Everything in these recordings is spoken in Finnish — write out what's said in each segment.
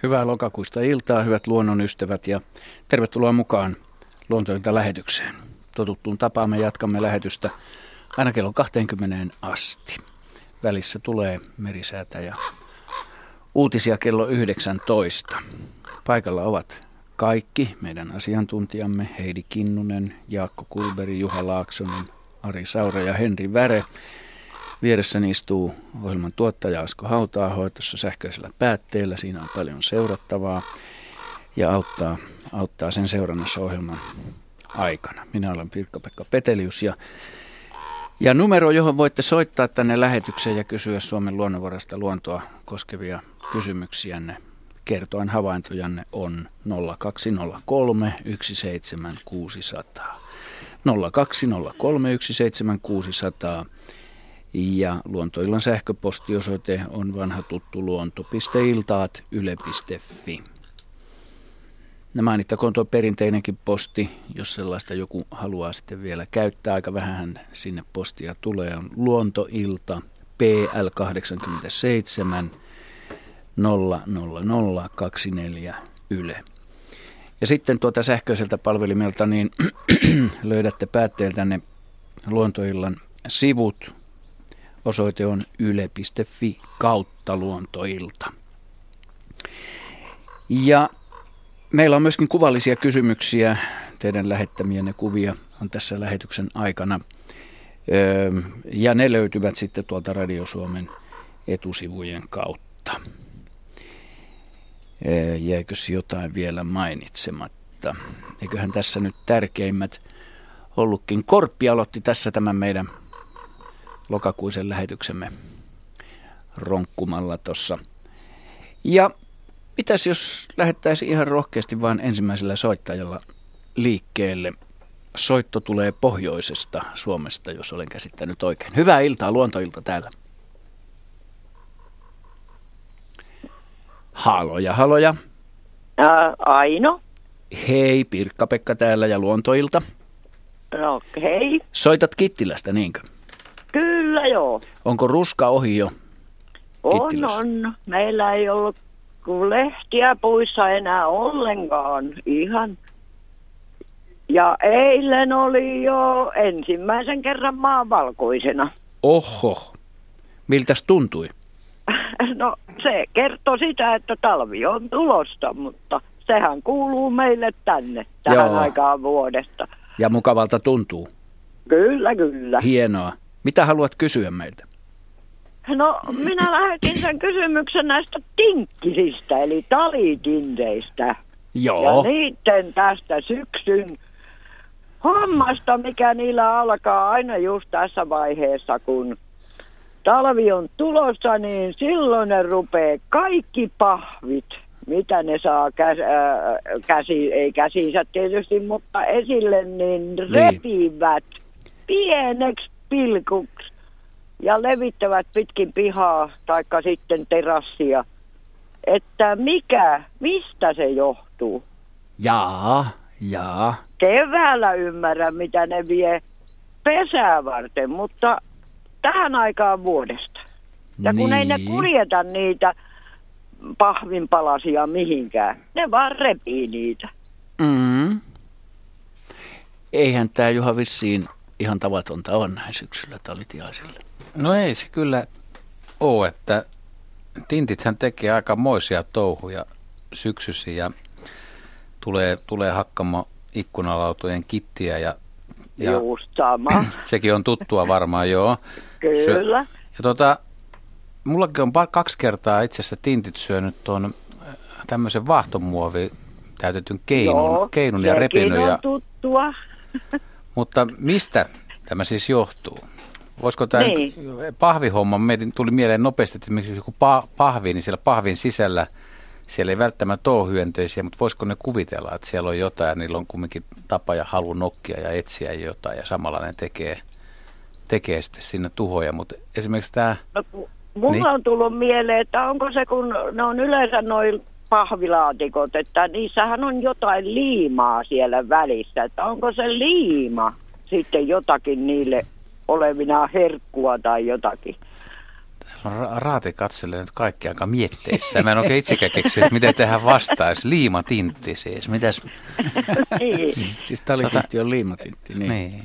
Hyvää lokakuista iltaa, hyvät luonnonystävät, ja tervetuloa mukaan Luontoilta lähetykseen. Totuttuun tapaan me jatkamme lähetystä aina kello 20 asti. Välissä tulee merisäätä ja uutisia kello 19. Paikalla ovat kaikki meidän asiantuntijamme: Heidi Kinnunen, Jaakko Kulberi, Juha Laaksonen, Ari Saura ja Henri Väre. Vieressäni istuu ohjelman tuottaja Asko Hauta-aho tuossa sähköisellä päätteellä. Siinä on paljon seurattavaa ja auttaa sen seurannassa ohjelman aikana. Minä olen Pirkka-Pekka Petelius ja numero, johon voitte soittaa tänne lähetykseen ja kysyä Suomen luonnonvarasta luontoa koskevia kysymyksiänne, kertoen havaintojanne, on 0203 17600. 0203 17600. Ja Luontoillan sähköpostiosoite on vanha tuttu luonto.iltaat@yle.fi. Mainittakoon tuo perinteinenkin posti, jos sellaista joku haluaa sitten vielä käyttää. Aika vähän sinne postia tulee. On Luontoilta PL 87 00024 Yle. Ja sitten tuota sähköiseltä palvelimelta niin löydätte päätteeltänne Luontoillan sivut. Osoite on yle.fi/luontoilta. Ja meillä on myöskin kuvallisia kysymyksiä. Teidän lähettämienne kuvia on tässä lähetyksen aikana. Ja ne löytyvät sitten tuolta Radio Suomen etusivujen kautta. Jäikös jotain vielä mainitsematta? Eiköhän tässä nyt tärkeimmät ollutkin. Korppi aloitti tässä tämän meidän lokakuisen lähetyksemme ronkkumalla tuossa. Ja mitäs jos lähettäisiin ihan rohkeasti vaan ensimmäisellä soittajalla liikkeelle? Soitto tulee pohjoisesta Suomesta, jos olen käsittänyt oikein. Hyvää iltaa, Luontoilta täällä. Haloja. Aino. Hei, Pirkka-Pekka täällä ja Luontoilta. No hei. Soitat Kittilästä, niinkö? Kyllä joo. Onko ruska ohi jo Kittilässä? On. Meillä ei ollut kuin lehtiä puissa enää ollenkaan. Ihan. Ja eilen oli jo ensimmäisen kerran maan valkoisena. Oho. Miltäs tuntui? No se kertoi sitä, että talvi on tulosta, mutta sehän kuuluu meille tänne tähän aikaan vuodesta. Ja mukavalta tuntuu? Kyllä. Hienoa. Mitä haluat kysyä meiltä? No, minä lähetin sen kysymyksen näistä tinkkisistä, eli talitinteistä. Joo. Ja niiden tästä syksyn hommasta, mikä niillä alkaa aina just tässä vaiheessa, kun talvi on tulossa, niin silloin ne rupeaa kaikki pahvit, mitä ne saa ei käsinsä tietysti, mutta esille, niin repivät pieneksi pilkuksi ja levittävät pitkin pihaa taikka sitten terassia. Että mistä se johtuu? Jaa. Keväällä ymmärrän, mitä ne vie pesää varten, mutta tähän aikaan vuodesta. Ja kun ei ne kuljeta niitä pahvinpalasia mihinkään, ne vaan repii niitä. Eihän tämä, Juha, vissiin ihan tavatonta on näin syksyllä talitiaisille. No ei se kyllä ole, että tintithän tekee aikamoisia touhuja syksysi ja tulee hakkamo ikkunalautojen kittiä ja just sama. Sekin on tuttua varmaan, joo. Kyllä. Ja mullakin on 2 kertaa itse asiassa tintit syönyt tuon tämmöisen vaahtomuovi täytetyn keinun ja repinyt. On tuttua. Mutta mistä tämä siis johtuu? Voisiko tämä pahvihomma, tuli mieleen nopeasti, että joku pahvi, niin siellä pahvin sisällä, siellä ei välttämättä ole hyönteisiä, mutta voisiko ne kuvitella, että siellä on jotain ja niillä on kumminkin tapa ja halu nokkia ja etsiä jotain ja samalla ne tekee sitten sinne tuhoja, mutta esimerkiksi tämä... No, mulla on tullut mieleen, että onko se, kun ne on yleensä noin pahvilaatikot, että niissähän on jotain liimaa siellä välissä, että onko se liima sitten jotakin niille olevina herkkua tai jotakin. Raati katselee nyt kaikki aika mietteissä. Mä en oikein itsekään keksinyt, että miten tähän vastaisi. Liimatintti siis. Mitäs? Siis talitintti on liimatintti. Niin.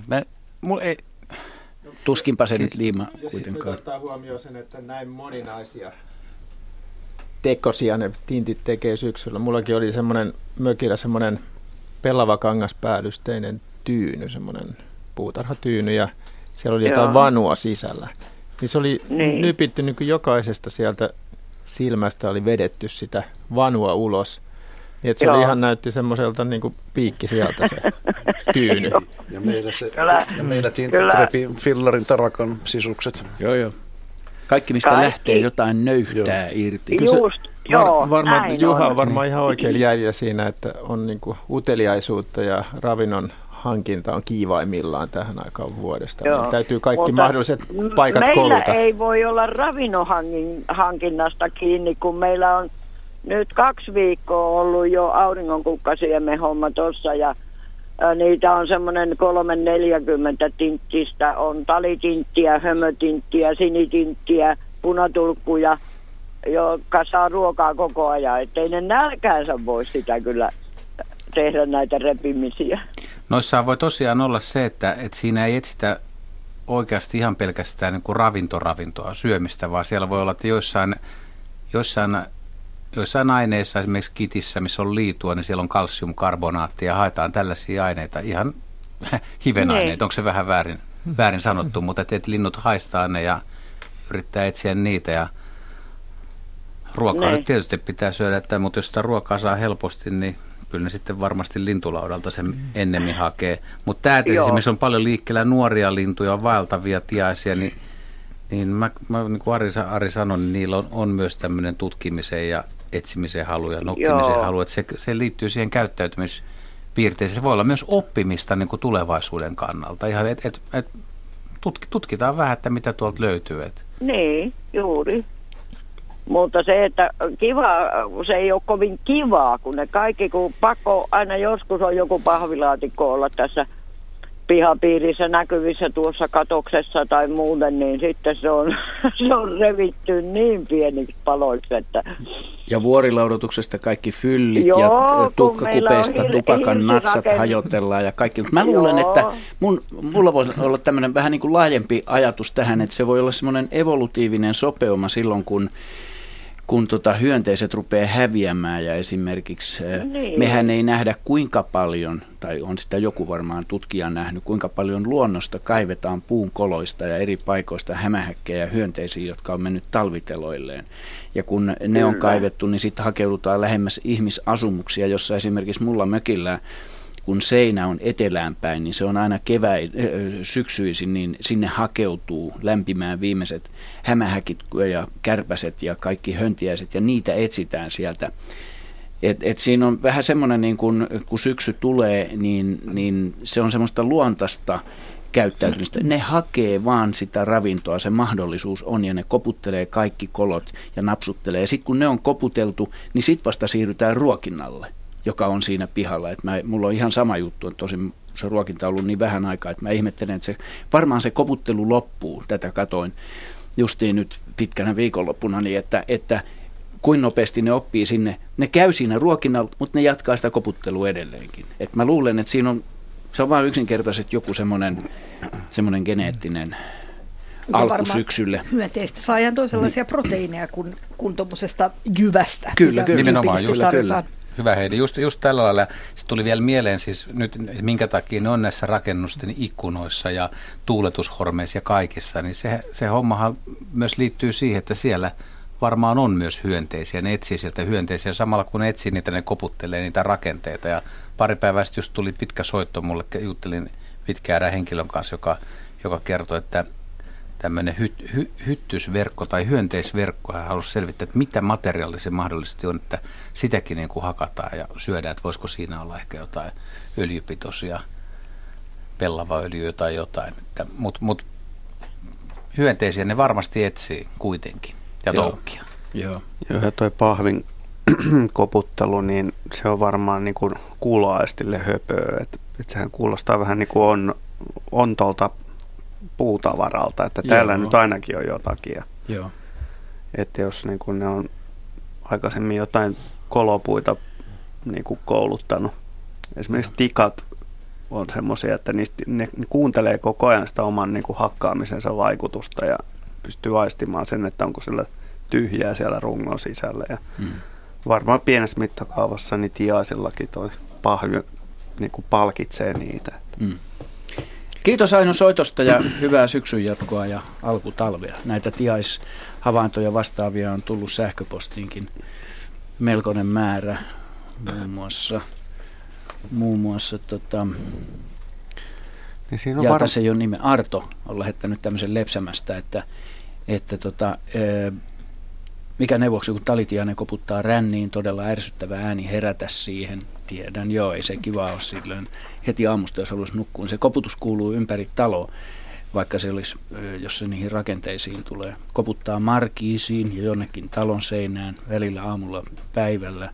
Tuskinpa se nyt liima kuitenkaan. Nyt ottaa huomioon sen, että näin moninaisia tekosia ne tintit tekee syksyllä. Mullakin oli mökillä semmoinen pellava kangaspäällysteinen tyyny, semmoinen puutarhatyyny, ja siellä oli jotain vanua sisällä. Niin se oli nypitty niin kuin jokaisesta sieltä silmästä oli vedetty sitä vanua ulos. Niin, että se oli ihan näytti semmoiselta niin kuin piikki sieltä se tyyny. Ja meillä tintit repi fillarin tarakan sisukset. Joo. Kaikki, mistä lähtee jotain nöyhtää irti. Just, Juha on varmaan ihan oikein jäljellä siinä, että on niin kuin uteliaisuutta ja ravinnon hankinta on kiivaimmillaan tähän aikaan vuodesta. Niin täytyy kaikki mahdolliset paikat kouluta. Meillä ei voi olla ravinnon hankinnasta kiinni, kun meillä on nyt 2 viikkoa ollut jo auringonkukkasiemen homma tuossa, ja niitä on semmoinen 3-40 tinttistä. On talitinttiä, hömötinttiä, sinitinttiä, punatulkkuja, jotka saa ruokaa koko ajan. Ettei ne nälkäänsä voi sitä kyllä tehdä näitä repimisiä. Noissa voi tosiaan olla se, että siinä ei etsitä oikeasti ihan pelkästään niin kuin ravintoa syömistä, vaan siellä voi olla, että joissain aineissa, esimerkiksi kitissä, missä on liitua, niin siellä on kalsiumkarbonaattia ja haetaan tällaisia aineita, ihan hivenaineita. Onko se vähän väärin sanottu, mutta että linnut haistaa ne ja yrittää etsiä niitä, ja ruokaa nyt tietysti pitää syödä, mutta jos sitä ruokaa saa helposti, niin kyllä ne sitten varmasti lintulaudalta sen ennemmin hakee. Mutta tämä esimerkiksi on paljon liikkeellä nuoria lintuja, vaeltavia tiaisia, niin mä niin kuin Ari sanoi, niin niillä on myös tämmöinen tutkimisen ja etsimisen halu ja nokkimisen halu, että se liittyy siihen käyttäytymispiirteeseen. Se voi olla myös oppimista niin kuin tulevaisuuden kannalta. Ihan, tutkitaan vähän, että mitä tuolta löytyy. Niin, juuri. Mutta se, että se ei ole kovin kivaa, kun ne kaikki, kun pakko aina joskus on joku pahvilaatikko olla tässä pihapiirissä näkyvissä tuossa katoksessa tai muuten, niin sitten se on revitty niin pieniksi paloiksi, että... Ja vuorilaudotuksesta kaikki fyllit ja tuhkakupeista tupakan natsat hajotellaan ja kaikki. Mutta mä luulen, että mulla voi olla tämmöinen vähän niin kuin laajempi ajatus tähän, että se voi olla semmoinen evolutiivinen sopeuma silloin, kun hyönteiset rupeaa häviämään, ja esimerkiksi mehän ei nähdä kuinka paljon, tai on sitä joku varmaan tutkija nähnyt, kuinka paljon luonnosta kaivetaan puun koloista ja eri paikoista hämähäkkejä ja hyönteisiä, jotka on mennyt talviteloilleen. Ja kun ne on kaivettu, niin sitten hakeudutaan lähemmäs ihmisasumuksia, jossa esimerkiksi mulla mökillä, kun seinä on etelään päin, niin se on aina syksyisin, niin sinne hakeutuu lämpimään viimeiset hämähäkit ja kärpäset ja kaikki höntiäiset, ja niitä etsitään sieltä. Et siinä on vähän semmoinen, niin kun syksy tulee, niin se on semmoista luontaista käyttäytymistä. Ne hakee vaan sitä ravintoa, se mahdollisuus on, ja ne koputtelee kaikki kolot ja napsuttelee. Ja sitten kun ne on koputeltu, niin sitten vasta siirrytään ruokinnalle, joka on siinä pihalla. Mulla on ihan sama juttu, että tosin se ruokinta on ollut niin vähän aikaa, että mä ihmettelen, että varmaan se koputtelu loppuu. Tätä katoin justiin nyt pitkänä viikonloppuna, niin että kuin nopeasti ne oppii sinne. Ne käy siinä ruokinnalla, mutta ne jatkaa sitä koputtelua edelleenkin. Et mä luulen, että se on vain yksinkertaisesti joku semmoinen geneettinen alku syksylle. Hyönteistä saa ihan toisenlaisia proteiineja kuin tuommoisesta jyvästä. Kyllä, nimenomaan. Kyllä. Hyvä Heidi. Just tällä lailla. Se tuli vielä mieleen siis nyt, minkä takia ne on näissä rakennusten ikkunoissa ja tuuletushormeissa ja kaikissa. Niin se hommahan myös liittyy siihen, että siellä varmaan on myös hyönteisiä. Ne etsii sieltä hyönteisiä. Samalla kun ne etsii niitä, ne koputtelee niitä rakenteita. Ja pari päivää sitten just tuli pitkä soitto mulle. Juttelin pitkään henkilön kanssa, joka kertoi, että tämmöinen hyttysverkko tai hyönteisverkko, hän halusi selvittää, että mitä materiaalia se mahdollisesti on, että sitäkin niin kuin hakataan ja syödään, että voisiko siinä olla ehkä jotain öljypitoisia, pellavaöljyä tai jotain. Mutta hyönteisiä ne varmasti etsii kuitenkin ja toukkia. Joo, ja toi pahvin koputtelu, niin se on varmaan niin kuin kuuloaistille höpöä, että sehän kuulostaa vähän niin kuin on tuolta puutavaralta, että täällä nyt ainakin on jotakin. Joo. että jos niin kuin ne on aikaisemmin jotain kolopuita niin kuin kouluttanut. Esimerkiksi tikat on semmoisia, että ne kuuntelee koko ajan sitä oman niin kuin hakkaamisensa vaikutusta ja pystyy aistimaan sen, että onko sillä tyhjää siellä rungon sisällä. Ja varmaan pienessä mittakaavassa niin tiaisillakin toi pahvi niin kuin palkitsee niitä. Kiitos Aino soitosta ja hyvää syksyn jatkoa ja alkutalvea. Näitä tiaishavaintoja vastaavia on tullut sähköpostiinkin melkoinen määrä. Muun muassa niin siinä on tässä ei ole nime. Arto on lähettänyt tämmöisen Lepsämästä, että mikä neuvoksi, kun talitiainen koputtaa ränniin, todella ärsyttävä ääni, herätä siihen. Tiedän, joo, ei se kiva ole silloin heti aamusta, jos haluaisi nukkua. Se koputus kuuluu ympäri taloa, vaikka se olisi, jos se niihin rakenteisiin tulee. Koputtaa markiisiin ja jonnekin talon seinään, välillä aamulla päivällä.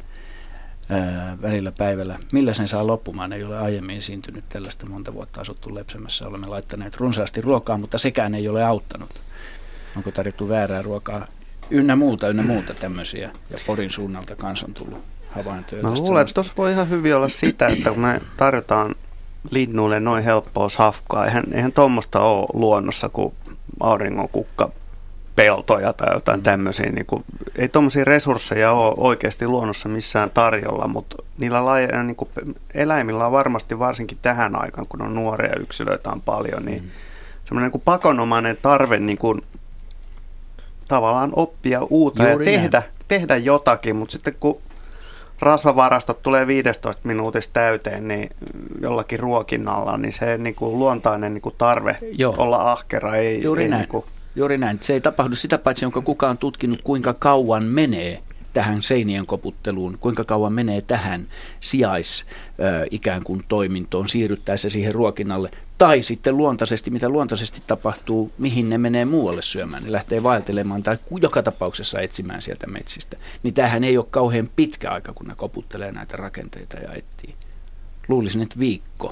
Millä sen saa loppumaan? Ei ole aiemmin esiintynyt tällaista, monta vuotta asuttu Lepsämässä. Olemme laittaneet runsaasti ruokaa, mutta sekään ei ole auttanut. Onko tarjottu väärää ruokaa? Ynnä muuta tämmöisiä. Ja Porin suunnalta kanssa on tullut havaintoja. Mä luulen, että tuossa voi ihan hyvin olla sitä, että kun me tarjotaan linnuille noin helppoa safkaa, eihän tuommoista ole luonnossa kuin auringonkukka, peltoja tai jotain tämmöisiä. Niin kuin, ei tuommoisia resursseja ole oikeasti luonnossa missään tarjolla, mutta niillä niin kuin eläimillä on varmasti varsinkin tähän aikaan, kun on nuoria yksilöitä on paljon, niin semmoinen niin kuin pakonomainen tarve niin kuin, tavallaan oppia uutta ja tehdä jotakin, mutta sitten kun rasvavarastot tulee 15 minuutissa täyteen, niin jollakin ruokinnalla, niin se niin kuin luontainen niin kuin tarve olla ahkera ei... Juuri näin. Niin kuin... Juuri näin. Se ei tapahdu sitä paitsi, jonka kukaan on tutkinut, kuinka kauan menee tähän seinien koputteluun, kuinka kauan menee tähän ikään kuin toimintoon siirryttäessä siihen ruokinnalle. Tai sitten luontaisesti, mitä luontaisesti tapahtuu, mihin ne menee muualle syömään. Ne lähtee vaeltelemaan tai joka tapauksessa etsimään sieltä metsistä. Niin tämähän ei ole kauhean pitkä aika, kun ne koputtelee näitä rakenteita ja etsii. Luulisin, että viikko.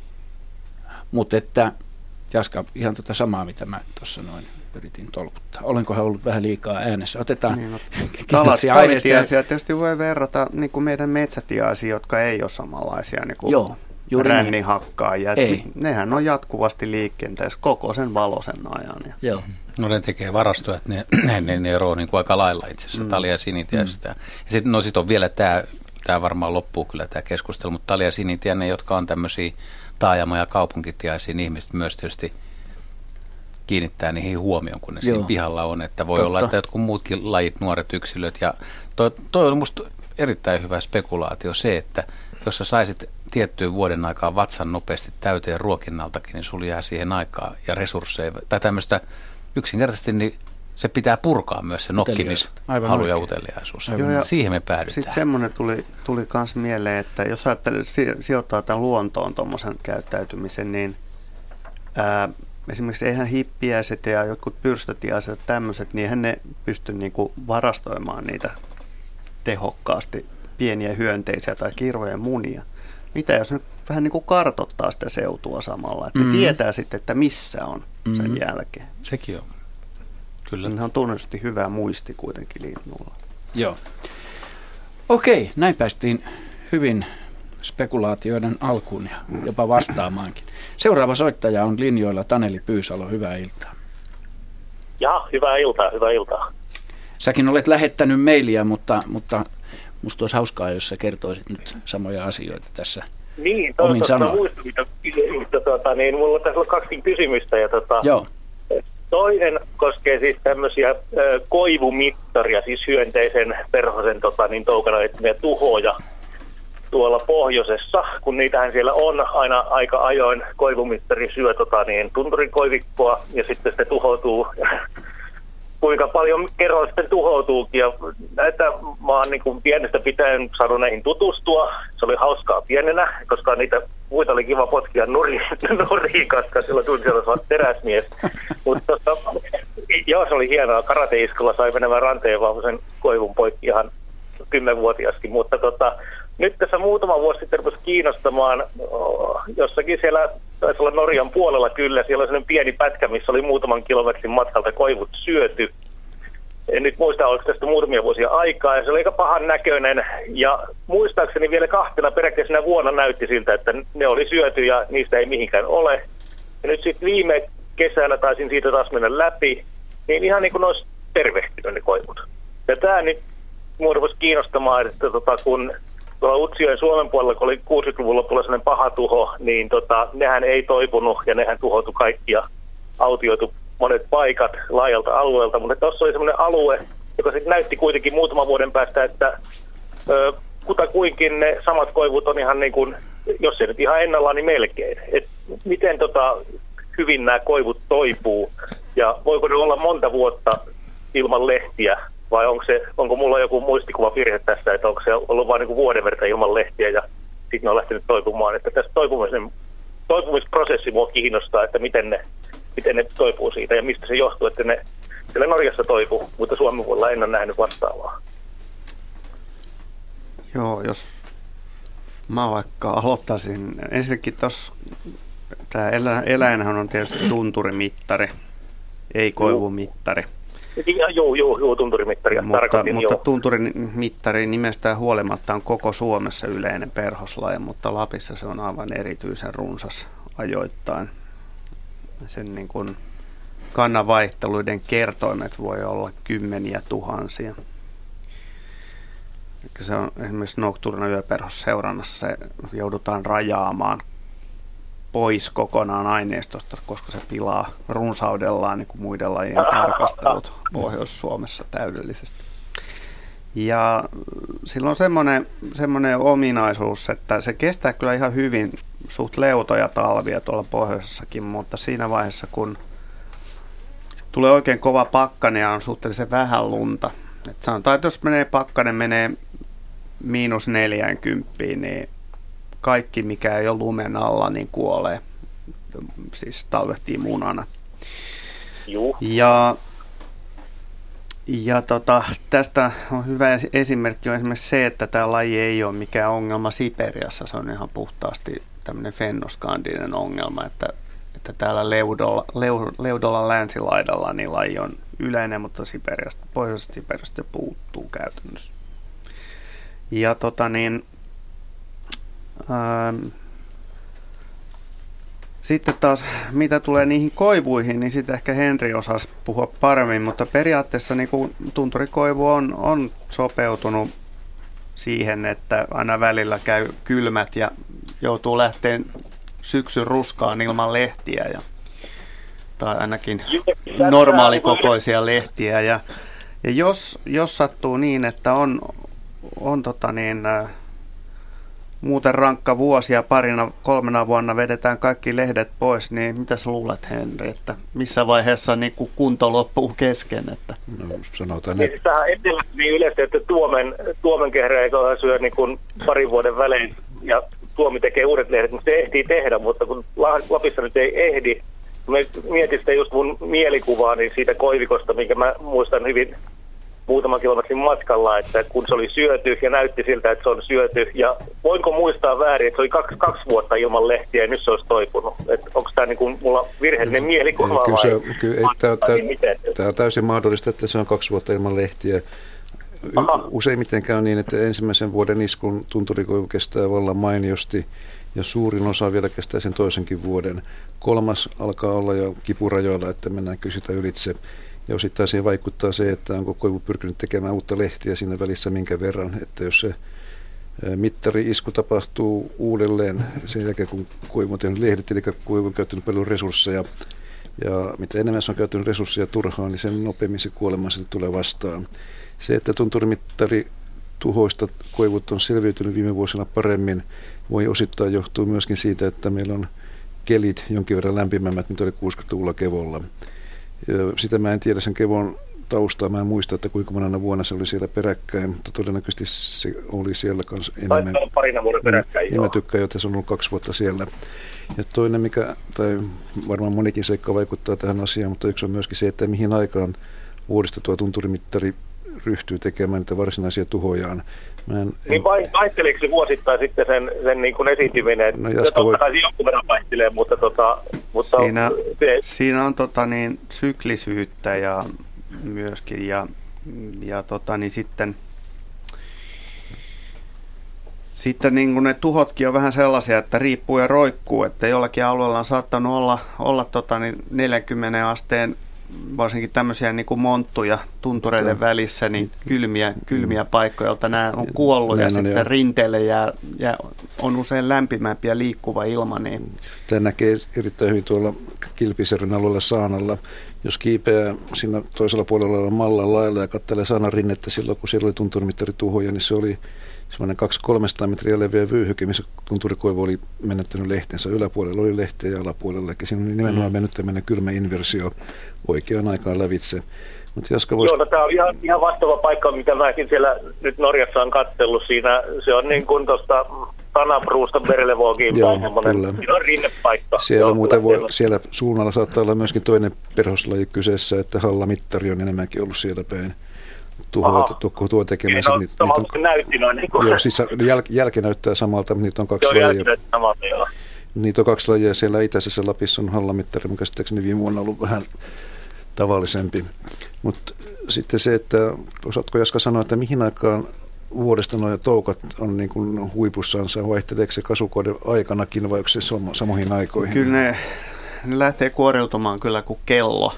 Mutta että, Jaska, ihan samaa, mitä mä tuossa noin yritin tolkuttaa. Olenkohan ollut vähän liikaa äänessä? Otetaan kiitoksia aiheesta. Talitiaisia tietysti voi verrata niin kuin meidän metsätiaisia, jotka ei ole samanlaisia niin kuin rännihakkaajia. Nehän on jatkuvasti liikenteessä koko sen valoisen ajan. Joo. No ne tekee varastoja, että ne eroaa niin kuin aika lailla itse asiassa talia sinitiaisista. Ja sitten on vielä tämä varmaan loppuu kyllä tämä keskustelu, mutta talia sinitiainen, jotka on tämmöisiä taajama- ja kaupunkitiaisia, niin ihmiset myös tietysti kiinnittää niihin huomioon, kun ne siinä pihalla on, että voi olla, että jotkut muutkin lajit, nuoret yksilöt, ja toi on musta erittäin hyvä spekulaatio se, että jos sä saisit tiettyyn vuoden aikaa vatsan nopeasti täyteen ruokinnaltakin, niin sulla jää siihen aikaa ja resursseja, tai tämmöistä yksinkertaisesti, niin se pitää purkaa myös se nokkimishalu ja uteliaisuus. Siihen me päädytään. Sitten semmoinen tuli myös mieleen, että jos ajattelee sijoittaa tämän luontoon tuommoisen käyttäytymisen, niin esimerkiksi eihän hippiäiset ja jotkut pyrstötiaiset ja tämmöiset, niin eihän ne pysty niinku varastoimaan niitä tehokkaasti pieniä hyönteisiä tai kirvojen munia. Mitä jos nyt vähän niin kuin kartoittaa sitä seutua samalla, että ne tietää sitten, että missä on sen jälkeen. Sekin on. Kyllä. Ne on tunnetusti hyvä muisti kuitenkin linnulla. Joo. Okei, näin päästiin hyvin spekulaatioiden alkuun ja jopa vastaamaankin. Seuraava soittaja on linjoilla Taneli Pyysalo. Hyvää iltaa. Hyvää iltaa. Säkin olet lähettänyt mailia, mutta musta olisi hauskaa, jos sä kertoisit nyt samoja asioita tässä omin sanoin. Muistan, mitä niin mulla on tässä 2 kysymystä. Joo. Toinen koskee siis tämmöisiä koivumittaria, siis hyönteisen perhosen toukana etsiviä tuhoja tuolla pohjoisessa, kun niitähän siellä on aina aika ajoin. Koivumittari syö tunturikoivikkoa ja sitten se tuhoutuu. Kuinka paljon kerran sitten tuhoutuukin. Ja näitä mä oon niin pienestä pitäen saanut näihin tutustua. Se oli hauskaa pienenä, koska niitä muita oli kiva potkia nuriin, koska silloin tuli sellainen teräsmies. Mutta se oli hienoa. Karate-iskulla sai menemään ranteen vahvaisen koivun poikki ihan 10-vuotiaskin. Mutta nyt tässä muutama vuosi sitten rupesi kiinnostamaan jossakin siellä, taisi olla Norjan puolella kyllä, siellä oli sellainen pieni pätkä, missä oli muutaman kilometrin matkalta koivut syöty. En nyt muista, oliko tästä muutamia vuosia aikaa, ja se oli aika pahan näköinen. Ja muistaakseni vielä 2 peräkkäisenä vuonna näytti siltä, että ne oli syöty ja niistä ei mihinkään ole. Ja nyt sitten viime kesällä taisin siitä taas mennä läpi, niin ihan niin kuin ne olisi tervehtynyt ne koivut. Ja tämä nyt minua rupesi kiinnostamaan, että kun tuolla Utsjoen Suomen puolella, kun oli 60-luvun lopulla sellainen paha tuho, niin nehän ei toipunut ja nehän tuhoutui kaikki ja autioitu monet paikat laajalta alueelta. Mutta tuossa oli sellainen alue, joka sitten näytti kuitenkin muutaman vuoden päästä, että kutakuinkin ne samat koivut on ihan niin kuin, jos ei nyt ihan ennallaan, niin melkein. Et miten hyvin nämä koivut toipuu ja voiko ne olla monta vuotta ilman lehtiä vai onko mulla joku muistikuva virhe tässä, että onko se ollut vain niin vuoden verran ilman lehtiä ja sitten ne on lähtenyt toipumaan. Että tässä toipumisprosessi mua kiinnostaa, että miten ne toipuu siitä ja mistä se johtuu, että ne siellä Norjassa toipuu, mutta Suomen puolella en ole nähnyt vastaavaa. Joo, jos mä vaikka aloittaisin. Ensinnäkin tuossa tämä eläinhän on tietysti tunturimittari, ei koivumittari. Joo, tunturimittaria tarkoitin. Mutta tunturimittari nimestään huolimatta on koko Suomessa yleinen perhoslaji, mutta Lapissa se on aivan erityisen runsas ajoittain. Sen niin kuin kannanvaihteluiden kertoimet voi olla kymmeniä tuhansia. Se on esimerkiksi Nocturna yöperhosseurannassa se joudutaan rajaamaan pois kokonaan aineistosta, koska se pilaa runsaudellaan niin kuin muiden lajien tarkastelut Pohjois-Suomessa täydellisesti. Ja sillä on semmoinen ominaisuus, että se kestää kyllä ihan hyvin suht leutoja talvia tuolla pohjoisessakin, mutta siinä vaiheessa, kun tulee oikein kova pakkanen ja on suhteellisen vähän lunta, että sanotaan, että jos pakkanen menee -40, niin kaikki, mikä ei ole lumen alla, niin kuolee. Siis talvehtii munana. Juh. Ja tästä on hyvä esimerkki on esimerkiksi se, että tämä laji ei ole mikään ongelma Siperiassa. Se on ihan puhtaasti tämmöinen fennoskandinen ongelma, että täällä Leudolla länsilaidalla niin laji on yleinen, mutta pohjoisesta Siperiasta se puuttuu käytännössä. Ja sitten taas, mitä tulee niihin koivuihin, niin sitten ehkä Henri osasi puhua paremmin, mutta periaatteessa niin kuin tunturikoivu on sopeutunut siihen, että aina välillä käy kylmät ja joutuu lähteen syksyn ruskaan ilman lehtiä, tai ainakin normaalikokoisia lehtiä. Ja jos sattuu niin, että on muuten rankka vuosi ja 2-3 vuonna vedetään kaikki lehdet pois, niin mitä sä luulet, Henri, että missä vaiheessa niin kunto loppuu kesken? Että? No, sanotaan, että tähän etelässä niin yleisesti, että tuomenkehreä syö niin kuin parin vuoden välein ja tuomi tekee uudet lehdet, mutta se ehtii tehdä, mutta kun Lapissa nyt ei ehdi, mietin sitä just mun mielikuvaa niin siitä koivikosta, minkä mä muistan hyvin muutaman kilometrin matkalla, että kun se oli syöty ja näytti siltä, että se on syöty. Ja voinko muistaa väärin, että se oli 2 vuotta ilman lehtiä ja nyt se olisi toipunut. Onko tämä niin kuin mulla virheellinen mielikuva Tämä on täysin mahdollista, että se on 2 vuotta ilman lehtiä. Useimmiten käy niin, että ensimmäisen vuoden iskun tunturikoivu kestää vallan mainiosti ja suurin osa vielä kestää sen toisenkin vuoden. 3. alkaa olla jo kipurajoilla, että mennäänkö sitä ylitse. Ja osittain siihen vaikuttaa se, että onko koivu pyrkinyt tekemään uutta lehtiä siinä välissä minkä verran. Että jos se mittari-isku tapahtuu uudelleen sen jälkeen, kun koivu on tehnyt lehdet, eli koivu on käyttänyt paljon resursseja. Ja mitä enemmän se on käyttänyt resursseja turhaan, niin sen nopeammin se kuolema sitten tulee vastaan. Se, että tunturimittari tuhoista koivut on selviytynyt viime vuosina paremmin, voi osittain johtua myöskin siitä, että meillä on kelit jonkin verran lämpimämmät, mitä oli 60-luvulla kevolla. Sitä mä en tiedä sen kevon taustaa, mä en muista, että kuinka monena vuonna se oli siellä peräkkäin, mutta todennäköisesti se oli siellä kanssa enemmän. Parina vuoden peräkkäin, joo. Mä tykkään, että se on ollut 2 vuotta siellä. Ja toinen, mikä, tai varmaan monikin seikka vaikuttaa tähän asiaan, mutta yksi on myöskin se, että mihin aikaan vuodesta tuo tunturimittari ryhtyy tekemään niitä varsinaisia tuhojaan. Niin vaihteliko se vuosittain sitten sen niin kuin esiintyminen? No totta kai se jonkun verran vaihtelee, mutta siinä on syklisyyttä ja myöskin, ja Ja niin sitten niin kuin ne tuhotkin on vähän sellaisia, että riippuu ja roikkuu, että jollakin alueella on saattanut olla 40 asteen varsinkin tämmöisiä niin kuin monttuja tuntureiden välissä, niin kylmiä paikkoja, joilta nämä on kuollut ja sitten rinteelle ja on usein lämpimämpi ja liikkuva ilma. Niin. Tämä näkee erittäin hyvin tuolla Kilpisjärven alueella Saanalla. Jos kiipeää siinä toisella puolella olevan mallan lailla ja katselee Saanan rinnettä silloin, kun siellä oli tunturimittari-tuhoja, niin se oli semmoinen 200-300 metriä leveä vyöhyke, missä tunturikoivu oli menettänyt lehtensä. Yläpuolella oli lehteä ja alapuolella. Eli siinä on nimenomaan mennyt tämmöinen kylmä inversio oikeaan aikaan lävitse. Joo, no, tämä on ihan vastaava paikka, mitä mäkin siellä nyt Norjassa on katsellut. Siinä se on niin kuin tuosta Tanabruusta Berlevogiin päin semmoinen rinnepaikka. Siellä suunnalla saattaa olla myöskin toinen perhoslaji kyseessä, että hallamittari on enemmänkin ollut siellä päin. Tuo tekemässä. Näytti noin. Joo, siis jälki näyttää samalta, mutta niitä on kaksi lajia. Niitä on kaksi lajia. Siellä itäisessä Lapissa on hallamittari, mikä käsittääkseni viime vuonna ollut vähän tavallisempi. Mutta sitten se, että osaatko Jaska sanoa, että mihin aikaan vuodesta nuo toukat on niin kuin huipussansa, vaihteleeko se kasvukauden aikanakin vai onko se samoihin aikoihin? Kyllä ne lähtee kuoriutumaan kyllä kuin kello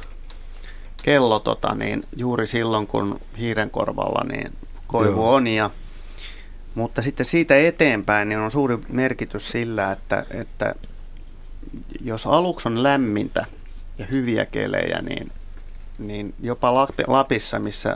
niin juuri silloin, kun hiirenkorvalla niin koivu on. Mutta sitten siitä eteenpäin niin on suuri merkitys sillä, että jos aluksi on lämmintä ja hyviä kelejä, niin jopa Lapissa, missä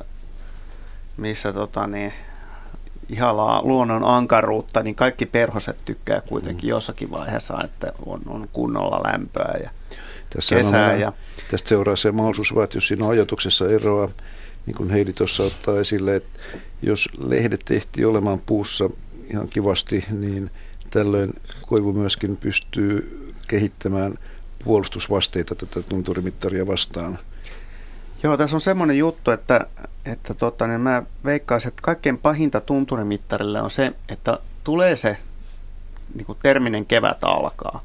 ihalaa luonnon ankaruutta, niin kaikki perhoset tykkää kuitenkin jossakin vaiheessa, että on kunnolla lämpöä ja kesää. Tästä seuraa se mahdollisuus, että jos siinä on ajoituksessa eroa, niin kuin Heidi tuossa ottaa esille, että jos lehdet ehtii olemaan puussa ihan kivasti, niin tällöin koivu myöskin pystyy kehittämään puolustusvasteita tätä tunturimittaria vastaan. Joo, tässä on semmoinen juttu, että niin mä veikkaisin, että kaikkein pahinta tunturimittarille on se, että tulee se niin kuin terminen kevät alkaa,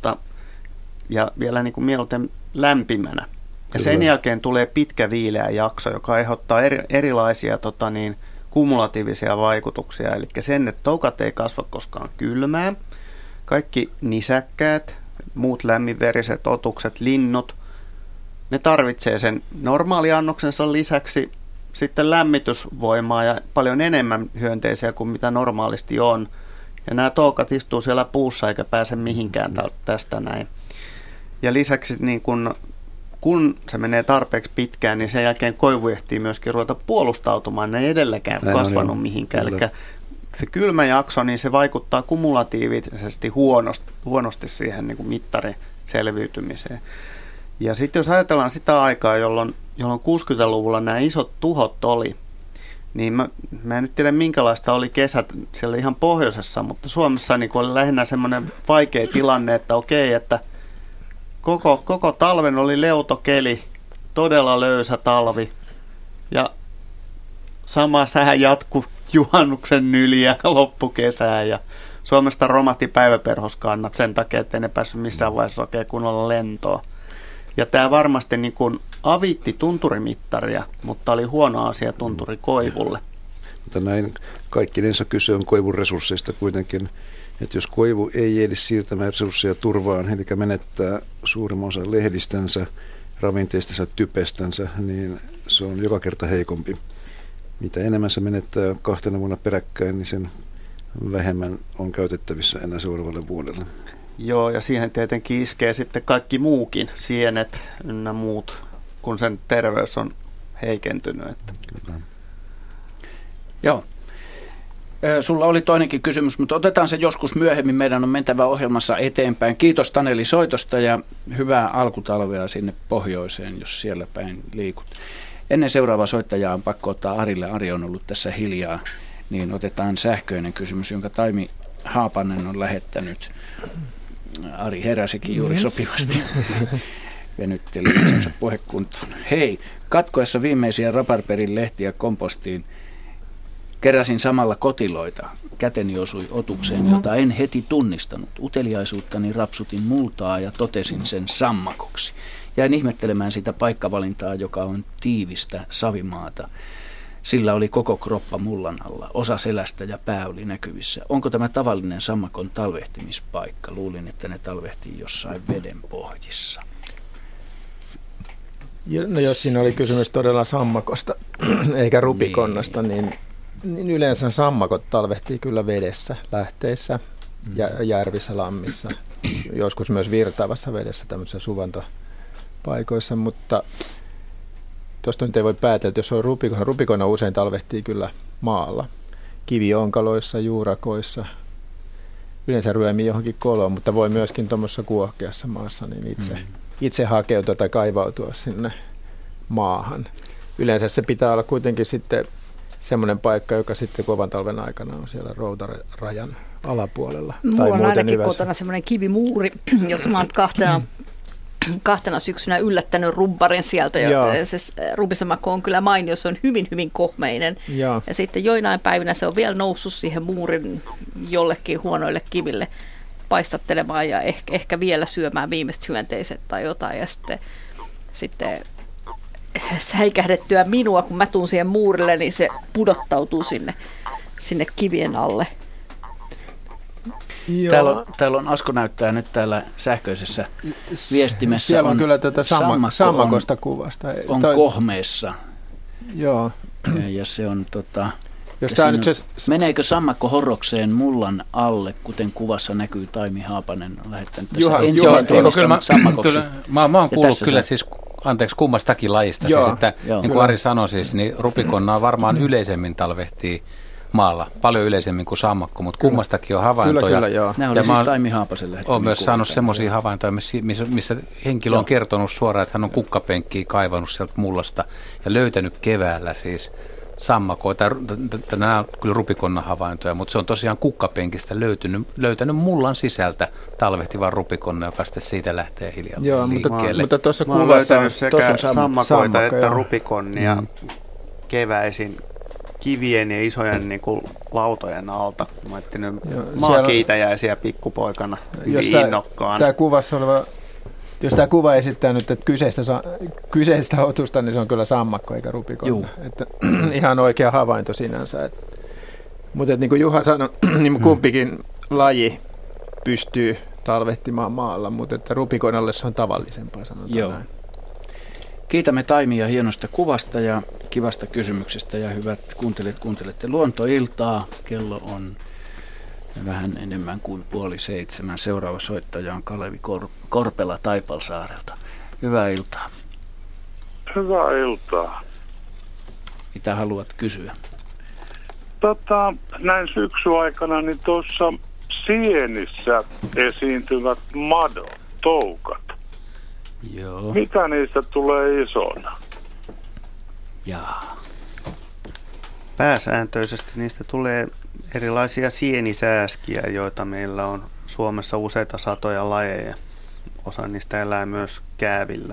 ja vielä niin kuin mieluiten lämpimänä. Ja sen jälkeen tulee pitkä viileä jakso, joka aiheuttaa erilaisia kumulatiivisia vaikutuksia. Eli sen, että toukat ei kasva koskaan kylmää. Kaikki nisäkkäät, muut lämminveriset otukset, linnut, ne tarvitsee sen normaaliannoksensa lisäksi sitten lämmitysvoimaa ja paljon enemmän hyönteisiä kuin mitä normaalisti on. Ja nämä toukat istuu siellä puussa eikä pääse mihinkään tästä näin. Ja lisäksi niin kun se menee tarpeeksi pitkään, niin sen jälkeen koivu ehtii myöskin ruveta puolustautumaan. Ne ei edelläkään kasvanut mihinkään. Eli se kylmä jakso, niin se vaikuttaa kumulatiivisesti huonosti siihen niin kuin mittarin selviytymiseen. Ja sitten jos ajatellaan sitä aikaa, jolloin 60-luvulla nämä isot tuhot oli, niin mä en nyt tiedä minkälaista oli kesät siellä ihan pohjoisessa, mutta Suomessa niin oli lähinnä semmoinen vaikea tilanne, että okei, että koko talven oli leutokeli, todella löysä talvi ja sama sää jatkui juhannuksen yli ja loppukesää ja Suomesta romahti päiväperhoskannat sen takia, että ne päässyt missään vaiheessa oikein kunnolla lentoon. Ja tämä varmasti niin kuin avitti tunturimittaria, mutta oli huono asia tunturikoivulle. Mutta näin kaikkinensa kyse on koivun resursseista kuitenkin, että jos koivu ei ehdi siirtämään resursseja turvaan, eli menettää suurimman osan lehdistänsä, ravinteistansa, typestänsä, niin se on joka kerta heikompi. Mitä enemmän se menettää 2 vuonna peräkkäin, niin sen vähemmän on käytettävissä enää seuraavalle vuodelle. Joo, ja siihen tietenkin iskee sitten kaikki muukin, sienet ynnä muut, kun sen terveys on heikentynyt. Kyllä. Joo. Sulla oli toinenkin kysymys, mutta otetaan se joskus myöhemmin. Meidän on mentävä ohjelmassa eteenpäin. Kiitos Taneli soitosta ja hyvää alkutalvea sinne pohjoiseen, jos siellä päin liikut. Ennen seuraavaa soittajaa on pakko ottaa Arille. Ari on ollut tässä hiljaa. Niin otetaan sähköinen kysymys, jonka Taimi Haapanen on lähettänyt. Ari heräsikin juuri sopivasti. Venytteli itsensä puhekuntoon. Hei, katkoessa viimeisiä Raparperin lehtiä kompostiin keräsin samalla kotiloita. Käteni osui otukseen, jota en heti tunnistanut. Uteliaisuuttani rapsutin multaa ja totesin sen sammakoksi. Jäin ihmettelemään sitä paikkavalintaa, joka on tiivistä savimaata. Sillä oli koko kroppa mullan alla, osa selästä ja pää oli näkyvissä. Onko tämä tavallinen sammakon talvehtimispaikka? Luulin, että ne talvehtii jossain veden pohjissa. No jos siinä oli kysymys todella sammakosta eikä rupikonnasta, niin yleensä sammakot talvehtii kyllä vedessä, lähteissä ja järvissä, lammissa, joskus myös virtaavassa vedessä tämmöisissä suvantopaikoissa, mutta tuosta nyt ei voi päätellä, että jos on rupikonna usein talvehtii kyllä maalla, kivionkaloissa, juurakoissa, yleensä ryömii johonkin koloon, mutta voi myöskin tuommoisessa kuohkeassa maassa niin itse hakeutua tai kaivautua sinne maahan. Yleensä se pitää olla kuitenkin sitten semmoinen paikka, joka sitten kovan talven aikana on siellä routarajan alapuolella. Mulla on ainakin kotona semmoinen kivimuuri, josta mä oon kahtena syksynä yllättänyt rumpparin sieltä. Se rubisammakko on kyllä mainio, se on hyvin, hyvin kohmeinen. Ja sitten joinain päivinä se on vielä noussut siihen muurin jollekin huonoille kiville paistattelemaan ja ehkä vielä syömään viimeiset hyönteiset tai jotain. Ja sitten säikähdettyä minua, kun mä tuun siihen muurille, niin se pudottautuu sinne kivien alle. Täällä on Asko näyttää nyt täällä sähköisessä viestimessä. Siellä on kyllä tätä sammakosta kuvasta. On kohmeessa. Joo. Ja se on meneekö sammakko horrokseen mullan alle, kuten kuvassa näkyy? Taimi Haapanen on lähettänyt tässä kyllä, mä oon kuullut kyllä siis, anteeksi, kummastakin lajista. Siis, että, niin kuin Ari sanoi, siis, niin rupikonnaa varmaan yleisemmin talvehtii maalla, paljon yleisemmin kuin sammakko, mutta kummastakin on havaintoja. Kyllä, joo. Nämä oli siis Taimi Haapaselle lähettänyt. Olen myös saanut semmoisia havaintoja, missä henkilö on kertonut suoraan, että hän on kukkapenkkiä kaivannut sieltä mullasta ja löytänyt keväällä siis sammakoita. Nämä on kyllä rupikonna havaintoja, mutta se on tosiaan kukkapenkistä löytänyt mullan sisältä talvehtivan rupikonna, joka sitten siitä lähtee hiljaa liikkeelle. Mutta tuossa kuvassa on sekä sammakoita että rupikonnia keväisin kivien ja isojen niin kuin lautojen alta. Mä ajattelin maakiitäjäisiä pikkupoikana hyvin innokkaan. Jos tämä kuva esittää nyt, että kyseistä otusta, niin se on kyllä sammakko eikä rupikonna. Että, ihan oikea havainto sinänsä. Mutta niin kuin Juha sanoi, niin kumpikin laji pystyy talvehtimaan maalla, mutta että rupikonnalle se on tavallisempaa, sanotaan näin. Kiitämme Taimia hienosta kuvasta ja kivasta kysymyksestä ja hyvät kuuntelette Luontoiltaa. Kello on vähän enemmän kuin 6:30. Seuraava soittaja on Kalevi Korpela Taipalsaarelta. Hyvää iltaa. Hyvää iltaa. Mitä haluat kysyä? Näin syksynaikana niin tuossa sienissä esiintyvät madot, toukat. Joo. Mitä niistä tulee isona? Jaa. Pääsääntöisesti niistä tulee erilaisia sienisääskiä, joita meillä on Suomessa useita satoja lajeja. Osa niistä elää myös käävillä.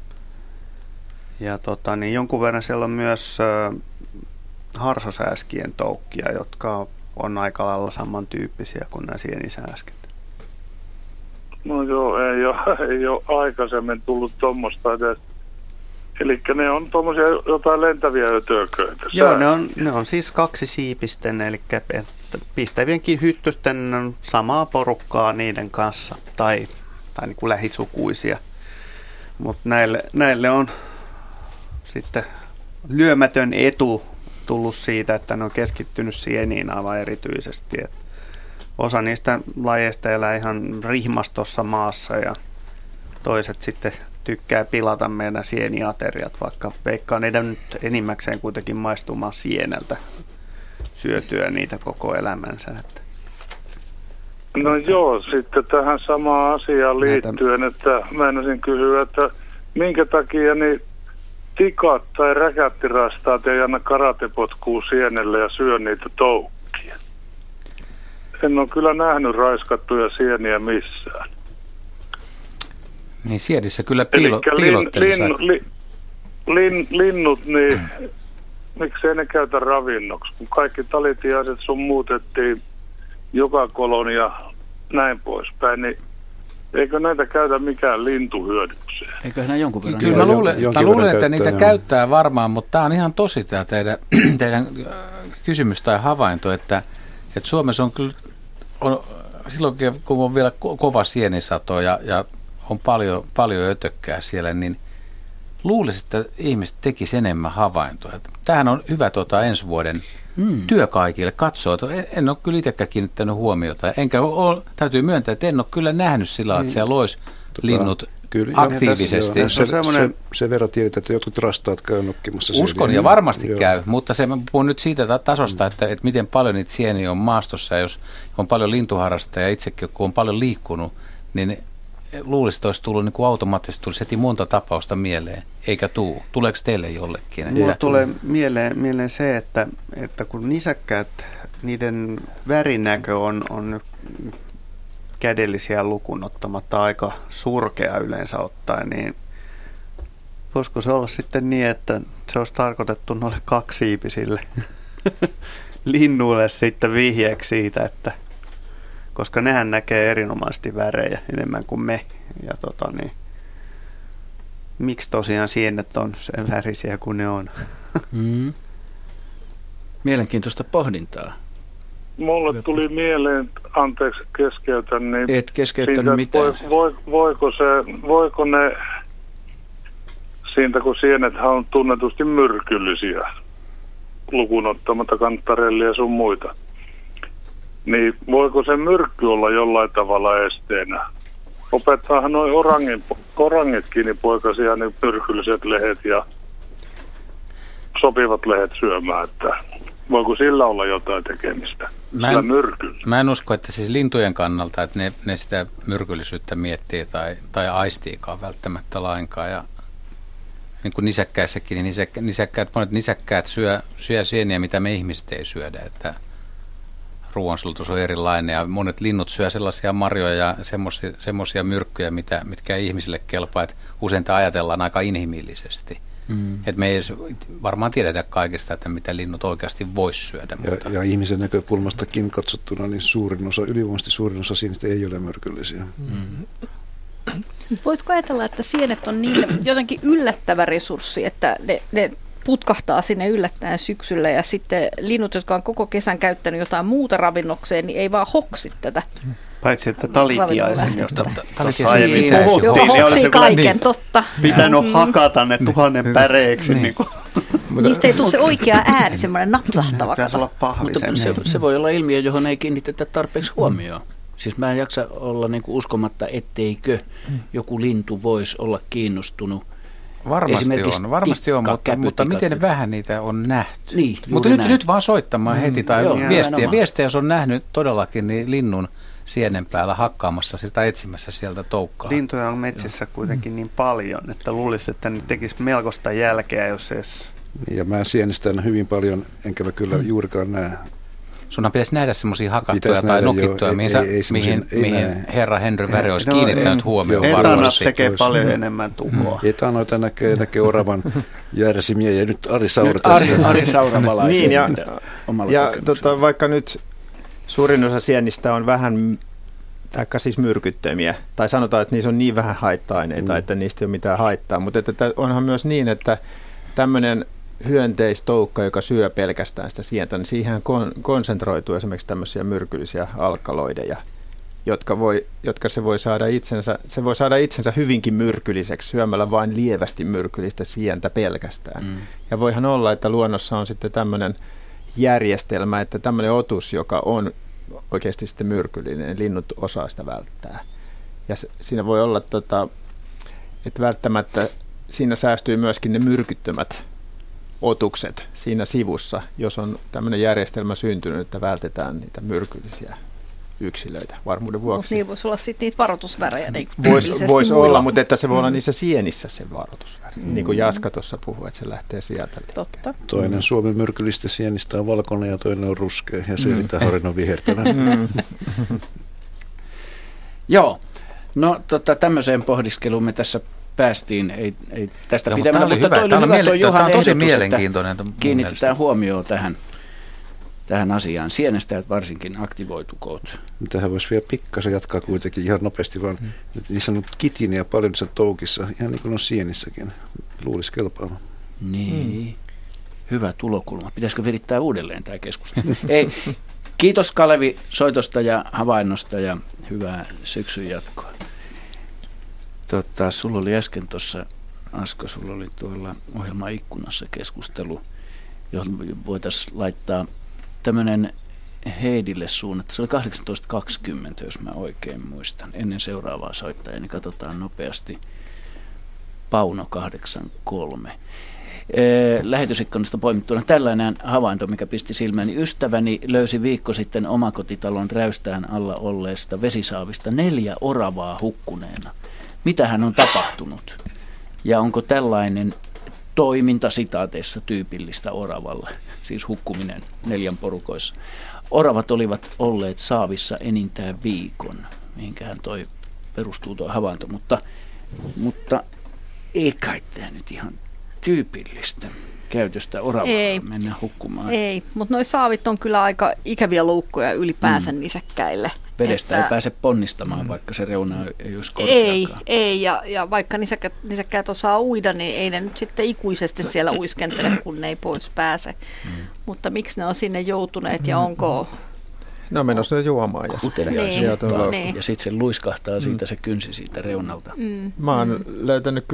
Niin jonkun verran siellä on myös harsosääskien toukkia, jotka on aika lailla samantyyppisiä kuin nämä sienisääsket. No joo, ei ole aikaisemmin tullut tuommoista edes. Eli ne on tuommoisia jotain lentäviä ötököitä. Joo, ne on siis kaksisiipisten, eli pistävienkin hyttysten on samaa porukkaa niiden kanssa, tai niin kuin lähisukuisia. Mutta näille on sitten lyömätön etu tullut siitä, että ne on keskittynyt sieniin aivan erityisesti. Et osa niistä lajeista elää ihan rihmastossa maassa ja toiset sitten tykkää pilata meidän sieniateriat, vaikka veikkaan niiden nyt enimmäkseen kuitenkin maistumaan sieneltä syötyä niitä koko elämänsä. No joo, sitten tähän samaan asiaan liittyen, että meinasin kysyä, että minkä takia niin tikat tai räkättirastaat ei anna karatepotkua sienelle ja syö niitä toukkia. En ole kyllä nähnyt raiskattuja sieniä missään. Niin sienissä kyllä piilottelisivat. Linnut, niin miksei ne käytä ravinnoksi? Kun kaikki talitiaiset sun muutettiin joka kolonia näin poispäin, niin Eikö näitä käytä mikään lintu hyödykseen? Eiköhän nämä jonkun verran? Kyllä mä luulen että niitä käyttää varmaan, mutta tämä on ihan tosi tämä teidän kysymys tai havainto, että Suomessa on kyllä, silloin kun on vielä kova sienisato ja on paljon ötökkää siellä, niin luulisin, että ihmiset tekisivät enemmän havaintoja. Tämähän on hyvä ensi vuoden työ kaikille katsoa. En ole kyllä itsekään kiinnittänyt huomiota. Täytyy myöntää, että en ole kyllä nähnyt sillä, että siellä olisi linnut aktiivisesti. Se verran tiedetään, että jotkut rastaat käy nokkimassa. Uskon ja varmasti käy, mutta mä puhun nyt siitä tasosta, että miten paljon niitä sieniä on maastossa. Jos on paljon lintuharrastajia ja itsekin, kun on paljon liikkunut, niin luulisin, että olisi tullut niin kuin automaattisesti tulisi heti monta tapausta mieleen, eikä tuu. Tuleeko teille jollekin? Mulle tulee mieleen se, että kun nisäkkäät, niiden värinäkö on kädellisiä lukuun ottamatta aika surkea yleensä ottaen, niin voisiko se olla sitten niin, että se olisi tarkoitettu noille kaksiipisille linnuille sitten vihjeeksi siitä, että koska nehän näkee erinomaisesti värejä enemmän kuin me. Ja miksi tosiaan sienet on sen värisiä kuin ne on? Mielenkiintoista pohdintaa. Mulle tuli mieleen, anteeksi keskeytän, niin et keskeyttänyt mitään. Voiko ne, siitä kun sienethän on tunnetusti myrkyllisiä, lukuun ottamatta kantarellia ja sun muita, niin voiko se myrkky olla jollain tavalla esteenä? Opettaahan noi orangitkin niin poikasia niin myrkylliset lehdet ja sopivat lehdet syömään, että voiko sillä olla jotain tekemistä? Mä en usko, että siis lintujen kannalta, että ne sitä myrkyllisyyttä miettii tai aistiikaan välttämättä lainkaan. Ja niin kuin nisäkkäissäkin, niin monet nisäkkäät syö sieniä, mitä me ihmiset ei syödä, että ruoansulutus on erilainen ja monet linnut syö sellaisia marjoja ja semmoisia myrkkyjä, mitkä ihmisille kelpaa, että usein ajatellaan aika inhimillisesti. Että me ei varmaan tiedetä kaikesta, että mitä linnut oikeasti voisi syödä. Ja ihmisen näkökulmastakin katsottuna, niin ylivoimaisesti suurin osa sienistä ei ole myrkyllisiä. Voisitko ajatella, että sienet on niille jotenkin yllättävä resurssi, että ne putkahtaa sinne yllättäen syksyllä ja sitten linnut, jotka on koko kesän käyttänyt jotain muuta ravinnokseen, niin ei vaan hoksi tätä. Paitsi että talitiaisen, josta tuossa aiemmin puhuttiin, niin hoksii kaiken, totta. Pitänyt hakata ne 1000 päreiksi. Niin. Niistä ei tule se oikea ääni, semmoinen napsahtava. Pitäisi olla pahvisen. Mutta se voi olla ilmiö, johon ei kiinnitetä tarpeeksi huomioon. Siis mä en jaksa olla niinku uskomatta, etteikö joku lintu voisi olla kiinnostunut. Varmasti on, mutta miten vähän niitä on nähty. Niin, mutta nyt vaan soittamaan heti tai viestiä, jos on nähnyt todellakin niin linnun sienen päällä hakkaamassa sitä etsimässä sieltä toukkaa. Lintuja on metsissä kuitenkin niin paljon, että luulisi, että ne tekisi melkoista jälkeä, jos edes. Ja mä sienestän hyvin paljon, enkä mä kyllä juurikaan näe. Sunhan pitäisi nähdä semmoisia hakattuja tai nokittuja, mihin herra Henry Väre olisi kiinnittänyt huomioon varmasti. Etanat tekee paljon enemmän tuhoa. Etanoita näkee oravan järsimiä ja nyt Ari Saura tässä. Ari Saura valaisee. Niin, ja vaikka nyt suurin osa sienistä on vähän, taikka siis myrkyttömiä, tai sanotaan, että niissä on niin vähän haitta-aineita, että niistä ei ole mitään haittaa, mutta että onhan myös niin, että tämmöinen hyönteistoukka, joka syö pelkästään sitä sientä, niin siihen konsentroituu esimerkiksi tämmöisiä myrkyllisiä alkaloideja, jotka se voi saada itsensä hyvinkin myrkylliseksi syömällä vain lievästi myrkyllistä sientä pelkästään. Ja voihan olla, että luonnossa on sitten tämmöinen järjestelmä, että tämmöinen otus, joka on oikeasti sitten myrkyllinen, linnut osaa sitä välttää. Ja siinä voi olla, että välttämättä siinä säästyy myöskin ne myrkyttömät otukset siinä sivussa, jos on tämmöinen järjestelmä syntynyt, että vältetään niitä myrkyllisiä yksilöitä varmuuden vuoksi. Niin voisi olla sitten niitä varoitusvärejä. Niin voisi olla, mutta että se voi olla niissä sienissä se varoitusväri. Niin kuin Jaska tuossa puhui, että se lähtee sieltä. Totta. Toinen Suomen myrkyllistä sienistä on valkoinen ja toinen on ruskea ja Selitä-Horin on vihertävä. Joo, no tämmöiseen pohdiskeluun me tässä päästiin, ei tästä pitämällä, mutta toi oli hyvä tuo Juhan ehdotus, mielenkiintoinen. Kiinnitetään huomioon tähän tähän asiaan. Sienestäjät varsinkin aktivoitukoot. Tähän voisi vielä pikkasen jatkaa kuitenkin ihan nopeasti, vaan niissä on kitiniä paljon niissä toukissa, ihan niin kuin on sienissäkin. Luulisi kelpaamaan. Niin, hyvä tulokulma. Pitäisikö virittää uudelleen tämä keskustelu? Ei. Kiitos Kalevi soitosta ja havainnosta ja hyvää syksyn jatkoa. Sulla oli äsken tuossa, Asko, sulla oli tuolla ohjelmaikkunassa keskustelu, johon voitaisiin laittaa tämmöinen Heidille suunnattu. Se oli 18.20, jos mä oikein muistan, ennen seuraavaa soittajaa, niin katsotaan nopeasti. Pauno 83. Lähetysikkunasta poimittuna tällainen havainto, mikä pisti silmäni. Ystäväni löysi viikko sitten omakotitalon räystään alla olleesta vesisaavista 4 oravaa hukkuneena. Mitähän on tapahtunut? Ja onko tällainen toiminta sitaateissa tyypillistä oravalle, siis hukkuminen 4 porukoissa? Oravat olivat olleet saavissa enintään viikon, mihinkähän toi perustuu tuo havainto, mutta ei kai tämä nyt ihan tyypillistä käytöstä oravalla mennä hukkumaan. Ei, mutta noi saavit on kyllä aika ikäviä loukkoja ylipäänsä nisäkkäille. Vedestä ei pääse ponnistamaan, vaikka se reuna ei olisi korkeakaan. Ei, ja vaikka nisäkkäät osaa uida, niin ei ne nyt sitten ikuisesti siellä uiskentele, kun ne ei pois pääse. Mutta miksi ne on sinne joutuneet ja onko... No menossa juomaan. Ja sitten se luiskahtaa siitä se kynsi siitä reunalta. Mä oon löytänyt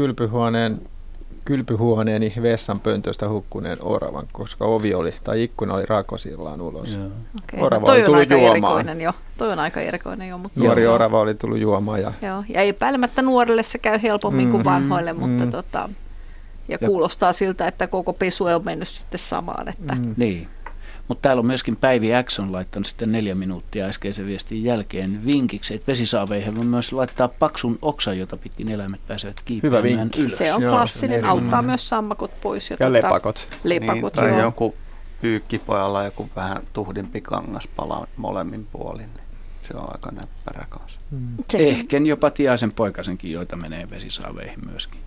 kylpyhuoneeni vessanpöntöstä hukkuneen oravan, koska ovi oli, tai ikkuna oli rakosillaan ulos. Orava oli tullut juomaan. Toi on aika erikoinen jo. Mutta nuori orava oli tullut juomaan. Ja epäilemättä nuorille se käy helpommin kuin vanhoille, mutta ja kuulostaa siltä, että koko pesu on mennyt sitten samaan. Että. Niin. Mutta täällä on myöskin Päivi X on laittanut sitten 4 minuuttia äskeisen viestin jälkeen vinkiksi, että vesisaaveihin voi myös laittaa paksun oksan, jota pitkin eläimet pääsevät kiipeämään ylös. Se on klassinen, auttaa myös sammakot pois. Ja lepakot. Niin, tai joku pyykkipojalla joku vähän tuhdimpi kangaspala molemmin puolin. Se on aika näppärä kanssa. Ehkä jopa Tiaisen poikasenkin, joita menee vesisaaveihin myöskin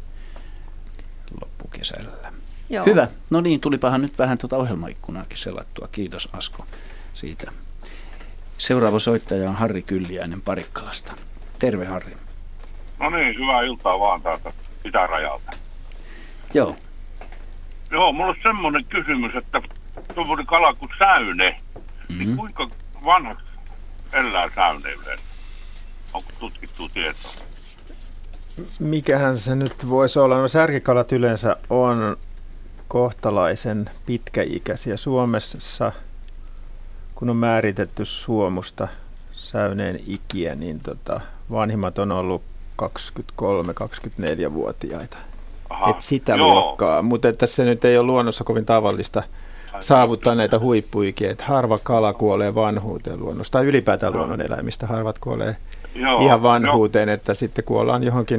loppukesällä. Joo. Hyvä. No niin, tulipahan nyt vähän ohjelmaikkunaakin selattua. Kiitos Asko siitä. Seuraava soittaja on Harri Kylliäinen Parikkalasta. Terve Harri. No niin, hyvää iltaa vaan täältä itärajalta. Joo. Joo, mulla on semmoinen kysymys, että tuommoinen kala kuin säyne, niin kuinka vanhaksi elää säyne yleensä? Onko tutkittu tietoa? Mikähän se nyt voisi olla? No särkikalat yleensä on kohtalaisen pitkäikäisiä. Suomessa, kun on määritetty suomusta säyneen ikiä, niin vanhimmat on ollut 23-24-vuotiaita. Et sitä luokkaa, mutta että se nyt ei ole luonnossa kovin tavallista saavuttaa näitä huippuikiä, että harva kala kuolee vanhuuteen luonnossa, tai ylipäätään luonnon eläimistä harvat kuolee ihan vanhuuteen, että sitten kuollaan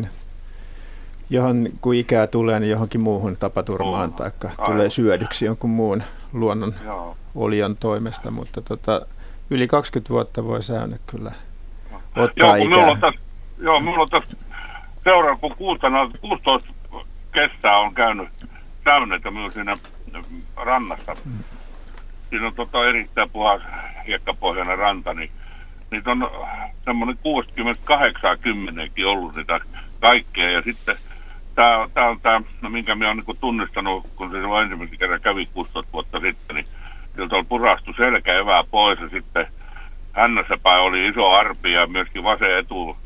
kun ikää tulee, niin johonkin muuhun tapaturmaan tai tulee syödyksi jonkun muun luonnon olion toimesta, mutta yli 20 vuotta voi säyne kyllä ottaa ikää. Minulla on tässä seuraava, kun 16 kestää on käynyt säyneitä myös siinä rannassa. Siinä on erittäin puhas hiekkapohjainen ranta, niin niitä on semmoinen 60-80kin ollut niitä kaikkea. Ja sitten tämä on tämä, minkä minä olen niin tunnistanut, kun se silloin ensimmäisen kerran kävi 16 vuotta sitten, niin siltä oli purastu selkä evää pois ja sitten hännässä päin oli iso arpi ja myöskin vasen etu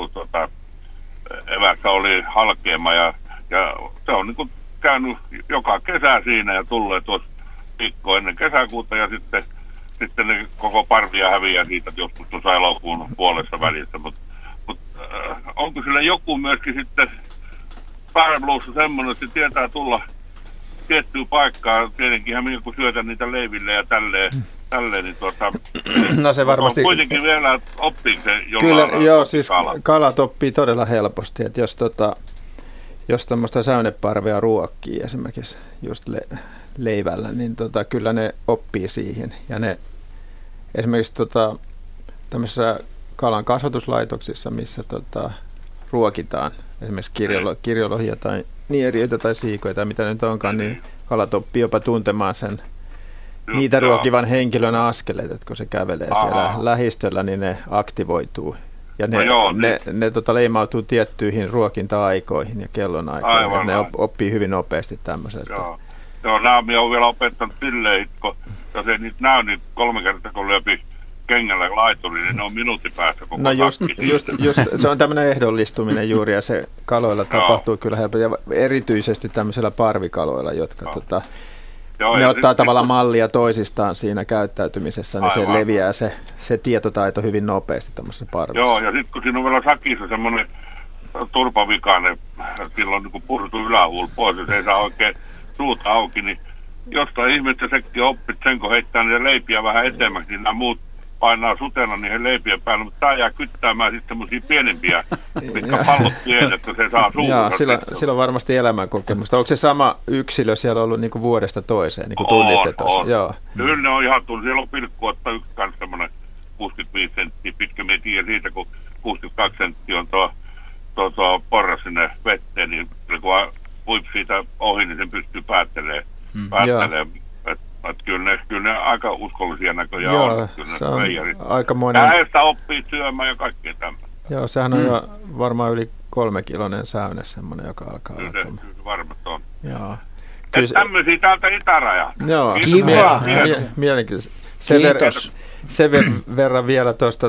evässä oli halkeama ja se on niin kuin käynyt joka kesä siinä ja tulee tuossa viikko ennen kesäkuuta ja sitten ne koko parvia häviää siitä joskus tuossa elokuun puolessa välissä, mutta onko sillä joku myöskin sitten Parabluussa semmoinen, että se tietää tulla tiettyyn paikkaan, tietenkin minä kun syötän niitä leiville ja tälleen niin no se varmasti kuitenkin vielä oppii se jollain. Kyllä, joo, siis kalat oppii todella helposti, että jos tämmöistä säyneparvea ruokkii esimerkiksi just leivällä, niin kyllä ne oppii siihen. Ja ne esimerkiksi tämmöisissä kalan kasvatuslaitoksissa, missä ruokitaan esimerkiksi kirjolohia tai nieriöitä tai siikoja tai mitä nyt onkaan, niin kalat oppii jopa tuntemaan sen niitä ruokivan henkilön askeleet, että kun se kävelee siellä lähistöllä, niin ne aktivoituu. Ja ne leimautuu tiettyihin ruokinta-aikoihin ja kellonaikoihin. Ja ne oppii hyvin nopeasti tämmöiset. Joo, nämä minä olen vielä opettanut silleen, kun jos ei niitä näy, niin 3 kertaa kun löpi kengällä laituri, niin ne on minuutin päästä koko just, se on tämmöinen ehdollistuminen juuri, ja se kaloilla tapahtuu kyllä helposti, ja erityisesti tämmöisillä parvikaloilla, jotka ne ottaa tavallaan mallia toisistaan siinä käyttäytymisessä, niin se leviää se tietotaito hyvin nopeasti tämmöisessä parvissa. Joo, ja sitten kun siinä on vielä sakissa semmoinen turpavikainen, silloin niin kun purtu ylähuul pois, ja se ei saa oikein suuta auki, niin jostain ihmettä sekin oppit sen, kun heittää niitä leipiä vähän etemmäksi, niin nämä muut painaa sutena niihin leipien päälle, mutta tämä jää kyttäämään sitten semmoisia pienempiä, mitkä pallot pienet, että se saa suuta. Sillä on varmasti elämänkokemusta. Onko se sama yksilö siellä ollut niin kuin vuodesta toiseen niin kuin tunnistetussa? Joo. Kyllä ne on ihan tullut. Siellä on pilkku ottaa yksi kanssa semmoinen 65 senttiä pitkä. Me ei tiedä siitä, kun 62 senttiä on tuo porras sinne vetteen, niin kun puip siitä ohi, niin sen pystyy päättelemään. Kyllä ne aika uskollisia näköjään on. Se on aikamoinen. Näistä oppii syömään ja kaikkea tämmöistä. Joo, sehän on jo varmaan yli 3-kiloinen säyne semmoinen, joka alkaa olla. Kyllä se varmasti on. Joo. Tämmöisiä täältä itärajalta. Joo, kiva. Mielenkiintoista. Kiitos. Sen verran vielä tuosta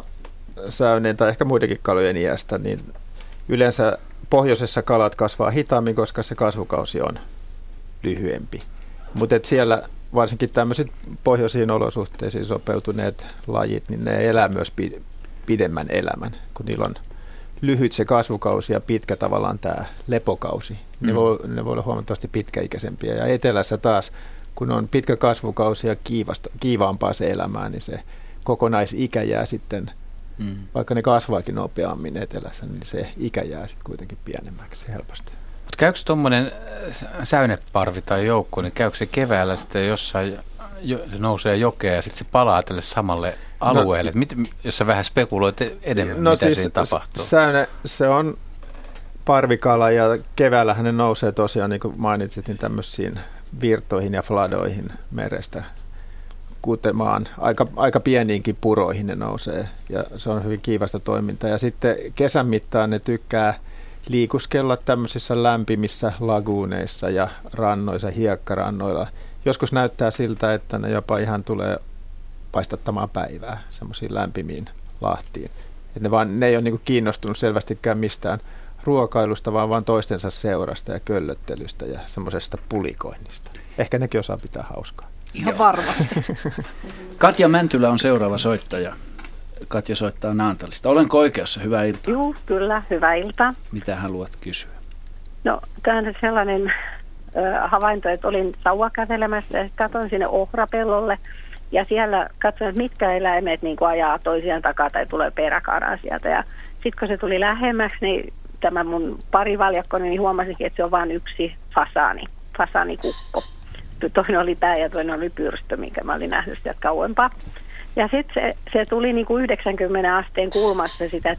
säyneen tai ehkä muidenkin kalojen iästä, niin yleensä pohjoisessa kalat kasvaa hitaammin, koska se kasvukausi on lyhyempi. Mutta siellä varsinkin tämmöiset pohjoisiin olosuhteisiin sopeutuneet lajit, niin ne elää myös pidemmän elämän, kun niillä on lyhyt se kasvukausi ja pitkä tavallaan tämä lepokausi. Ne voi olla huomattavasti pitkäikäisempiä. Ja etelässä taas, kun on pitkä kasvukausi ja kiivaampaa se elämää, niin se kokonaisikä jää sitten, vaikka ne kasvaakin nopeammin etelässä, niin se ikä jää sitten kuitenkin pienemmäksi helposti. Mutta käykö tuommoinen säyneparvi tai joukko, niin käykö se keväällä sitten jossain, se nousee jokea ja sitten se palaa tälle samalle alueelle? Jos sä vähän spekuloit enemmän, mitä siis siinä tapahtuu? Säyne, se on parvikala ja keväällähän ne nousee tosiaan, niin kuin mainitsit, niin tämmöisiin virtoihin ja fladoihin merestä kutemaan. Aika pieniinkin puroihin ne nousee ja se on hyvin kiivasta toimintaa. Ja sitten kesän mittaan ne tykkää liikuskella tämmöisissä lämpimissä laguuneissa ja rannoissa, hiekkarannoilla. Joskus näyttää siltä, että ne jopa ihan tulee paistattamaan päivää semmoisiin lämpimiin lahtiin. Ne ei ole niinku kiinnostunut selvästikään mistään ruokailusta, vaan toistensa seurasta ja köllöttelystä ja semmoisesta pulikoinnista. Ehkä nekin osaa pitää hauskaa. Ihan varmasti. Katja Mäntylä on seuraava soittaja. Katja soittaa Naantalista. Olenko oikeassa? Hyvää iltaa. Joo, kyllä. Hyvää iltaa. Mitä haluat kysyä? No, tämä on sellainen havainto, että olin sauva kävelemässä ja katsoin sinne ohrapellolle. Ja siellä katsoin, että mitkä eläimet niin ajaa toisiaan takaa tai tulee peräkanaa sieltä. Ja sitten kun se tuli lähemmäksi, niin tämä mun parivaljakkoni, niin huomasinkin, että se on vain yksi fasaanikukko. Toinen oli pää ja toinen oli pyrstö, minkä mä olin nähnyt sieltä kauempaa. Ja sitten se tuli niin kuin 90 asteen kulmassa sitä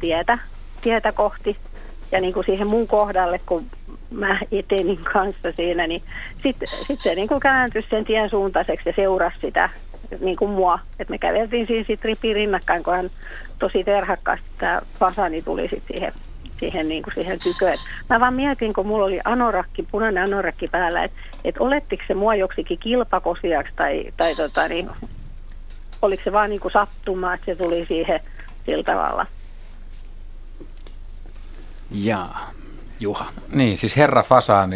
tietä kohti. Ja niin kuin siihen mun kohdalle, kun mä etenin kanssa siinä, niin sitten se niin kuin kääntyi sen tien suuntaiseksi ja seurasi sitä niin kuin mua. Että me käveltiin siinä sitten ripiin rinnakkain, kun hän tosi terhakkaasti tämä fasani tuli sitten siihen tyköön. Mä vaan mietin, kun mulla oli punainen anorakki päällä, että olettiko se mua joksikin kilpakosiaksi tai oliko se vaan niin kuin sattuma, että se tuli siihen sillä tavalla. Jaa, Juha. Niin, siis herra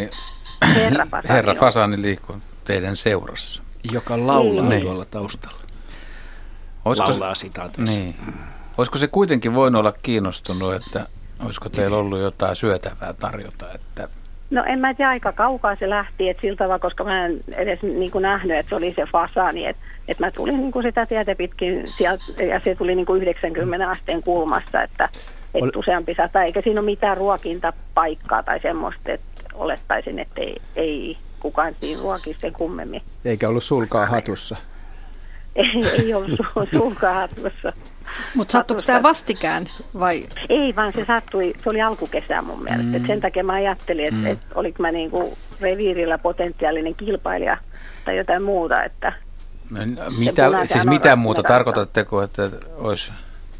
Fasani liikkuu teidän seurassa. Joka laulaa tuolla taustalla. Laulaa sitaateissa. Niin. Olisiko se kuitenkin voinut olla kiinnostunut, että olisiko teillä ollut jotain syötävää tarjota? Että... No en mä tiedä, aika kaukaa se lähti, että sillä tavalla, koska mä en edes niin kuin nähnyt, että se oli se fasani, että mä tulin niin kuin sitä tietä pitkin sieltä, ja se tuli niin kuin 90 asteen kulmassa, että useampi sata, eikä siinä ole mitään ruokintapaikkaa tai semmoista, että olettaisin, että ei kukaan siinä ruokisi sen kummemmin. Eikä ollut sulkaa hatussa. Ei ollut sulkaa hatussa. Mutta sattuiko tämä vastikään vai? Ei, vaan se sattui, se oli alkukesää mun mielestä. Sen takia mä ajattelin, että oliko mä niinku reviirillä potentiaalinen kilpailija tai jotain muuta, että Mitä muuta tarkoitatteko, että olisi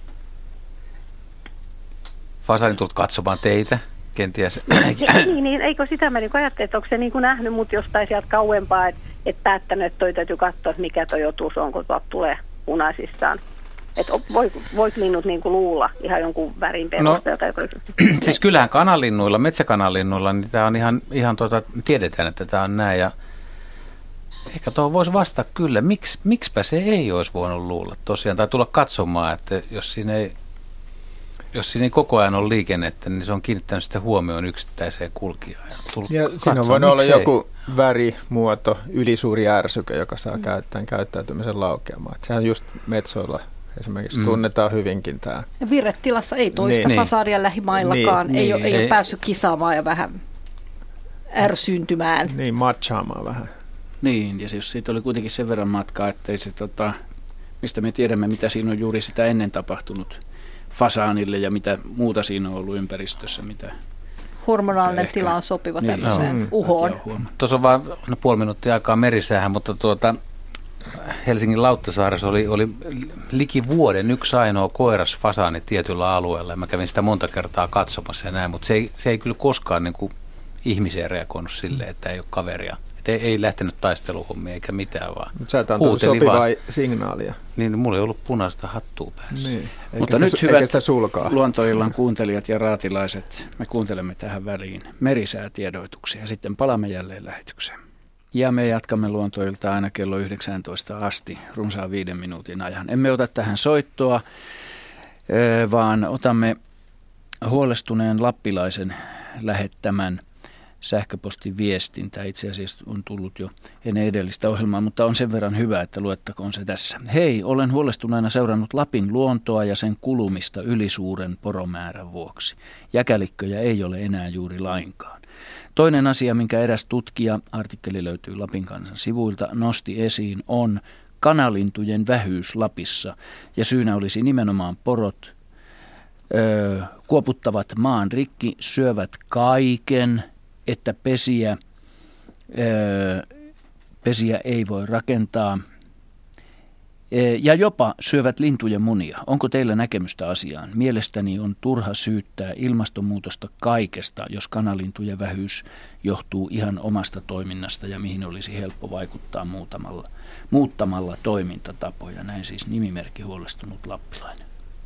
fasaani tullut katsomaan teitä kenties? Niin, eikö sitä mä ajattelin, että onko se niin kuin nähnyt mut jostain sieltä kauempaa, että päättänyt, että toi täytyy katsoa, että mikä toi otus on, kun tuolta tulee punaisistaan. Että voiko linnut niin kuin luulla ihan jonkun värin perusteella? Siis kyllähän kanalinnuilla, metsäkanalinnuilla, niin tämä on ihan tiedetään, että tämä on näin. Ja ehkä tuohon voisi vastata kyllä. Miksipä se ei olisi voinut luulla tosiaan, tai tulla katsomaan, että jos siinä ei koko ajan ole liikennettä, niin se on kiinnittänyt sitten huomioon yksittäiseen kulkijaan. Ja siinä on voinut olla joku värimuoto, ylisuuri ärsyke, joka saa käyttäytymisen laukeamaan. Sehän just metsoilla esimerkiksi tunnetaan hyvinkin tämä. Ja virretilassa ei toista fasaadia lähimaillakaan, ei ole päässyt kisaamaan ja vähän ärsyyntymään. Niin, matchaamaan vähän. Niin, ja jos siitä oli kuitenkin sen verran matkaa, ettei se, mistä me tiedämme, mitä siinä on juuri sitä ennen tapahtunut fasaanille ja mitä muuta siinä on ollut ympäristössä. Hormonaalinen tila on sopiva tämmöiseen uhoon. Tuossa on vain puoli minuuttia aikaa merisäähän, mutta Helsingin Lauttasaaressa oli liki vuoden yksi ainoa koiras fasaani tietyllä alueella. Mä kävin sitä monta kertaa katsomassa ja näin, mutta se ei kyllä koskaan niin kuin ihmiseen reagoinut silleen, että ei ole kaveria. Että ei lähtenyt taisteluhommia eikä mitään, vaan sä et antanut sopivaa signaalia. Niin, mulla ei ollut punaista hattua päässä. Niin. Mutta nyt hyvät Luontoillan kuuntelijat ja raatilaiset, me kuuntelemme tähän väliin merisäätiedoituksia ja sitten palaamme jälleen lähetykseen. Ja me jatkamme Luontoiltaa aina kello 19 asti, runsaan 5 minuutin ajan. Emme ota tähän soittoa, vaan otamme huolestuneen lappilaisen lähettämän sähköpostiviestin. Tämä itse asiassa on tullut jo ennen edellistä ohjelmaa, mutta on sen verran hyvä, että luettakoon se tässä. Hei, olen huolestuneena seurannut Lapin luontoa ja sen kulumista ylisuuren poromäärän vuoksi. Jäkälikköjä ei ole enää juuri lainkaan. Toinen asia, minkä eräs tutkija, artikkeli löytyy Lapin Kansan sivuilta, nosti esiin, on kanalintujen vähyys Lapissa. Ja syynä olisi nimenomaan porot, kuoputtavat maan rikki, syövät kaiken, että pesiä ei voi rakentaa ja jopa syövät lintujen munia. Onko teillä näkemystä asiaan? Mielestäni on turha syyttää ilmastonmuutosta kaikesta, jos kanalintujen vähyys johtuu ihan omasta toiminnasta ja mihin olisi helppo vaikuttaa muuttamalla toimintatapoja. Näin siis nimimerkki huolestunut lappilainen.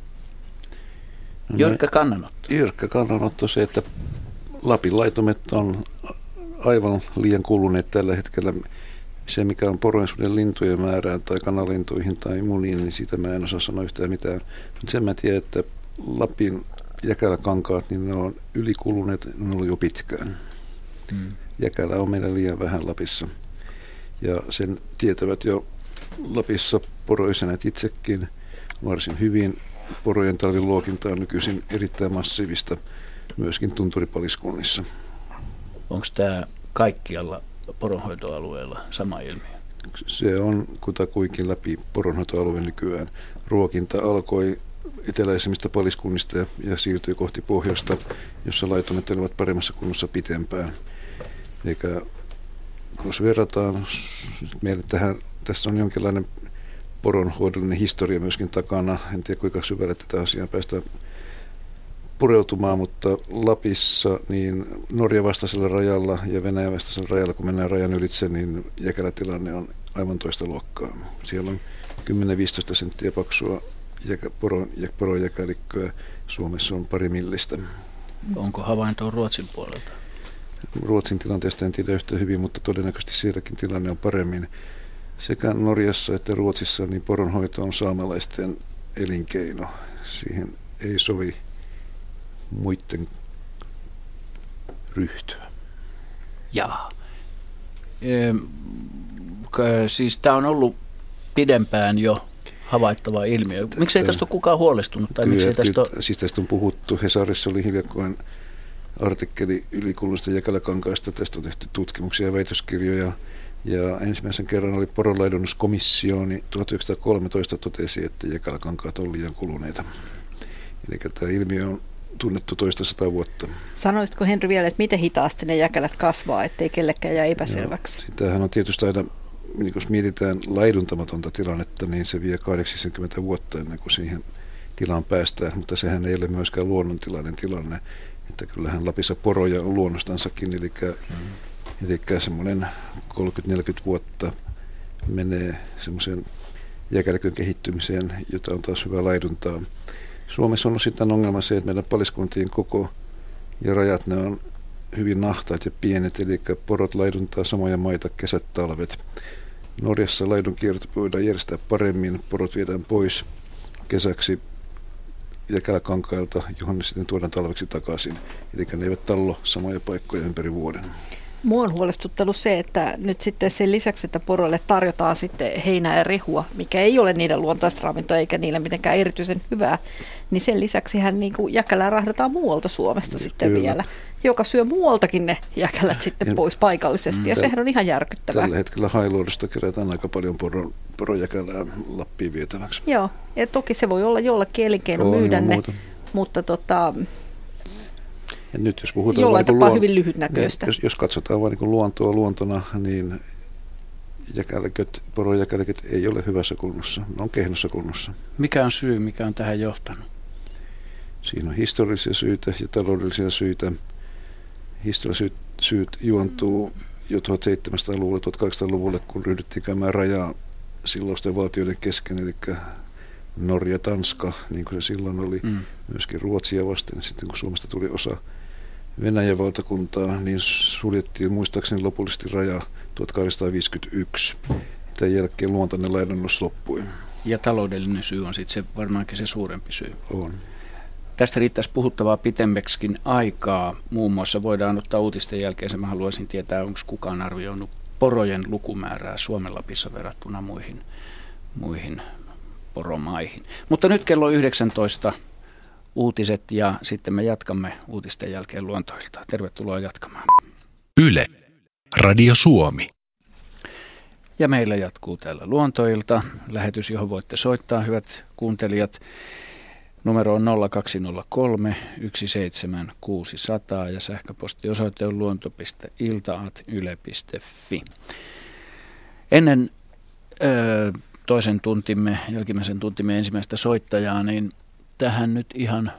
Jyrkkä kannanotto. Jyrkkä kannanotto se, että Lapin laitumet on aivan liian kuluneet tällä hetkellä. Se, mikä on poroisuuden lintujen määrään tai kanalintuihin tai muniin, niin siitä mä en osaa sanoa yhtään mitään. Mutta sen mä tiedän, että Lapin jäkäläkankaat, niin ne on ylikuluneet, ne on ollut jo pitkään. Jäkälä on meillä liian vähän Lapissa. Ja sen tietävät jo Lapissa poroisänet itsekin varsin hyvin. Porojen talviluokinta on nykyisin erittäin massiivista myöskin tunturipaliskunnissa. Onko tämä kaikkialla poronhoitoalueella sama ilmiö? Se on kutakuinkin läpi poronhoitoalueen nykyään. Ruokinta alkoi eteläisimmistä paliskunnista ja siirtyi kohti pohjoista, jossa laitumet olivat paremmassa kunnossa pitempään. Eikä jos verrataan, tässä on jonkinlainen poronhoidollinen historia myöskin takana. En tiedä kuinka syvälle tätä asiaa päästään pureutumaan, mutta Lapissa niin Norjan vastaisella rajalla ja Venäjän vastaisella rajalla, kun mennään rajan ylitse, niin jäkälätilanne on aivan toista luokkaa. Siellä on 10-15 senttiä paksua porojäkälikköä. Suomessa on pari millistä. Onko havaintoa Ruotsin puolelta? Ruotsin tilanteesta en tiedä yhtä hyvin, mutta todennäköisesti sielläkin tilanne on paremmin. Sekä Norjassa että Ruotsissa niin poronhoito on saamelaisten elinkeino. Siihen ei sovi muiden ryhtyä. Jaa. Siis tämä on ollut pidempään jo havaittava ilmiö. Miksi ei tästä ole kukaan huolestunut? Tai kyllä, siis tästä on puhuttu. Hesarissa oli hiljakkoin artikkeli ylikuluista jäkäläkankaista. Tästä on tehty tutkimuksia ja väitöskirjoja. Ja ensimmäisen kerran oli poronlaidunnoskomissio, niin 1913 totesi, että jäkäläkankaat on liian kuluneita. Eli tämä ilmiö on tunnettu toista 100 vuotta. Sanoisitko Henry vielä, että miten hitaasti ne jäkälät kasvaa, ettei kellekään jää epäselväksi? Tämähän on tietysti aina jos mietitään laiduntamatonta tilannetta, niin se vie 80 vuotta ennen kuin siihen tilaan päästään, mutta sehän ei ole myöskään luonnontilainen tilanne. Että kyllähän Lapissa poroja on luonnostansakin, eli semmoinen 30-40 vuotta menee semmoisen jääkälkön kehittymiseen, jota on taas hyvä laiduntaa. Suomessa on sitten ongelma se, että meidän paliskuntien koko ja rajat, ne on hyvin nahtaat ja pienet, eli porot laiduntaa samoja maita kesät, talvet. Norjassa laidunkierto voidaan järjestää paremmin, porot viedään pois kesäksi Jäkäläkankailta, johon ne sitten tuodaan talveksi takaisin. Eli ne eivät tallo samoja paikkoja ympäri vuoden. Mua on huolestuttanut se, että nyt sitten sen lisäksi, että poroille tarjotaan sitten heinää ja rehua, mikä ei ole niiden luontaista ravintoa eikä niille mitenkään erityisen hyvää, niin sen lisäksihän niin kuin jäkälää rahdataan muualta Suomesta sitten kyllä vielä, joka syö muualtakin ne jäkälät sitten pois paikallisesti, ja sehän on ihan järkyttävää. Tällä hetkellä Hailuodosta kerätään aika paljon porojäkälää Lappiin vietäväksi. Joo, ja toki se voi olla jollakin elinkeino myydä ne, mutta ja nyt jos puhutaan jollain tapaa hyvin lyhytnäköistä. Jos katsotaan vain niin luontoa luontona, niin porojäkäläköt ei ole hyvässä kunnossa, ne on kehnossa kunnossa. Mikä on syy, mikä on tähän johtanut? Siinä on historiallisia syitä ja taloudellisia syitä. Historialliset syyt juontuu jo 1700-luvulle, 1800-luvulle, kun ryhdyttiin käymään rajaa silloisten valtioiden kesken, eli Norja, Tanska, niin kuin se silloin oli, myöskin Ruotsia vasten. Sitten kun Suomesta tuli osa Venäjän valtakuntaa, niin suljettiin muistaakseni lopullisesti raja 1851. Tämän jälkeen luontainen laidunnus loppui. Ja taloudellinen syy on sitten varmaankin se suurempi syy. On. Tästä riittäisi puhuttavaa pitemmäksikin aikaa. Muun muassa voidaan ottaa uutisten jälkeen. Mä haluaisin tietää, onko kukaan arvioinut porojen lukumäärää Suomen Lapissa verrattuna muihin poromaihin. Mutta nyt kello 19 uutiset ja sitten me jatkamme uutisten jälkeen luontoilta. Tervetuloa jatkamaan. Yle, Radio Suomi. Ja meillä jatkuu täällä luontoilta. Lähetys, johon voitte soittaa, hyvät kuuntelijat. Numero on 0203 17600 ja sähköpostiosoite on luonto.ilta@yle.fi. Ennen jälkimmäisen tuntimme ensimmäistä soittajaa, niin tähän nyt ihan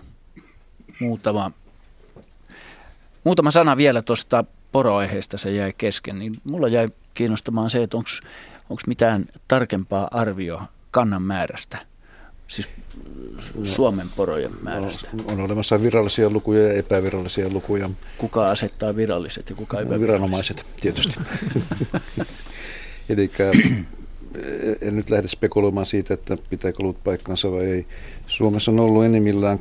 muutama sana vielä tuosta poroaiheesta, se jäi kesken. Niin mulla jäi kiinnostamaan se, että onko mitään tarkempaa arvioa kannan määrästä, siis Suomen porojen määrästä. On olemassa virallisia lukuja ja epävirallisia lukuja. Kuka asettaa viralliset ja kuka epäviralliset? Viranomaiset, tietysti. Elikkä en nyt lähde spekuloimaan siitä, että pitääkö luvut paikkansa vai ei. Suomessa on ollut enimmillään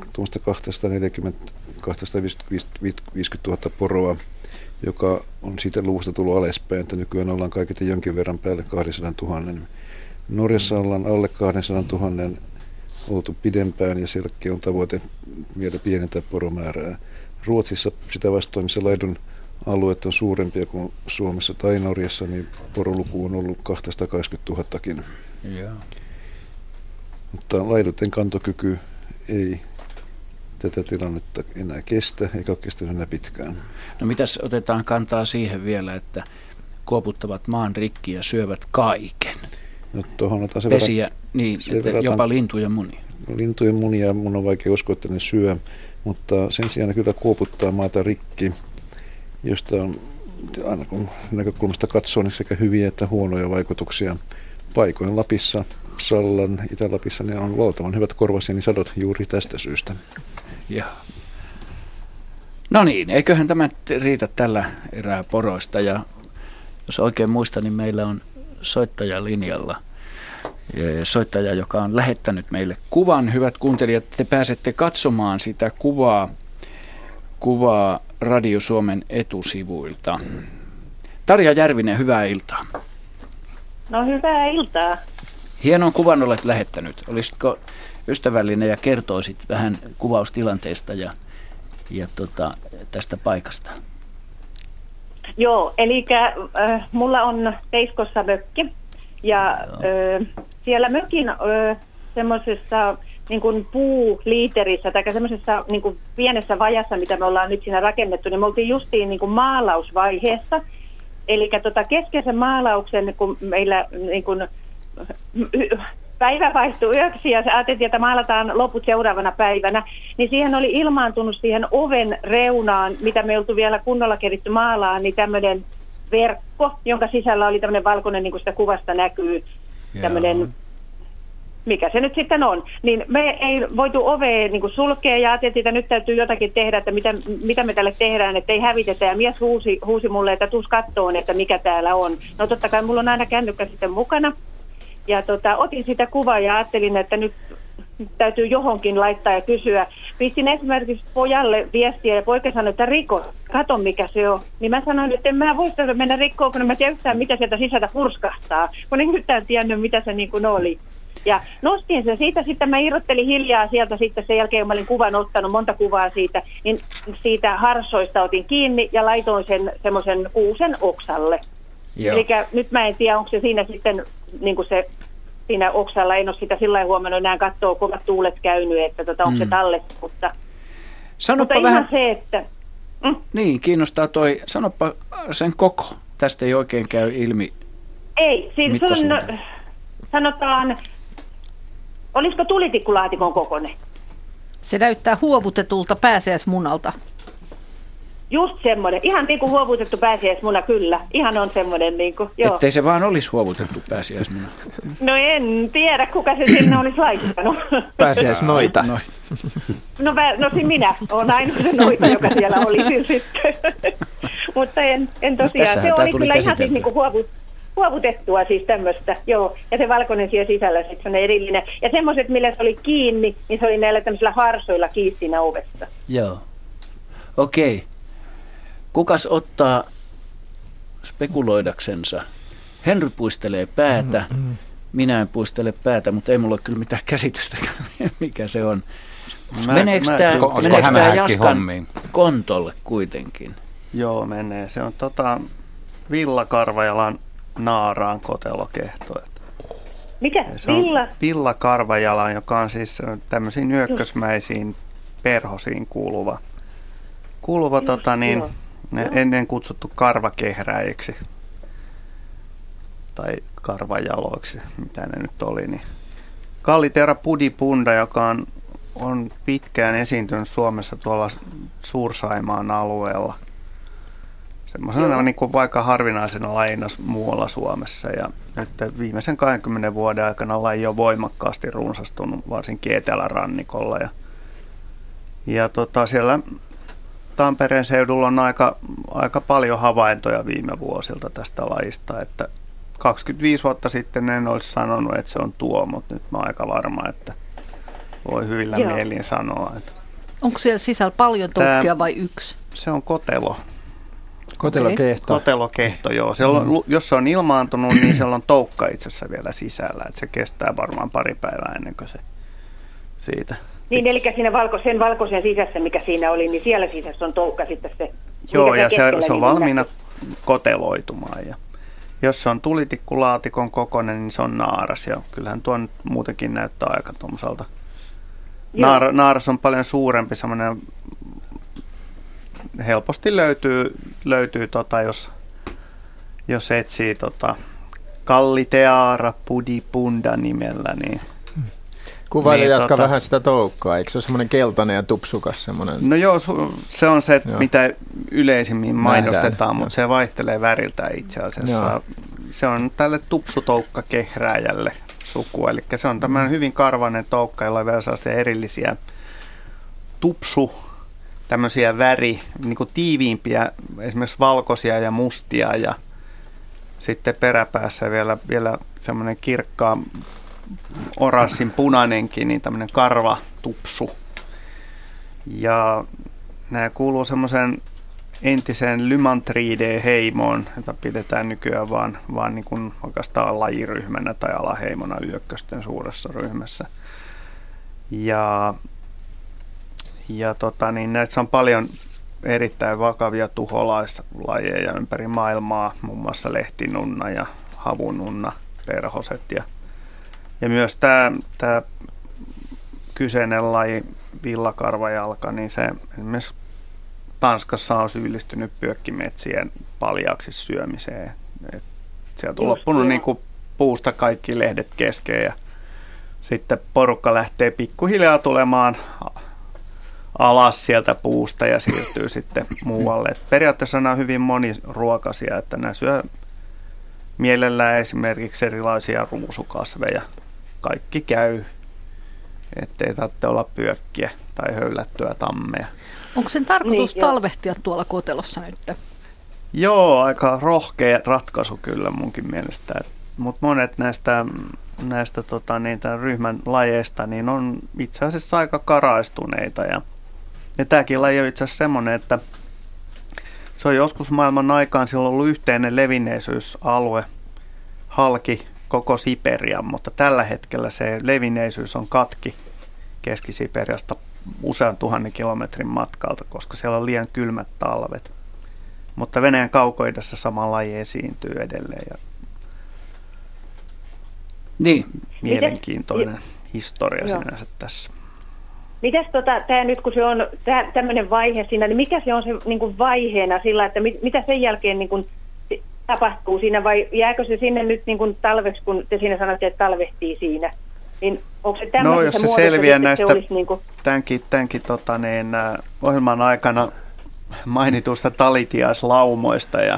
250 000 poroa, joka on siitä luvusta tullut alaspäin, että nykyään ollaan kaiketi jonkin verran päälle 200 000. Norjassa ollaan alle 200 000 oltu pidempään ja sielläkin on tavoite vielä pienentää poromäärää. Ruotsissa sitä vastoin, missä laidun alueet on suurempia kuin Suomessa tai Norjassa, niin poroluku on ollut 280 000kin. Yeah. Mutta laidutten kantokyky ei tätä tilannetta enää kestä, eikä ole kestänyt enää pitkään. No mitäs otetaan kantaa siihen vielä, että kuoputtavat maan rikki ja syövät kaiken? No tuohon otan pesiä, niin, että jopa lintuja munia. Lintujen munia mun on vaikea uskoa, että ne syö, mutta sen sijaan ne kyllä kuoputtaa maata rikki, josta on aina kun näkökulmasta katsoo, niin sekä hyviä että huonoja vaikutuksia. Paikoin Lapissa, Sallan, Itä-Lapissa, ne on valtavan hyvät korvasienisadot juuri tästä syystä. Ja. No niin, eiköhän tämä riitä tällä erää poroista, ja jos oikein muistan, niin meillä on soittaja linjalla. Soittaja, joka on lähettänyt meille kuvan. Hyvät kuuntelijat, te pääsette katsomaan sitä kuvaa Radio Suomen etusivuilta. Tarja Järvinen, hyvää iltaa. No hyvää iltaa. Hienon kuvan olet lähettänyt. Olisitko ystävällinen ja kertoisit vähän kuvaustilanteesta ja tästä paikasta? Joo, eli mulla on Peiskossa mökki ja siellä mökin semmoisessa niin kuin puuliiterissä tai semmoisessa niin kuin pienessä vajassa, mitä me ollaan nyt siinä rakennettu, niin me oltiin justiin niin kuin maalausvaiheessa Eli keskeisen maalauksen, kun meillä niin kun, päivä vaihtui yöksi ja ajateltiin, että maalataan loput seuraavana päivänä, niin siihen oli ilmaantunut siihen oven reunaan, mitä me ei oltu vielä kunnolla keritty maalaan, niin tämmöinen verkko, jonka sisällä oli tämmöinen valkoinen, niin kuin sitä kuvasta näkyy, tämmöinen, mikä se nyt sitten on. Niin me ei voitu ovea niin kuin sulkea ja ajateltiin, että nyt täytyy jotakin tehdä, että mitä me tälle tehdään, että ei hävitetä. Ja mies huusi mulle, että tuus kattoon, että mikä täällä on. No totta kai mulla on aina kännykkä sitten mukana. Ja otin sitä kuvaa ja ajattelin, että nyt täytyy johonkin laittaa ja kysyä. Pistin esimerkiksi pojalle viestiä ja poika sanoi, että kato mikä se on. Niin mä sanoin, että en mä voi mennä rikkoon, kun en mä tiedä yhtään, mitä sieltä sisältä purskahtaa. Kun en yhtään tiennyt, mitä se niin kuin oli. Ja nostin sen siitä, sitten mä irrottelin hiljaa sieltä sitten sen jälkeen, kun mä olin kuvan ottanut, monta kuvaa siitä, niin siitä harsoista otin kiinni ja laitoin sen semmoisen kuusen oksalle. Eli nyt mä en tiedä, onko se siinä sitten niin kuin se siinä oksalla, en ole sitä sillä lailla huomannut, enää katsoo kovat tuulet käynyt, että onko se tallessa, mutta vähän se, että... Niin, kiinnostaa toi, sanoppa sen koko, tästä ei oikein käy ilmi. Ei, siis on, sanotaan, olisiko tulitikkulaatikon kokoinen? Se näyttää huovutetulta pääsiäismunalta. Just semmoinen, ihan niin kuin huovutettu pääsiäismuna, kyllä. Ihan on semmoinen niin kuin, joo. Ettei se vaan olisi huovutettu pääsiäismuna. No en tiedä, kuka se sinne olisi laittanut. Pääsiäisnoita. No minä olen aina se noita, joka siellä oli sitten. Mutta en tosiaan, se oli kyllä ihan siis niin kuin huovutettua siis tämmöistä, joo. Ja se valkoinen siellä sisällä sitten on erillinen. Ja semmoiset, millä se oli kiinni, niin se oli näillä tämmöisillä harsoilla kiinni siinä ovessa. Joo, okei. Kukas ottaa spekuloidaksensa? Henry puistelee päätä, minä en puistele päätä, mutta ei mulla ole kyllä mitään käsitystä, mikä se on. Meneekö tämä Jaskan kontolle kuitenkin? Joo, menee. Se on Villa Karvajalan Naaraan kotelokehto. Mikä? Villa Karvajalan, joka on siis tämmöisiin nyökkösmäisiin perhosiin kuuluva ennen kutsuttu karvakehräjiksi tai karvajaloiksi, mitä ne nyt oli. Niin Kallitera Pudipunda, joka on pitkään esiintynyt Suomessa tuolla Suur-Saimaan alueella. Semmoisena niin kuin vaikka harvinaisena lajina muualla Suomessa. Ja nyt viimeisen 20 vuoden aikana laji on voimakkaasti runsastunut, varsinkin etelärannikolla. Ja siellä Tampereen seudulla on aika paljon havaintoja viime vuosilta tästä lajista, että 25 vuotta sitten en olisi sanonut, että se on tuo, mutta nyt mä oon aika varma, että voi hyvillä mielin sanoa. Että onko siellä sisällä paljon toukkia vai yksi? Se on kotelo. Kotelokehto. Kotelokehto, joo. Jos se on ilmaantunut, niin siellä on toukka itse asiassa vielä sisällä, että se kestää varmaan pari päivää ennen kuin se siitä. Niin, eli siinä sen valkoisen sisässä, mikä siinä oli, niin siellä sisässä on toukka sitten se. Joo, ja se on valmiina koteloitumaan. Ja jos se on tulitikkulaatikon kokoinen, niin se on naaras. Ja kyllähän tuo nyt muutenkin näyttää aika tuommoiselta. Naaras on paljon suurempi, semmoinen helposti löytyy jos etsii Kallitera Pudipunda nimellä, niin kuvaile Jaska vähän sitä toukkaa, eikö se ole semmoinen keltainen ja tupsukas semmoinen? No joo, se on se, mitä yleisimmin mainostetaan, mutta se vaihtelee väriltä itse asiassa. Joo. Se on tälle tupsutoukkakehrääjälle suku, eli se on tämmöinen hyvin karvainen toukka, jolla on vielä sellaisia erillisiä tämmöisiä niin kuin tiiviimpiä, esimerkiksi valkoisia ja mustia, ja sitten peräpäässä vielä semmoinen kirkkaa oranssin punainenkin, niin tämmöinen karvatupsu. Ja nämä kuuluu semmoisen entiseen Lymantridae-heimoon, jota pidetään nykyään vaan niin kuin oikeastaan lajiryhmänä tai alaheimona yökkösten suuressa ryhmässä. Ja näissä on paljon erittäin vakavia tuholaislajeja ympäri maailmaa, muun muassa lehtinunna ja havununna, perhoset ja myös tämä kyseinen laji, villakarvajalka, niin se esimerkiksi Tanskassa on syyllistynyt pyökkimetsien paljaaksi syömiseen. Sieltä on loppunut niin kuin puusta kaikki lehdet kesken ja sitten porukka lähtee pikkuhiljaa tulemaan alas sieltä puusta ja siirtyy sitten muualle. Et periaatteessa nämä on hyvin moniruokaisia, että nämä syö mielellään esimerkiksi erilaisia ruusukasveja. Kaikki käy, ettei tarvitse olla pyökkiä tai höylättyä tammea. Onko sen tarkoitus talvehtia tuolla kotelossa nyt? Joo, aika rohkea ratkaisu kyllä munkin mielestä. Mutta monet näistä tämän ryhmän lajeista niin on itse asiassa aika karaistuneita. Ja tämäkin laji on itse asiassa semmoinen, että se on joskus maailman aikaan silloin ollut yhteinen levinneisyysalue halki koko Siperian, mutta tällä hetkellä se levinneisyys on katki Keski-Siperiasta usean 1000 kilometrin matkalta, koska siellä on liian kylmät talvet. Mutta Venäjän kaukoidassa sama laji esiintyy edelleen. Ja niin. Mielenkiintoinen historia sinänsä tässä. Mitäs tämä nyt, kun se on tämmöinen vaihe siinä, niin mikä se on se niin kuin vaiheena sillä, että mitä sen jälkeen niin kuin tapahtuu siinä, vai jääkö se sinne nyt niin kuin talveksi, kun te siinä sanoitte, että talvehtii siinä? Niin onko se tämmöisessä muodossa, jos se selviää näistä niin kuin tämänkin ohjelman aikana mainitusta talitiaislaumoista ja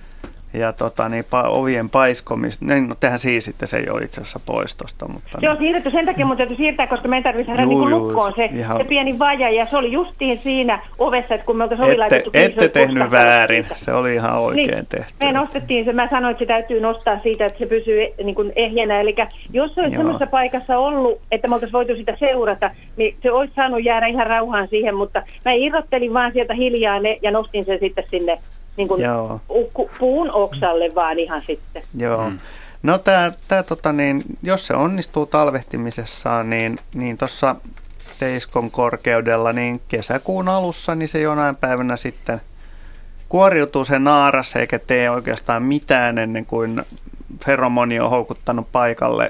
ovien paiskomista. No tehän siirsitte se jo itse asiassa pois tuosta. Mutta se on siirretty sen takia, mutta täytyy siirtää, koska meidän tarvitsisi saada niin lukkoon se pieni vaja. Ja se oli justiin siinä ovessa, että kun me oltaisiin ovi laitettu. Ette tehnyt väärin, se oli ihan oikein tehty. Me nostettiin se, mä sanoin, että se täytyy nostaa siitä, että se pysyy niin kuin ehjänä. Eli jos se olisi sellaisessa paikassa ollut, että me oltaisiin voitu sitä seurata, niin se olisi saanut jäädä ihan rauhaan siihen, mutta mä irrottelin vaan sieltä hiljaa ne ja nostin sen sitten sinne niin kuin puun oksalle vaan ihan sitten. Joo. No jos se onnistuu talvehtimisessaan, niin tuossa Teiskon korkeudella, niin kesäkuun alussa, niin se jonain päivänä sitten kuoriutuu se naaras, eikä tee oikeastaan mitään ennen kuin feromoni on houkuttanut paikalle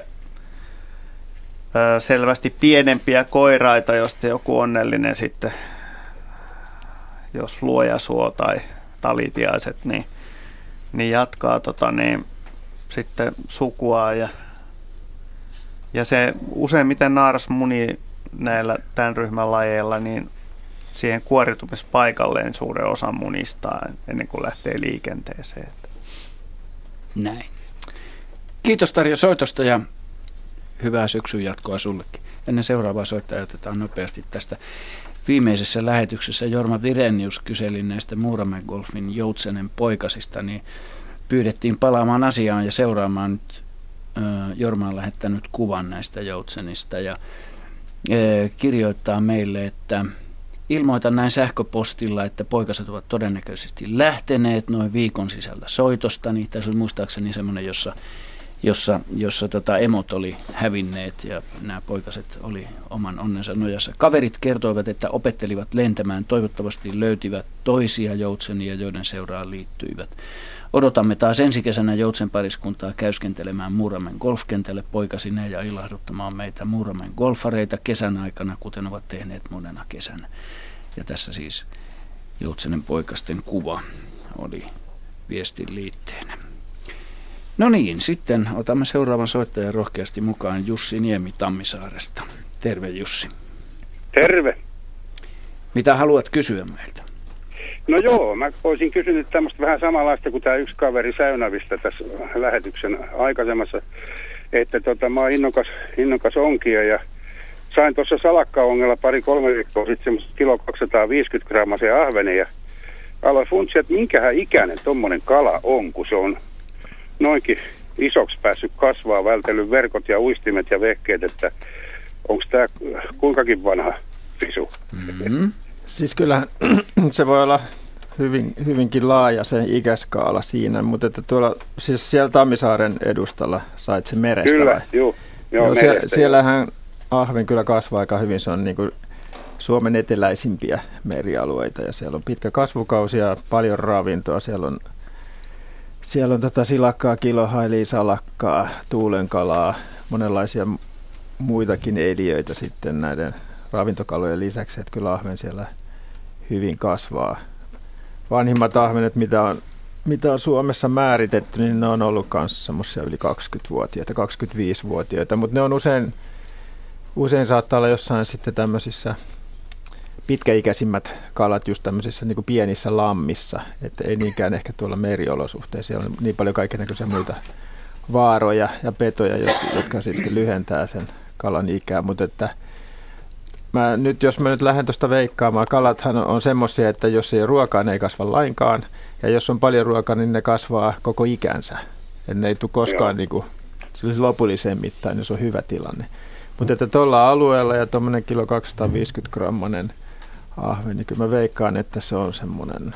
selvästi pienempiä koiraita, josta joku onnellinen sitten, jos luoja suo tai talitiaiset, niin jatkaa sitten sukua ja se useimmiten naaras muni näillä tämän ryhmän lajeilla niin siihen kuoriutumispaikalleen suuren osan munistaa ennen kuin lähtee liikenteeseen. Näin. Kiitos Tarja soitosta ja hyvää syksyn jatkoa sullekin. Ennen seuraavaa soittajaa otetaan nopeasti tästä. Viimeisessä lähetyksessä Jorma Virenius kyseli näistä Muuramen Golfin joutsenen poikasista, niin pyydettiin palaamaan asiaan ja seuraamaan nyt. Jorma on lähettänyt kuvan näistä joutsenista ja kirjoittaa meille, että ilmoitan näin sähköpostilla, että poikaset ovat todennäköisesti lähteneet noin viikon sisällä soitosta. Niin tässä on muistaakseni semmoinen, jossa emot oli hävinneet ja nämä poikaset oli oman onnensa nojassa. Kaverit kertoivat, että opettelivat lentämään, toivottavasti löytivät toisia joutsenia, joiden seuraan liittyivät. Odotamme taas ensi kesänä joutsen pariskuntaa käyskentelemään Muuramen golfkentälle poikasineen ja ilahduttamaan meitä Muuramen golfareita kesän aikana, kuten ovat tehneet monena kesänä. Ja tässä siis joutsenen poikasten kuva oli viestin liitteenä. No niin, sitten otamme seuraavan soittajan rohkeasti mukaan Jussi Niemi Tammisaaresta. Terve Jussi. Terve. Mitä haluat kysyä meiltä? No joo, mä olisin kysynyt tämmöistä vähän samanlaista kuin tämä yksi kaveri Säynävistä tässä lähetyksen aikaisemmassa, että mä oon innokas onkija ja sain tuossa salakkaongella 2-3 viikkoa sitten semmoista 250 grammaisia ahvenia ja aloin funtsia, että minkähän ikäinen tommonen kala on, kun se on noinkin isoksi päässyt kasvaa, vältellyt verkot ja uistimet ja vehkeet, että onko tämä kuinkakin vanha fisu? Mm-hmm. Siis kyllähän se voi olla hyvinkin laaja se ikäskaala siinä, mutta että tuolla, siis siellä Tammisaaren edustalla sait sen merestä kyllä, vai? Joo, siellähän ahven kyllä kasvaa aika hyvin, se on niin kuin Suomen eteläisimpiä merialueita ja siellä on pitkä kasvukausi ja paljon ravintoa, siellä on silakkaa, kilohailia, salakkaa, tuulenkalaa, monenlaisia muitakin eliöitä sitten näiden ravintokalojen lisäksi, että kyllä ahven siellä hyvin kasvaa. vanhimmat ahvenet, mitä on Suomessa määritetty, niin ne on ollut myös semmoisia yli 20-vuotiaita, 25-vuotiaita, mutta ne on usein saattaa olla jossain sitten tämmöisissä pitkäikäisimmät kalat just tämmöisissä niin kuin pienissä lammissa, että ei niinkään ehkä tuolla meriolosuhteissa, siellä on niin paljon kaikennäköisiä muita vaaroja ja petoja, jotka sitten lyhentää sen kalan ikää, mutta että jos mä nyt lähden tuosta veikkaamaan, kalathan on semmoisia, että jos ei ole ruokaa, ne ei kasva lainkaan, ja jos on paljon ruokaa, niin ne kasvaa koko ikänsä. Et ne ei tule koskaan niin kuin lopulliseen mittaan, niin se on hyvä tilanne. Mutta että tuolla alueella ja tuommoinen 250 grammanen ahve, niin kyllä mä veikkaan, että se on semmoinen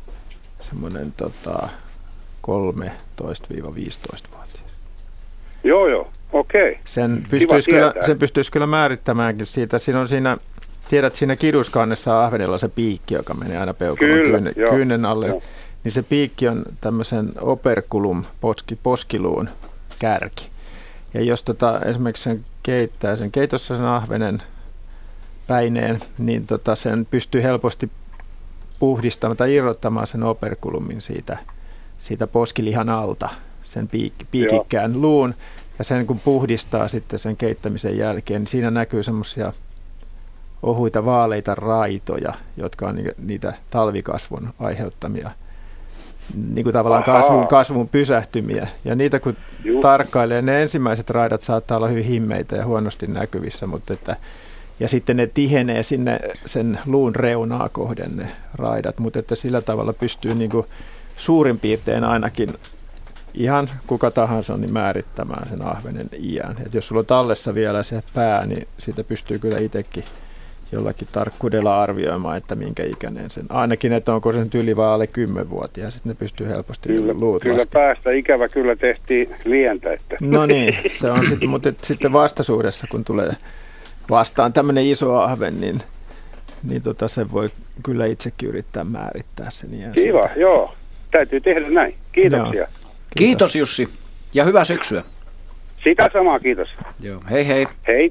13-15-vuotias. Joo, okei. Sen pystyisi kyllä määrittämäänkin siitä. Tiedät, siinä kiduskannessa ahvenilla on se piikki, joka menee aina peukalon kyynen alle. Joo. Niin se piikki on tämmöisen operculum poskiluun kärki. Ja jos esimerkiksi sen keittää sen keitossa sen ahvenen päineen, niin sen pystyy helposti puhdistamaan tai irrottamaan sen operculumin siitä poskilihan alta, sen piikikkään luun. Ja sen kun puhdistaa sitten sen keittämisen jälkeen, niin siinä näkyy semmoisia ohuita vaaleita raitoja, jotka on niitä talvikasvun aiheuttamia niin kuin tavallaan kasvun pysähtymiä. Ja niitä kun tarkkailee, ne ensimmäiset raidat saattaa olla hyvin himmeitä ja huonosti näkyvissä, ja sitten ne tihenee sinne sen luun reunaa kohden ne raidat, mutta että sillä tavalla pystyy niin kuin suurin piirtein ainakin ihan kuka tahansa niin määrittämään sen ahvenen iän. Et jos sulla on tallessa vielä se pää, niin siitä pystyy kyllä itsekin jollakin tarkkuudella arvioimaan, että minkä ikäinen sen. Ainakin, että onko se nyt yli vai alle 10-vuotias, sitten ne pystyy helposti luut Kyllä päästä ikävä kyllä tehtiin lientä. Että. No niin, se on sitten, mutta sitten vastaisuudessa, kun tulee vastaan tämmöinen iso ahven, niin se voi kyllä itsekin yrittää määrittää sen iän. Kiva, joo. Täytyy tehdä näin. Kiitoksia. Joo. Kiitos Jussi ja hyvää syksyä. Sitä samaa, kiitos. Joo, hei hei. Hei.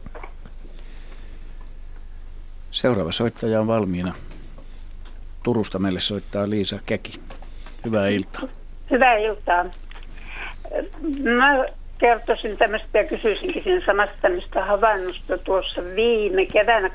Seuraava soittaja on valmiina. Turusta meille soittaa Liisa Käki. Hyvää iltaa. Hyvää iltaa. Mä kertoisin tämmöistä ja kysyisinkin siinä samasta tämmöistä havainnosta tuossa viime keväänä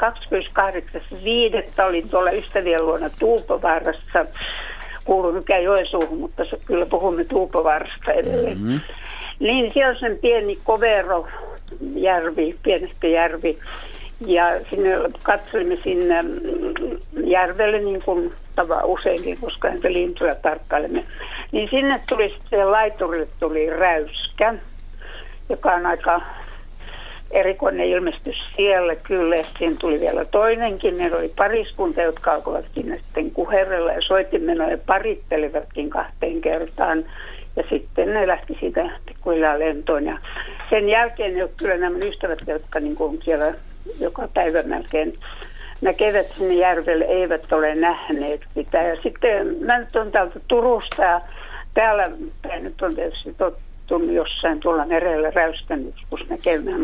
28.5. olin tuolla ystävien luona Tuupovaarassa. Kuuluu mikään Joensuuhun, mutta kyllä puhumme Tuupovaarasta edelleen. Mm-hmm. Niin siellä on sen pieni Koverojärvi, pienehkö järvi. Ja sinne katselimme sinne järvelle niin kuin useinkin, koska näitä lintuja tarkkailemme. Niin sinne tuli sitten laiturille tuli räyskä, joka on aika erikoinen ilmestys siellä kyllä. Ja siinä tuli vielä toinenkin. Ne oli pariskunta, jotka alkoivatkin sitten kuherrella ja soitimenoja parittelivatkin 2 kertaan. Ja sitten ne lähti siitä pikkuhiljaa lentoon. Ja sen jälkeen ne kyllä nämä ystävät, jotka niin kuin siellä joka päivä melkein näkevät sinne järvelle, eivät ole nähneet mitään. Ja sitten mä nyt olen täältä Turusta ja täällä nyt on tietysti tottunut jossain tuolla merellä räyskän joskus näkemään,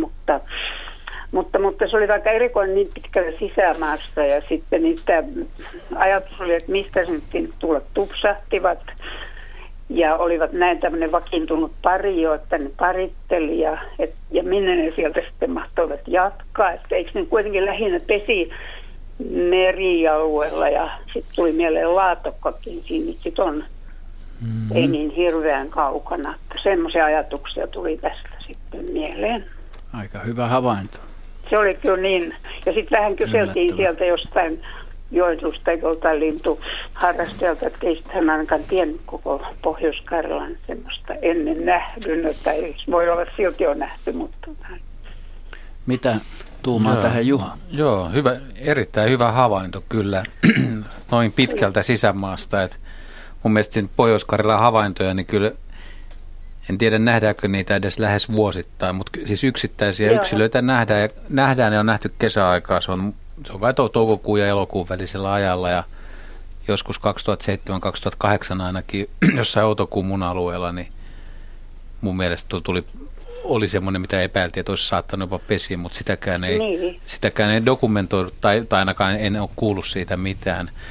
mutta se oli aika erikoinen niin pitkällä sisämaassa ja sitten niitä ajatus oli, että mistä se nyt tulla tupsahtivat. Ja olivat näin tämmöinen vakiintunut pari jo, että ne paritteli ja minne ne sieltä sitten mahtoivat jatkaa. Että eikö ne kuitenkin lähinnä pesi merialueella ja sitten tuli mieleen Laatokkakin siinä sitten on ei niin hirveän kaukana. Semmoisia ajatuksia tuli tästä sitten mieleen. Aika hyvä havainto. Se oli kyllä niin. Ja sitten vähän kyseltiin sieltä jostain Joensuusta eikä joltain lintuharrastajalta, että ei sitten ainakaan tiennyt koko Pohjois-Karjalan semmoista ennen nähnyt, tai voi olla silti on nähty, mutta... Mitä tuumaa tähän Juha? Joo, erittäin hyvä havainto kyllä noin pitkältä sisämaasta, että mun mielestä Pohjois-Karjalan havaintoja, niin kyllä en tiedä nähdäänkö niitä edes lähes vuosittain, mutta siis yksittäisiä yksilöitä nähdään ja on nähty kesäaikaa, se on kai toukokuun ja elokuun välisellä ajalla ja joskus 2007-2008 ainakin jossain Outokummun alueella, niin mun mielestä oli semmoinen, mitä epäiltiin, että olisi saattanut jopa pesiä, mutta sitäkään ei dokumentoidu tai ainakaan en ole kuullut siitä mitään.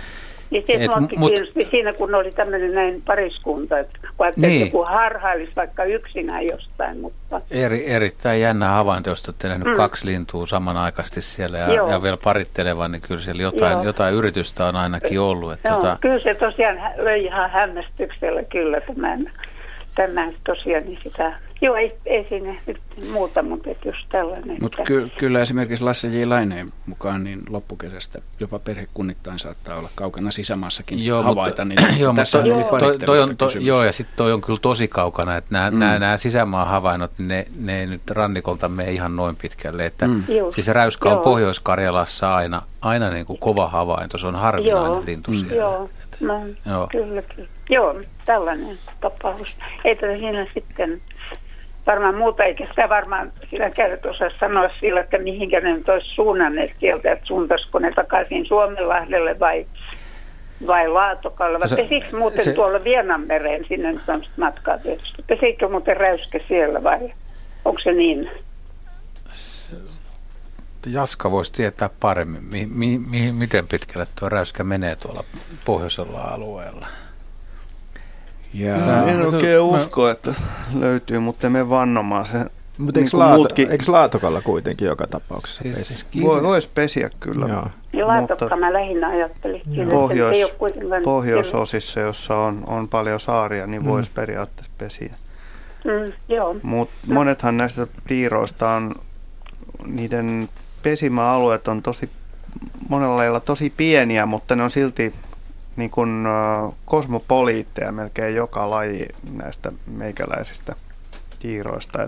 Niin se kiinnosti siinä, kun oli tämmöinen näin pariskunta, että kun joku harhailisi vaikka yksinään jostain, mutta... Erittäin jännä havainto, jos olette nähnyt 2 lintua samanaikaisesti siellä ja vielä parittelevan, niin kyllä siellä jotain yritystä on ainakin ollut. Että kyllä se tosiaan löi ihan hämmästyksellä kyllä tämän tosiaan niin sitä... Joo, ei siinä nyt muuta, mutta just tällainen. Mutta kyllä esimerkiksi Lasse J. Laineen mukaan niin loppukesästä jopa perhekunnittain saattaa olla kaukana sisämaassakin havaita. Tässä oli parittelusta kysymys. Joo, ja sitten toi on kyllä tosi kaukana, että nämä sisämaan havainnot, ne ei nyt rannikolta mene ihan noin pitkälle. Että siis räyskä on Pohjois-Karjalassa aina niin kuin kova havainto, se on harvinainen lintu siellä. Joo, kyllä. Joo, tällainen tapaus. Ei tätä siinä sitten... Varmaan muuta, eikä sitä varmaan sillä kädet osaa sanoa sillä, että mihinkä ne nyt olisi suunnanneet sieltä, että suuntaisiko ne takaisin Suomenlahdelle vai Laatokalle. Vai pesikö muuten tuolla Vienanmereen, sinne nyt on matkaa tietysti. Pesikö muuten räyskä siellä vai onko se niin? Jaska voisi tietää paremmin, miten pitkälle tuo räyskä menee tuolla pohjoisella alueella. En oikein usko, että löytyy, mutta me vannomaan se. Mutta eikö Laatokalla kuitenkin joka tapauksessa pesisi? Voisi pesiä kyllä. Ja Laatokka mä lähinnä ajattelin. Pohjoisosissa, jossa on paljon saaria, niin voisi periaatteessa pesiä. Mutta monethan näistä tiiroista on, niiden pesimäalueet on monella lailla tosi pieniä, mutta ne on silti niin kuin kosmopoliitteja melkein joka laji näistä meikäläisistä tiiroista.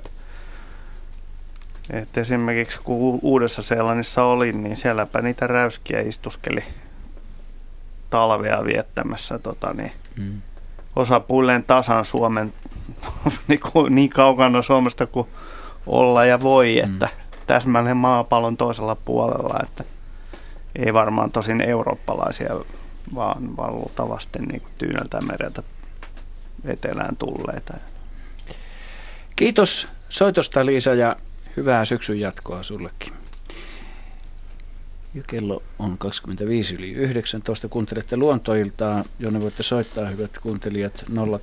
Et esimerkiksi kun Uudessa-Seelannissa olin, niin sielläpä niitä räyskiä istuskeli talvea viettämässä. Osapuilleen tasan Suomen niin kaukana Suomesta kuin olla ja voi, että täsmälleen maapallon toisella puolella, että ei varmaan tosin eurooppalaisia, vaan valtavasti niin Tyyneltä mereltä etelään tulleita. Kiitos soitosta, Liisa, ja hyvää syksyn jatkoa sullekin. Ja kello on 25:19. Kuuntelette Luontoiltaa, jonne voitte soittaa, hyvät kuuntelijat.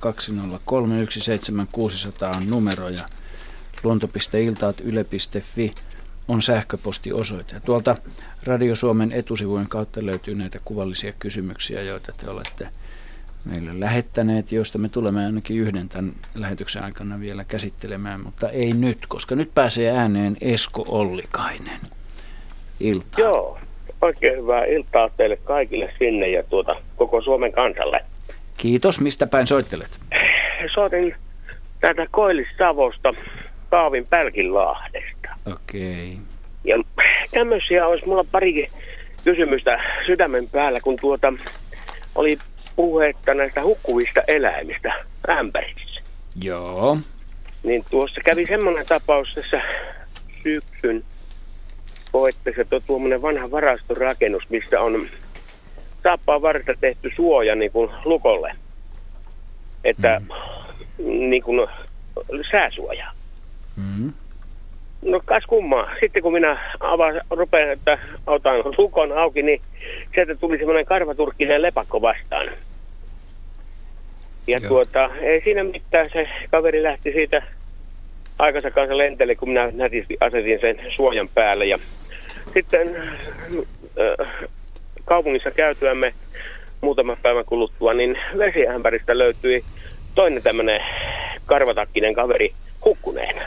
020317600 on numero ja luonto.iltaat.yle.fi on sähköpostiosoite. Tuolta Radio Suomen etusivujen kautta löytyy näitä kuvallisia kysymyksiä, joita te olette meille lähettäneet, joista me tulemme ainakin yhden tämän lähetyksen aikana vielä käsittelemään, mutta ei nyt, koska nyt pääsee ääneen Esko Ollikainen. Iltaa. Joo, oikein hyvää iltaa teille kaikille sinne ja koko Suomen kansalle. Kiitos. Mistä päin soittelet? Soitin täältä Koillis-Savosta Kaavin Pälkinlahdesta. Okei. Ja tämmöisiä olisi mulla parikin kysymystä sydämen päällä, kun oli puhetta näistä hukkuvista eläimistä ämpärissä. Joo. Niin tuossa kävi semmoinen tapaus tässä syksyn koetteessa, että on tuommoinen vanha varastorakennus, missä on saappaan varresta tehty suoja niin kuin lukolle. Että niin kuin sääsuoja. No kas kummaa. Sitten kun minä rupean, että otan lukon auki, niin sieltä tuli semmoinen karvaturkkinen lepakko vastaan. Ja ei siinä mitään, se kaveri lähti siitä aikansa kanssa lentelle, kun minä nätisti asetin sen suojan päälle. Ja sitten kaupungissa käytyämme muutaman päivän kuluttua, niin vesiämpäristä löytyi toinen tämmöinen karvatakkinen kaveri hukkuneena.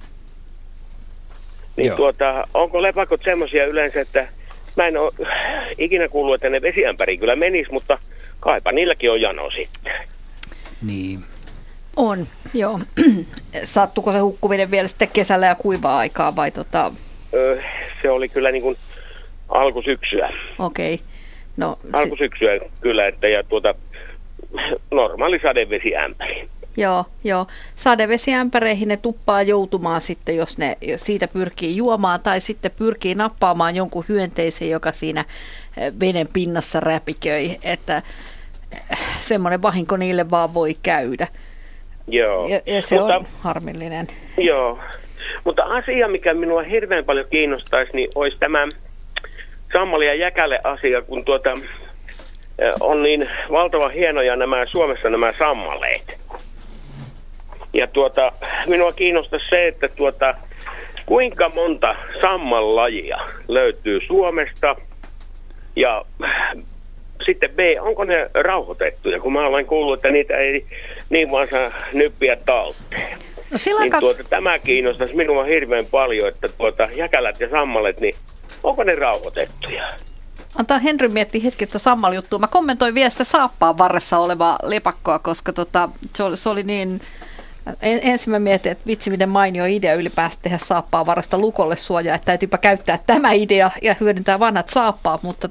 Niin onko lepakot semmoisia yleensä, että mä en ole ikinä kuullut, että ne vesiämpäriin kyllä menisi, mutta kaipa niilläkin on jano sitten. Niin. On, joo. Sattuko se hukkuminen vielä sitten kesällä ja kuivaa aikaa vai Se oli kyllä niin kuin alkusyksyä. Okei. No, alkusyksyä kyllä, että normaali sadevesiämpäri. Joo. Sadevesiämpäreihin ne tuppaa joutumaan sitten, jos ne siitä pyrkii juomaan tai sitten pyrkii nappaamaan jonkun hyönteisen, joka siinä veden pinnassa räpiköi, että semmoinen vahinko niille vaan voi käydä. Joo. Ja se on harmillinen. Joo, mutta asia, mikä minua hirveän paljon kiinnostaisi, niin olisi tämä Sammali ja Jäkäle asia, kun on niin valtavan hienoja Suomessa nämä sammaleet. Ja minua kiinnostaa se, että kuinka monta sammallajia löytyy Suomesta ja sitten B, onko ne rauhoitettuja, kun mä olen kuullut, että niitä ei niin vaan saa nyppiä talteen. No niin tämä kiinnostaisi minua hirveän paljon, että jäkälät ja sammalet, niin onko ne rauhoitettuja? Antaa Henry miettiä hetki tätä sammaljuttua. Mä kommentoin vielä sitä saappaan varressa olevaa lepakkoa, koska se oli niin... Ensin mä mietin, että vitsi miten mainio idea ylipäänsä tehdä saappaan varresta lukolle suojaa, että täytyypä käyttää tämä idea ja hyödyntää vanhat saappaat, mutta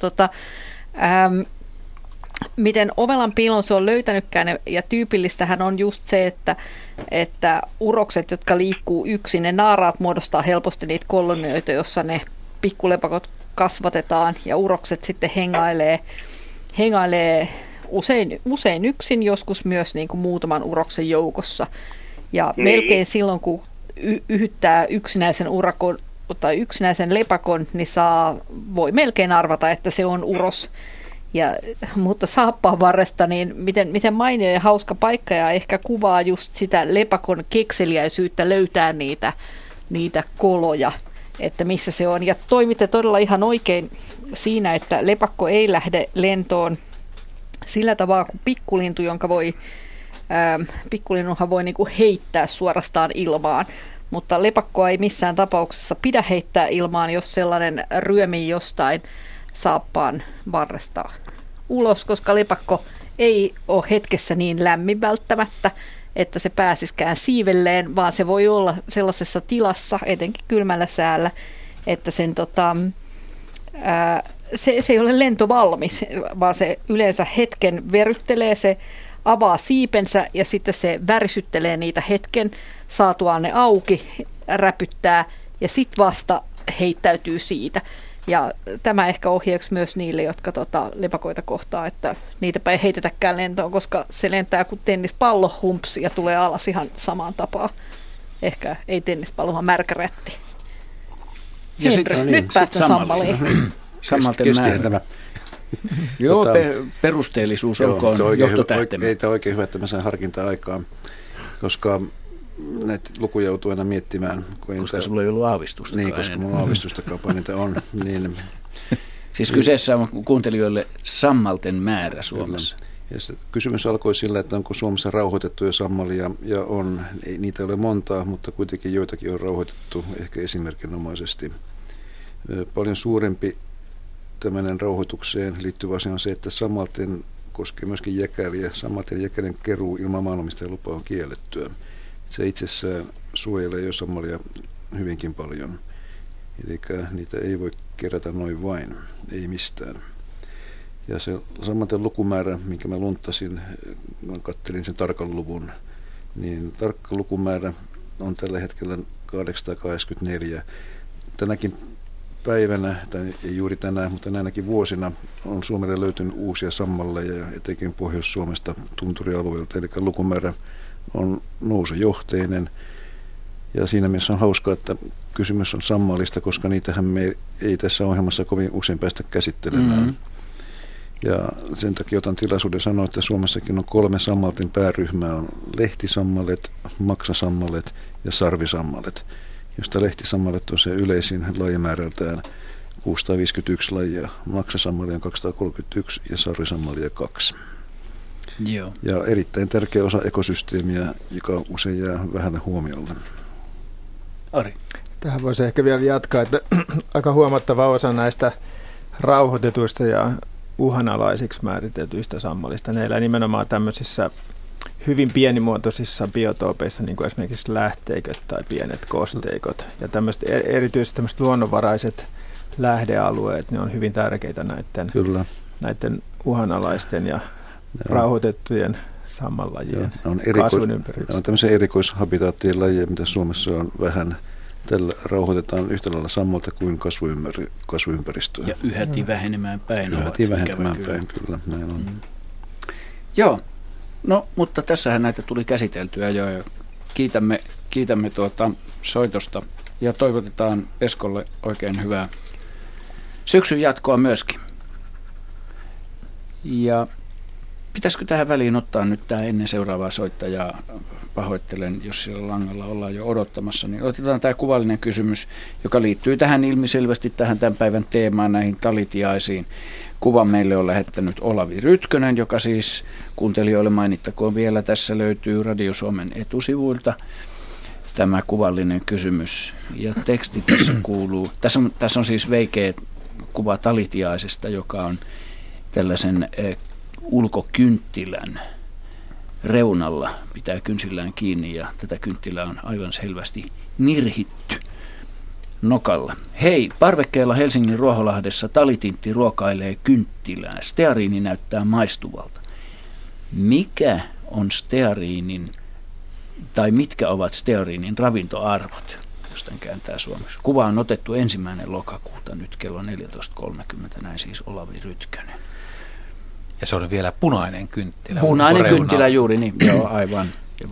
miten ovelan piilon se on löytänytkään ja tyypillistähän on just se, että urokset, jotka liikkuu yksin, ne naaraat muodostaa helposti niitä kolonioita, jossa ne pikkulepakot kasvatetaan ja urokset sitten hengailee usein yksin, joskus myös niin kuin muutaman uroksen joukossa. Ja melkein silloin, kun yhyttää yksinäisen urakon tai yksinäisen lepakon, niin voi melkein arvata, että se on uros. Mutta saappaan varresta, niin miten mainio ja hauska paikka ja ehkä kuvaa just sitä lepakon kekseliäisyyttä löytää niitä koloja, että missä se on. Ja toimitte todella ihan oikein siinä, että lepakko ei lähde lentoon sillä tavalla kuin pikkulintu, jonka pikkulinnunhan voi niinku heittää suorastaan ilmaan, mutta lepakkoa ei missään tapauksessa pidä heittää ilmaan, jos sellainen ryömii jostain saappaan varresta ulos, koska lepakko ei ole hetkessä niin lämmin välttämättä, että se pääsiskään siivelleen, vaan se voi olla sellaisessa tilassa, etenkin kylmällä säällä, että sen se ei ole lentovalmis, vaan se yleensä hetken veryttelee, se avaa siipensä ja sitten se värisyttelee niitä hetken, saatuaan ne auki, räpyttää ja sitten vasta heittäytyy siitä. Ja tämä ehkä ohjeeksi myös niille, jotka lepakoita kohtaa, että niitäpä ei heitetäkään lentoon, koska se lentää kuin tennispallo humps ja tulee alas ihan samaan tapaan. Ehkä ei tennispallo, vaan märkärätti. Ja nyt päästään sammaliin. Sammalten määrä. Joo, perusteellisuus olkoon johtotähtemme. Ei tämä oikein hyvä, että mä saan harkintaa aikaa, koska näitä lukuja joutuu aina miettimään. Koska sulla ei ollut aavistustakaan. Niin, koska mulla aavistustakaan niitä on. Niin, siis kyseessä on kuuntelijoille sammalten määrä Suomessa. Ja kysymys alkoi sillä, että onko Suomessa rauhoitettuja sammalia, ja on. Niitä ei ole montaa, mutta kuitenkin joitakin on rauhoitettu, ehkä esimerkinomaisesti. Paljon suurempi tämmöinen rauhoitukseen liittyvä asia on se, että sammalten koskee myöskin jäkäliä. Sammalten jäkälien keruu ilman maanomistajan lupaa on kiellettyä. Se itsessään suojelee jo sammalia hyvinkin paljon. Eli niitä ei voi kerätä noin vain, ei mistään. Ja se sammalten lukumäärä, minkä mä lunttasin, mä kattelin sen tarkan luvun, niin tarkka lukumäärä on tällä hetkellä 884. Tänäkin päivänä, tai ei juuri tänään, mutta näinäkin vuosina on Suomelle löytynyt uusia sammalleja, etenkin Pohjois-Suomesta tunturialueelta, eli lukumäärä on nousujohteinen. Ja siinä mielessä on hauskaa, että kysymys on sammalista, koska niitähän me ei tässä ohjelmassa kovin usein päästä käsittelemään. Mm-hmm. Ja sen takia otan tilaisuuden sanoa, että Suomessakin on 3 sammalten pääryhmää. On lehtisammalet, maksasammalet ja sarvisammalet, josta lehtisammalet on se yleisin lajimäärältään 651 lajia, maksasammalia 231 ja sarvisammalia 2. Joo. Ja erittäin tärkeä osa ekosysteemiä, joka usein jää vähälle huomiolle. Ari. Tähän voisi ehkä vielä jatkaa, että aika huomattava osa näistä rauhoitetuista ja uhanalaisiksi määritetyistä sammalista, ne elää nimenomaan tämmöisissä hyvin pienimuotoisissa biotoopeissa, niin kuin esimerkiksi lähteiköt tai pienet kosteikot. Ja erityisesti tämmöiset luonnonvaraiset lähdealueet, ne on hyvin tärkeitä näiden uhanalaisten ja rauhoitettujen sammallajien kasvuympäristö. Ne on tämmöisiä erikoishabitaattien lajeja, mitä Suomessa on vähän. Tällä rauhoitetaan yhtä lailla sammalta kuin kasvuympäristöä. Ja yhäti vähenemään päin. Yhäti vähenemään päin, kyllä. Näin on. Joo, no mutta tässähän näitä tuli käsiteltyä jo. Kiitämme soitosta ja toivotetaan Eskolle oikein hyvää syksyn jatkoa myöskin. Ja pitäisikö tähän väliin ottaa nyt tämä ennen seuraavaa soittajaa? Pahoittelen, jos siellä langalla ollaan jo odottamassa, niin otetaan tämä kuvallinen kysymys, joka liittyy tähän ilmiselvästi tähän tämän päivän teemaan, näihin talitiaisiin. Kuvan meille on lähettänyt Olavi Rytkönen, joka siis kuuntelijoille mainittakoon vielä, tässä löytyy Radio Suomen etusivuilta tämä kuvallinen kysymys. Ja teksti tässä kuuluu, tässä on siis veikeä kuva talitiaisesta, joka on tällaisen ulkokynttilän reunalla, pitää kynsillään kiinni ja tätä kynttilää on aivan selvästi nirhitty nokalla. Hei, parvekkeella Helsingin Ruoholahdessa talitintti ruokailee kynttilää. Steariini näyttää maistuvalta. Mikä on steariinin, tai mitkä ovat steariinin ravintoarvot, jos tämän kääntää suomeksi? Kuva on otettu 1. lokakuuta nyt kello 14.30, näin siis Olavi Rytkönen. Ja se on vielä punainen kynttilä. Punainen kynttilä juuri, niin. Joo, aivan.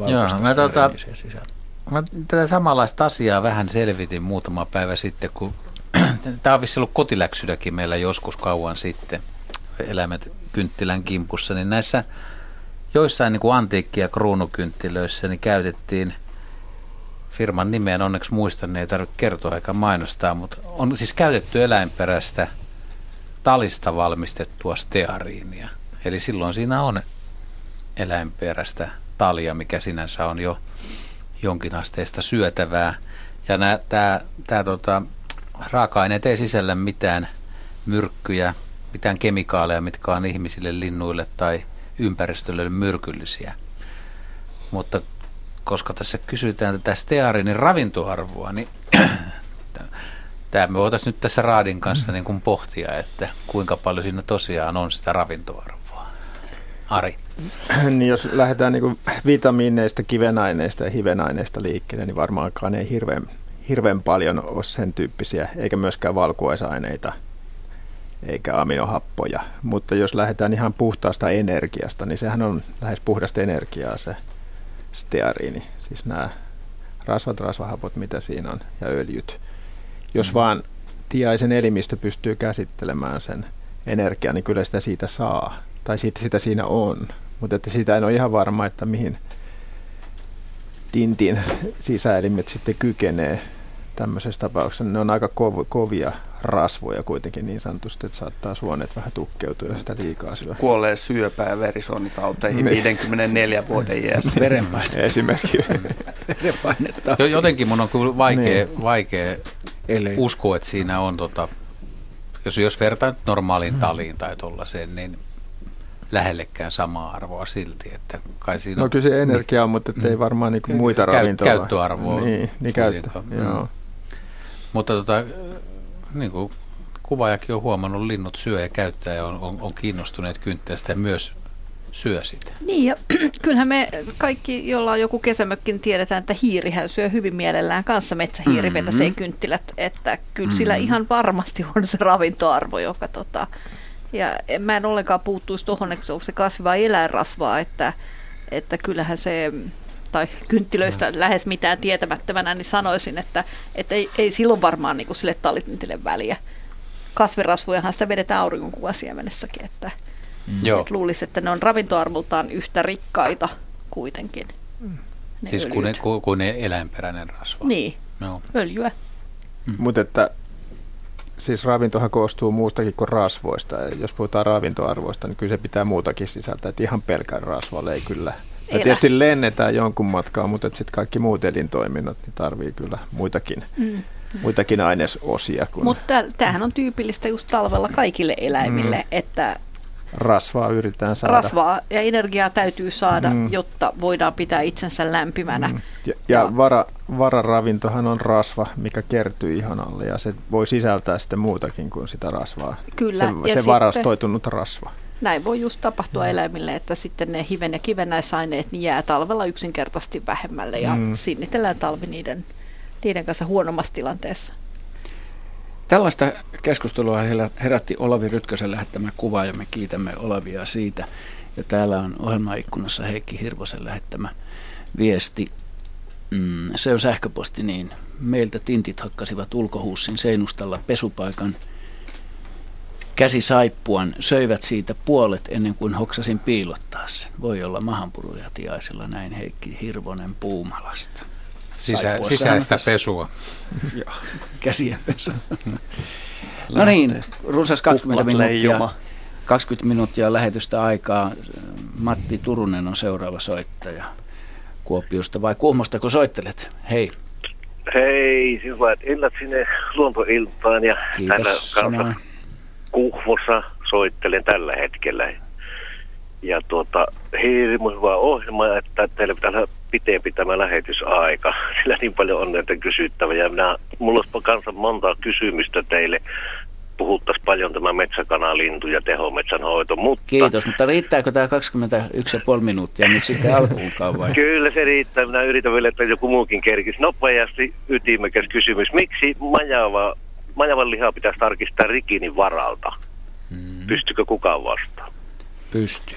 Mä tätä samanlaista asiaa vähän selvitin muutama päivä sitten, kun tämä on vissi ollut kotiläksydäkin meillä joskus kauan sitten, eläimet kynttilän kimpussa, niin näissä joissain niin kuin antiikki- ja kruunukynttilöissä niin käytettiin firman nimeen, onneksi muistan, ei tarvitse kertoa eikä mainostaa, mutta on siis käytetty eläinperäistä talista valmistettua steariinia. Eli silloin siinä on eläinperäistä talia, mikä sinänsä on jo jonkinasteista syötävää. Ja tämä raaka-aineet ei sisällä mitään myrkkyjä, mitään kemikaaleja, mitkä on ihmisille, linnuille tai ympäristölle myrkyllisiä. Mutta koska tässä kysytään tätä steariinin ravintoarvoa, niin tämä me voitaisiin nyt tässä Raadin kanssa niin kuin pohtia, että kuinka paljon siinä tosiaan on sitä ravintoarvoa. Ari. Niin jos lähdetään niin kuin vitamiineista, kivenaineista ja hivenaineista liikkeelle, niin varmaankaan ei hirveän paljon ole sen tyyppisiä, eikä myöskään valkuaisaineita, eikä aminohappoja. Mutta jos lähdetään ihan puhtaasta energiasta, niin sehän on lähes puhdasta energiaa se steariini. Siis nämä rasvahapot, mitä siinä on, ja öljyt. Jos vaan tiaisen elimistö pystyy käsittelemään sen energian, niin kyllä sitä siitä saa. Tai sitä siinä on. Mutta että sitä en ole ihan varma, että mihin tintin sisäelimet sitten kykenee tämmöisessä tapauksessa. Ne on aika kovia rasvoja kuitenkin niin sanotusti, että saattaa suonet vähän tukkeutua, jos sitä liikaa syö. Kuolee syöpä- ja verisuonitauteihin 54 vuoden iässä. Verenpaine. Esimerkiksi. Verenpainetta. Jotenkin mun on kyllä vaikea uskoa, että siinä on, jos vertaan normaaliin taliin tai tuollaiseen, niin lähellekään samaa arvoa silti. Että kai siinä no kyllä se energia on, mutta ei varmaan niinku muita ravintoa. Käyttöarvoa. Niin joo. Mutta niin kuin kuvaajakin on huomannut, linnut syö ja käyttää ja on kiinnostuneet kynttilästä ja myös syö sitä. Niin ja kyllähän me kaikki, jolla on joku kesämökki, tiedetään, että hiirihän syö hyvin mielellään kanssa metsähiiri vetäsee kynttilät, että kyllä sillä ihan varmasti on se ravintoarvo, joka ja mä en ollenkaan puuttuisi tuohon, että onko se kasvi- vai eläinrasvaa, että kyllähän se, tai kynttilöistä lähes mitään tietämättömänä, niin sanoisin, että ei silloin varmaan niin kuin sille talitintille väliä. Kasvirasvojahan sitä vedetään aurinkonkuvasiemenessäkin, että luulisi, että ne on ravintoarvoltaan yhtä rikkaita kuitenkin. Siis kuin ne eläinperäinen rasva. Niin, öljyä. Mutta että siis ravintohan koostuu muustakin kuin rasvoista. Ja jos puhutaan ravintoarvoista, niin kyllä se pitää muutakin sisältää. Että ihan pelkän rasvalle ei kyllä. Ja tietysti lennetään jonkun matkaa, mutta sitten kaikki muut elintoiminnot niin tarvii kyllä muitakin ainesosia. Mutta tämähän on tyypillistä just talvella kaikille eläimille, että rasvaa yritetään saada. Rasvaa ja energiaa täytyy saada, jotta voidaan pitää itsensä lämpimänä. Ja vararavintohan on rasva, mikä kertyy ihon alle ja se voi sisältää sitten muutakin kuin sitä rasvaa. Kyllä. Se varastoitunut rasva. Näin voi just tapahtua eläimille, että sitten ne hiven- ja kivennäisaineet niin jää talvella yksinkertaisesti vähemmälle ja sinnitellään talvi niiden kanssa huonommassa tilanteessa. Tällaista keskustelua herätti Olavi Rytkösen lähettämä kuva ja me kiitämme Olavia siitä. Ja täällä on ohjelmaikkunassa Heikki Hirvosen lähettämä viesti. Se on sähköposti niin. Meiltä tintit hakkasivat ulkohuussin seinustalla pesupaikan käsisaippuan, söivät siitä puolet ennen kuin hoksasin piilottaa sen. Voi olla mahanpuruja Tiaisilla, näin Heikki Hirvonen Puumalasta. Sisäistä pesua. Joo, käsien pesua. No niin, runsas 20 minuuttia lähetystä aikaa. Matti Turunen on seuraava soittaja Kuopiosta vai Kuhmosta, kun soittelet? Hei. Hei, hyvät illat sinne luontoiltaan ja kiitos, täällä Kuhmossa soittelen tällä hetkellä. Ja hirmu hyvä ohjelma, että teille pitää olla pitempi tämä lähetysaika, sillä niin paljon on näitä kysyttävää. Ja mulla olisi kanssa monta kysymystä teille. Puhuttaisiin paljon tämä metsäkanalintu ja tehometsänhoito, mutta... Kiitos, mutta riittääkö tämä 21,5 minuuttia nyt sitten alkuunkaan vai? Kyllä se riittää. Minä yritän vielä, että joku muukin kerkisi. Nopeasti ytimekäs kysymys. Miksi majavan lihaa pitäisi tarkistaa rikinin varalta? Pystyykö kukaan vastaan? Pystyy.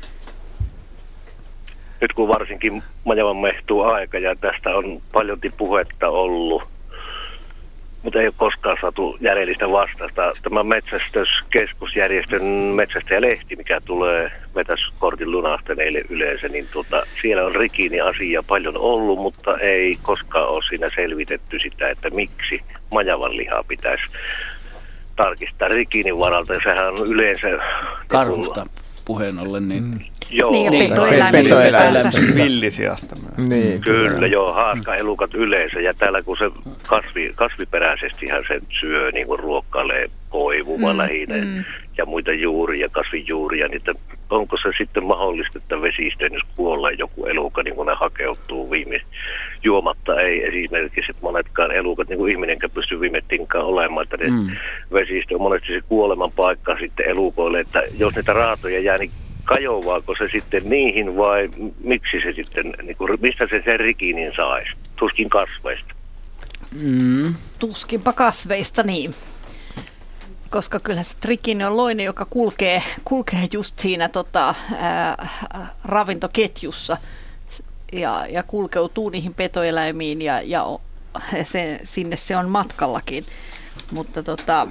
Nyt kun varsinkin majavan mehtuu aika ja tästä on paljon puhetta ollut, mutta ei ole koskaan saatu järjellistä vastausta. Tämä metsästyskeskusjärjestön metsästäjälehti, mikä tulee vetäskortin lunastaneille yleensä, niin siellä on rikini-asia paljon ollut, mutta ei koskaan ole siinä selvitetty sitä, että miksi majavan lihaa pitäisi tarkistaa rikinin varalta. Ja sehän on yleensä... Karhusta puheen ollen, niin... Joo, niin, petoeläimistä villisiasta myös. Niin, kyllä, joo, haaskaelukat yleensä. Ja täällä kun se kasviperäisestihän se syö, niin kuin ruokkailee koivua lähinnä ja muita juuria, kasvijuuria, niin onko se sitten mahdollista, että vesistöön, jos kuolee joku eluka, niin kun ne hakeutuu juomatta, ei esimerkiksi, että monetkaan elukat, niin kuin ihminenkään pystyy viimettiinkaan olemaan, että ne vesistö on monesti se kuoleman paikka sitten elukoille, että jos niitä raatoja jää, niin kajoaako se sitten niihin vai miksi se sitten, niin kuin, mistä se sen rikinin saisi? Tuskin kasveista. Tuskinpa kasveista, niin. Koska kyllähän se rikini on loinen, joka kulkee just siinä ravintoketjussa ja kulkeutuu niihin petoeläimiin ja sinne se on matkallakin. Mutta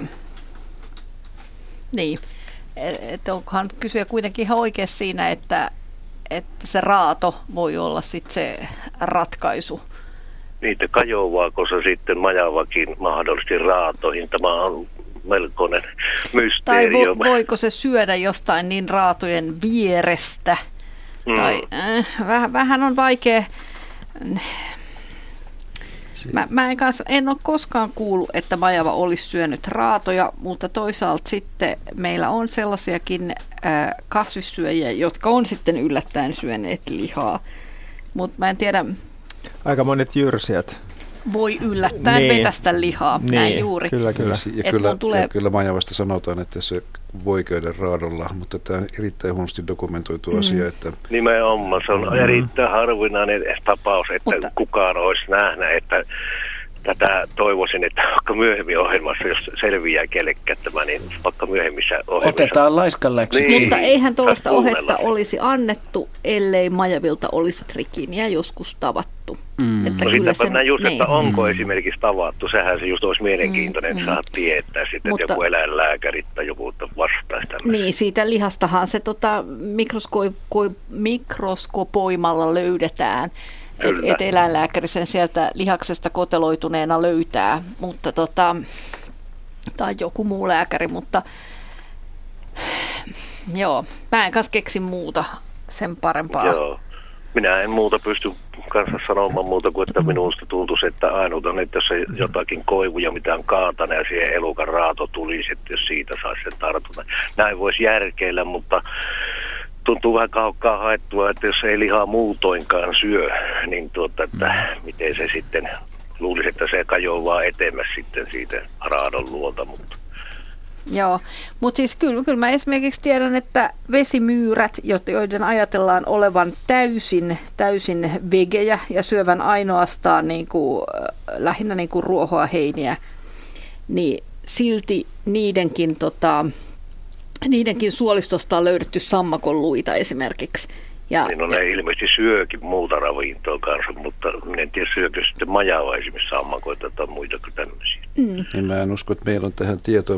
niin. Että onkohan kysyä kuitenkin ihan oikein siinä, että se raato voi olla sitten se ratkaisu. Niitä kajoaako se sitten majavakin mahdollisesti raatoihin? Tämä on melkoinen mysteeri. Tai voiko se syödä jostain niin raatojen vierestä? Tai vähän on vaikea. Mä en ole koskaan kuullut, että majava olisi syönyt raatoja, mutta toisaalta sitten meillä on sellaisiakin kasvissyöjiä, jotka on sitten yllättäen syöneet lihaa. Mutta mä en tiedä... Aika monet jyrsijät. Voi yllättäen vetästä lihaa, näin juuri. Kyllä. Ja kyllä majavasta sanotaan, että se voi käydä raadolla, mutta tämä on erittäin huonosti dokumentoitu asia. Että... Nimenomaan, se on erittäin harvinainen tapaus, että kukaan olisi nähnyt, että tätä toivoisin, että vaikka myöhemmin ohjelmassa, jos selviää kellekään tämä, niin vaikka myöhemmissä ohjelmissa. Otetaan laiskanläksyksi. Niin, mutta eihän tuollaista ohetta olisi annettu, ellei majavilta olisi rikiniä joskus tavattu. Että no kyllä sitten just, että onko esimerkiksi tavattu, sehän se just olisi mielenkiintoinen, että saa tietää sitten, että joku eläinlääkäri tai joku vastaisi tällaista. Niin, siitä lihastahan se mikroskopoimalla löydetään. Että eläinlääkäri sen sieltä lihaksesta koteloituneena löytää, mutta tai joku muu lääkäri, mutta joo, mä en kanssa keksi muuta sen parempaa. Joo, minä en muuta pysty kanssa sanomaan muuta kuin, että minusta tuntuisi, että ainut on, että jos se jotakin koivuja mitään kaatana ja siihen elukan raato tulisi, että jos siitä saisi sen tartunnan. Näin voisi järkeillä, mutta tuntuu vähän kaukaa haettua, että jos ei lihaa muutoinkaan syö, niin että miten se sitten, luulisi, että se kajoaa etemmäs sitten siitä raadon luolta. Mutta. Joo, mutta siis kyllä mä esimerkiksi tiedän, että vesimyyrät, joiden ajatellaan olevan täysin vegejä ja syövän ainoastaan lähinnä ruohoa, heiniä, niin silti niidenkin suolistosta on löydetty sammakonluita esimerkiksi. Niin ne ilmeisesti syökin muuta ravintoa kanssa, mutta en tiedä syökö sitten majavaa esimerkiksi sammakoita tai muita kuin tämmöisiä. Niin mä en usko, että meillä on tähän tietoa,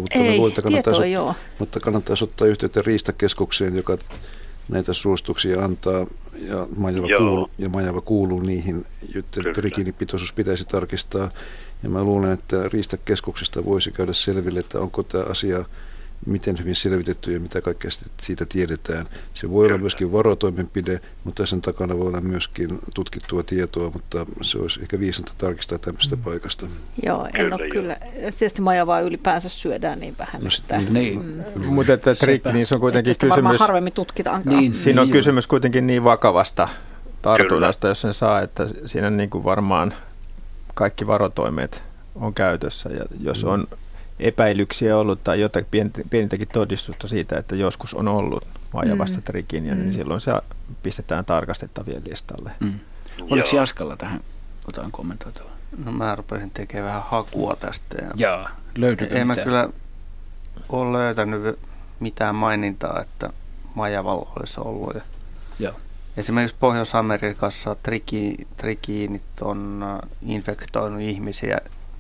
mutta kannattaisi ottaa yhteyttä Riistakeskukseen, joka näitä suosituksia antaa, ja majava kuuluu niihin, joten trikiinipitoisuus pitäisi tarkistaa. Ja mä luulen, että Riistakeskuksesta voisi käydä selville, että onko tämä asia miten hyvin selvitetty ja mitä kaikkea siitä tiedetään. Se voi olla myöskin varotoimenpide, mutta sen takana voi olla myöskin tutkittua tietoa, mutta se olisi ehkä viisanta tarkistaa tämmöistä paikasta. Joo, en ole kyllä. Tietysti majavaa ylipäänsä syödään niin vähän. Mutta että trikiinissä on kuitenkin kysymys. Varmaan harvemmin tutkitaankaan. Siinä on kysymys kuitenkin niin vakavasta tartunnasta, jos sen saa, että siinä niin kuin varmaan kaikki varotoimet on käytössä. Ja jos on epäilyksiä ollut tai jotain pienintäkin todistusta siitä, että joskus on ollut majavasta trikiiniä, niin silloin se pistetään tarkastettavien listalle. Oliko Jaskalla tähän jotain kommentoitavaa? No mä rupesin tekemään vähän hakua tästä. Löytyykö mitään? Mä kyllä ole löytänyt mitään mainintaa, että majavalla olisi ollut. Esimerkiksi Pohjois-Amerikassa trikiinit on infektoinut ihmisiä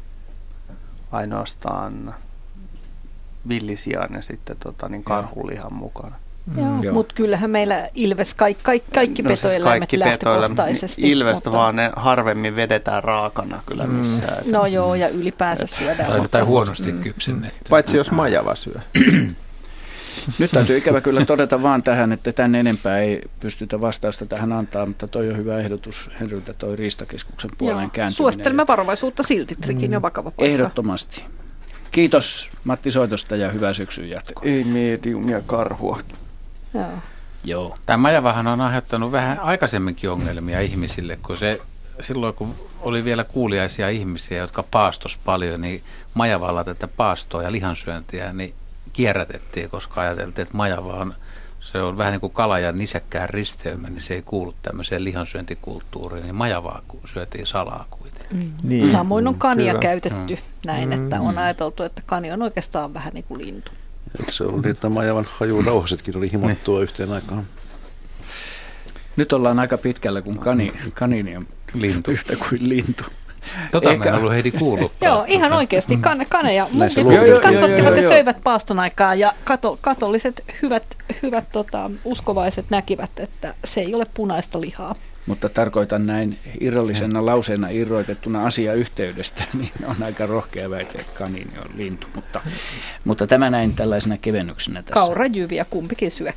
ainoastaan villisian ja sitten karhulihan mukana. Mutta kyllähän meillä ilves, kaikki petoeläimet lähtökohtaisesti. Ilvestä mutta vaan ne harvemmin vedetään raakana kyllä missään. No joo, ja ylipäänsä syödään. Tai huonosti kypsennetty. Paitsi jos majava syö. Nyt täytyy ikävä kyllä todeta vaan tähän, että tämän enempää ei pystytä vastausta tähän antaa, mutta toi on hyvä ehdotus Henryltä toi Riistakeskuksen puoleen kääntyminen. Suosittelemme varovaisuutta silti, trikiini on vakava paikka. Ehdottomasti. Kiitos Matti soitosta ja hyvää syksyn jatkoa. Ei mediumia karhua. Joo. Tämä majavahan on aiheuttanut vähän aikaisemminkin ongelmia ihmisille, kun silloin kun oli vielä kuuliaisia ihmisiä, jotka paastos paljon, niin majavalla tätä paastoa ja lihansyöntiä niin kierrätettiin, koska ajateltiin, että majava se on vähän niin kuin kala ja nisäkkään risteymä, niin se ei kuulu tämmöiseen lihansyöntikulttuuriin, niin majavaa syötiin salaa kuitenkin. Samoin on kania käytetty näin, että on ajateltu, että kani on oikeastaan vähän niin kuin lintu. Eikö se ollut niin, että majavan hajurauhasetkin oli himottua yhteen aikaan? Nyt ollaan aika pitkällä, kun kanini on lintu yhtä kuin lintu. Mä en ollut Heidi kuullutkaan. Joo, ihan oikeasti. Kaneja munkit kasvattivat ja söivät paaston aikaa ja katoliset hyvät uskovaiset näkivät, että se ei ole punaista lihaa. Mutta tarkoitan näin irrallisena lauseena irroitettuna asiayhteydestä, niin on aika rohkea väite, että kaniini on lintu. Mutta tämä näin tällaisena kevennyksenä tässä. Kaurajyviä kumpikin syö.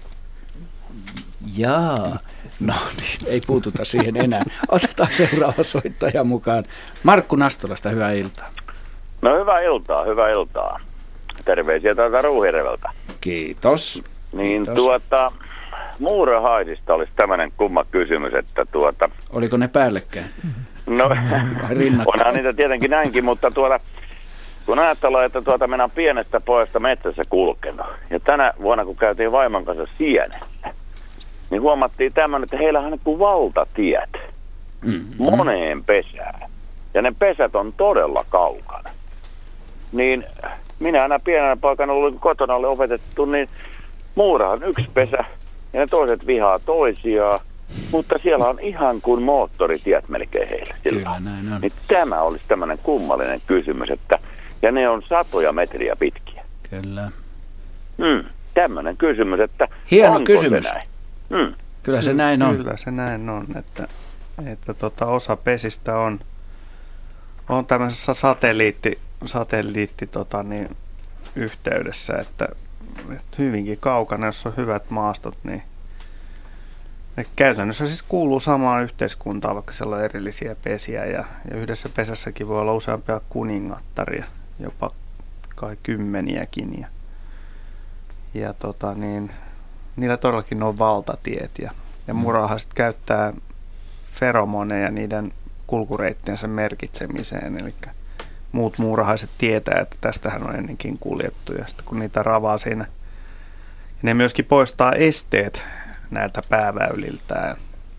Jaa, no niin, ei puututa siihen enää. Otetaan seuraava soittaja mukaan. Markku Nastolasta, hyvää iltaa. No hyvää iltaa. Terveisiä täältä Ruuhirveltä. Kiitos. Niin muurahaisista olisi tämmöinen kumma kysymys, että Oliko ne päällekkäin? No, onhan niitä tietenkin näinkin, mutta kun ajatellaan, että mennään pienestä pojasta metsässä kulkenut, ja tänä vuonna kun käytiin vaimon kanssa Sienessä, niin huomattiin tämmöinen, että heillähän on kuin valtatiet moneen pesään. Ja ne pesät on todella kaukana. Niin minä aina pienenä poikana ollut kotona oli opetettu, niin muura on yksi pesä ja ne toiset vihaa toisiaan. Mutta siellä on ihan kuin moottoritiet melkein heillä. Kyllä, näin on. Niin tämä olisi tämmöinen kummallinen kysymys, että ja ne on satoja metriä pitkiä. Kyllä. Tämmöinen kysymys, että hieno onko kysymys. Se näin? Kyllä se näin on. Kyllä se näin on, että osa pesistä on tämmöisessä satelliitti yhteydessä, että hyvinkin kaukana, jos on hyvät maastot, niin ne käytännössä siis kuuluu samaan yhteiskuntaan, vaikka siellä on erillisiä pesiä ja yhdessä pesässäkin voi olla useampia kuningattaria, jopa kai kymmeniäkin ja niillä todellakin on valtatiet ja muurahaiset käyttää feromoneja niiden kulkureittiensä merkitsemiseen, eli muut muurahaiset tietää, että tästähän on ennenkin kuljettu ja sitten kun niitä ravaa siinä, ne myöskin poistaa esteet näiltä pääväyliltä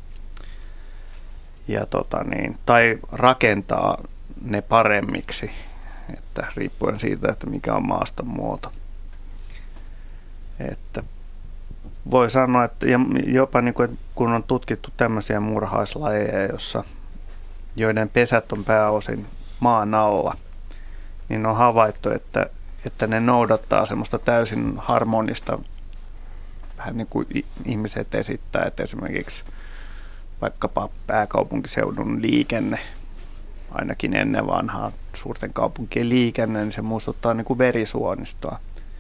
ja tai rakentaa ne paremmiksi, että riippuen siitä, että mikä on maaston muoto. Että voi sanoa, että jopa niin kuin, kun on tutkittu tämmöisiä muurahaislajeja, joiden pesät on pääosin maan alla, niin on havaittu, että ne noudattaa semmoista täysin harmonista, vähän niin kuin ihmiset esittää, että esimerkiksi vaikkapa pääkaupunkiseudun liikenne, ainakin ennen vanhaa suurten kaupunkien liikenne, niin se muistuttaa niin kuin verisuonistoa.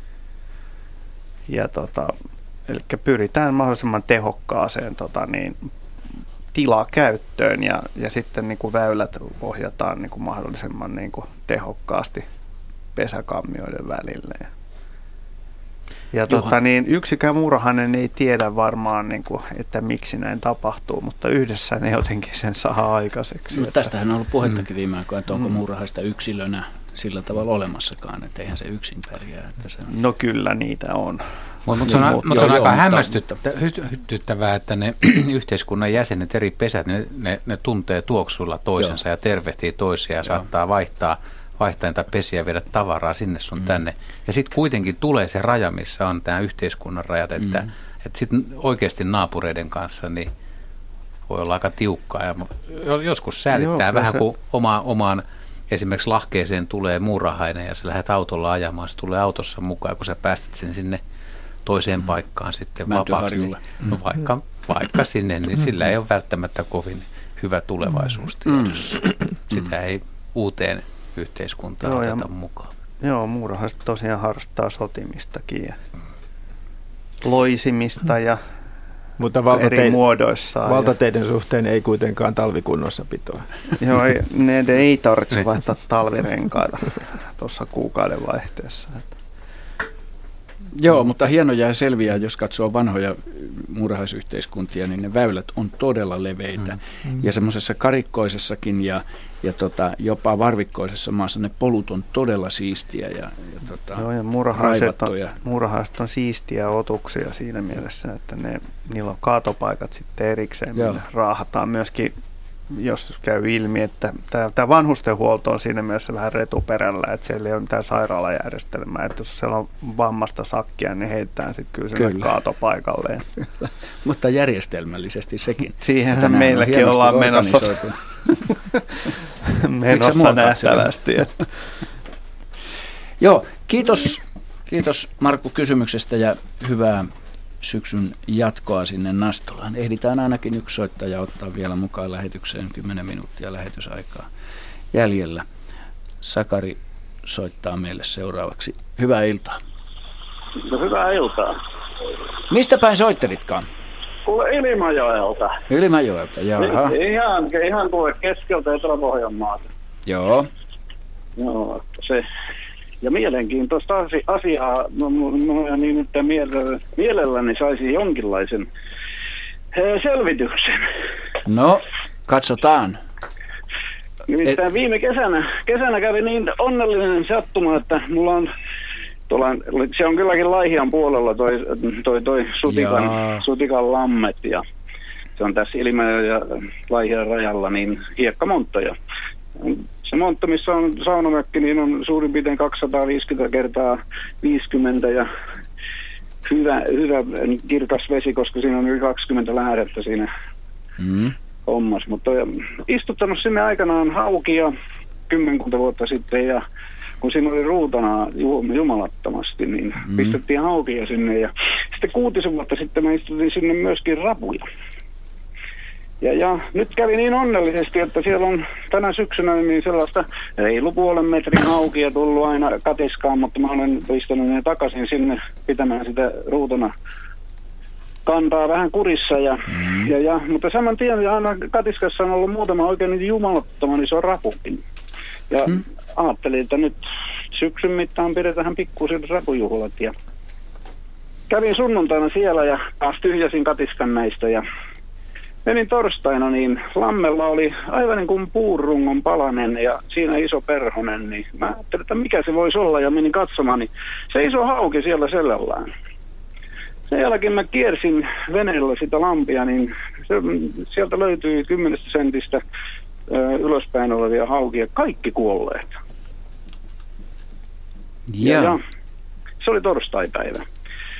Ja eli pyritään mahdollisimman tehokkaaseen tilakäyttöön ja sitten niin kuin väylät ohjataan niin kuin mahdollisimman niin kuin tehokkaasti pesäkammioiden välille. Ja yksikään muurahainen ei tiedä varmaan, niin kuin, että miksi näin tapahtuu, mutta yhdessä ne jotenkin sen saa aikaiseksi. No, tästähän on ollut puhettakin viime aikoina, että onko muurahaista yksilönä sillä tavalla olemassakaan, että eihän se yksin pärjää. Että se on... No kyllä niitä on. Mutta se on aika hämmästyttävää, että ne yhteiskunnan jäsenet, eri pesät, ne tuntee tuoksuilla toisensa ja tervehtii toisia ja saattaa vaihtaa niitä pesiä ja viedä tavaraa sinne sun tänne. Ja sitten kuitenkin tulee se raja, missä on tämä yhteiskunnan rajat, että sitten oikeasti naapureiden kanssa niin voi olla aika tiukkaa. Ja joskus säälittää vähän, kun omaan esimerkiksi lahkeeseen tulee muurahainen ja sä lähdet autolla ajamaan, se tulee autossa mukaan, kun sä päästät sen sinne toiseen paikkaan sitten vapaaksi. Niin, no vaikka sinne, niin sillä ei ole välttämättä kovin hyvä tulevaisuus tiedossa. Sitä ei uuteen yhteiskuntaan oteta mukaan. Joo, muurahaiset tosiaan harrastaa sotimistakin ja loisimista ja mutta eri muodoissaan. Valtateiden suhteen ei kuitenkaan talvikunnossapitoa. Joo, ne ei tarvitse vaihtaa talvirenkaita tuossa kuukauden vaihteessa. Joo, mutta hienoja ja selviä, jos katsoo vanhoja muurahaisyhteiskuntia, niin ne väylät on todella leveitä. Ja semmoisessa karikkoisessakin ja jopa varvikkoisessa maassa ne polut on todella siistiä. Joo, ja muurahaiset on siistiä otuksia siinä mielessä, että niillä on kaatopaikat sitten erikseen, minne raahataan myöskin, jos käy ilmi, että tämä vanhustenhuolto on siinä mielessä vähän retuperällä, että siellä ei ole mitään sairaalajärjestelmää, että jos siellä on vammasta sakkia, niin heitetään sitten kyllä kaatopaikalleen. Mutta järjestelmällisesti sekin. Siihenhän meilläkin ollaan menossa nähtävästi. Joo, kiitos Markku kysymyksestä ja hyvää syksyn jatkoa sinne Nastolaan. Ehditään ainakin yksi soittaja ottaa vielä mukaan lähetykseen, 10 minuuttia lähetysaikaa jäljellä. Sakari soittaa meille seuraavaksi. Hyvää iltaa. No, hyvää iltaa. Mistä päin soittelitkaan? Kuule Ilmajoelta. Ilmajoelta, jaha. Ihan tuolle keskeltä Etelä-Pohjanmaata. Joo. Joo, se... Ja mielenkiintoista asiaa, niin että mielelläni saisi jonkinlaisen selvityksen. No, katsotaan. Nimittäin viime kesänä kävi niin onnellinen sattuma, että mulla on se on kylläkin Laihian puolella toi Sutikan lammet ja se on tässä Ilmajoen ja Laihian rajalla niin hiekkamonttoja. Se montta, missä on saunamökki, niin on suurin piirtein 250 ja hyvä kirkas vesi, koska siinä on yli 20 lähdettä siinä hommassa. Mutta istuttanut sinne aikanaan haukia 10 vuotta sitten ja kun siinä oli ruutana jumalattomasti, niin pistettiin haukia sinne ja sitten 6 vuotta sitten mä istutin sinne myöskin rapuja. Ja nyt kävi niin onnellisesti, että siellä on tänä syksynä niin sellaista reilu 0,5 metrin haukia tullut aina katiskaan, mutta mä olen pistänyt ne takaisin sinne pitämään sitä ruutona kantaa vähän kurissa. Mutta saman tien aina katiskassa on ollut muutama oikein niin jumalattoman iso rapukin. Ja ajattelin, että nyt syksyn mittaan pidetään pikkuisen rapujuhlat. Ja kävin sunnuntaina siellä ja taas tyhjäsin katiskan näistä ja menin torstaina, niin lammella oli aivan niin kuin puurungon palanen ja siinä iso perhonen, niin mä ajattelin, että mikä se voisi olla ja menin katsomaan, niin se iso hauki siellä sellään. Sen jälkeen mä kiersin veneellä sitä lampia, niin sieltä löytyi 10 sentistä ylöspäin olevia haukia, kaikki kuolleet. Ja se oli torstaipäivä.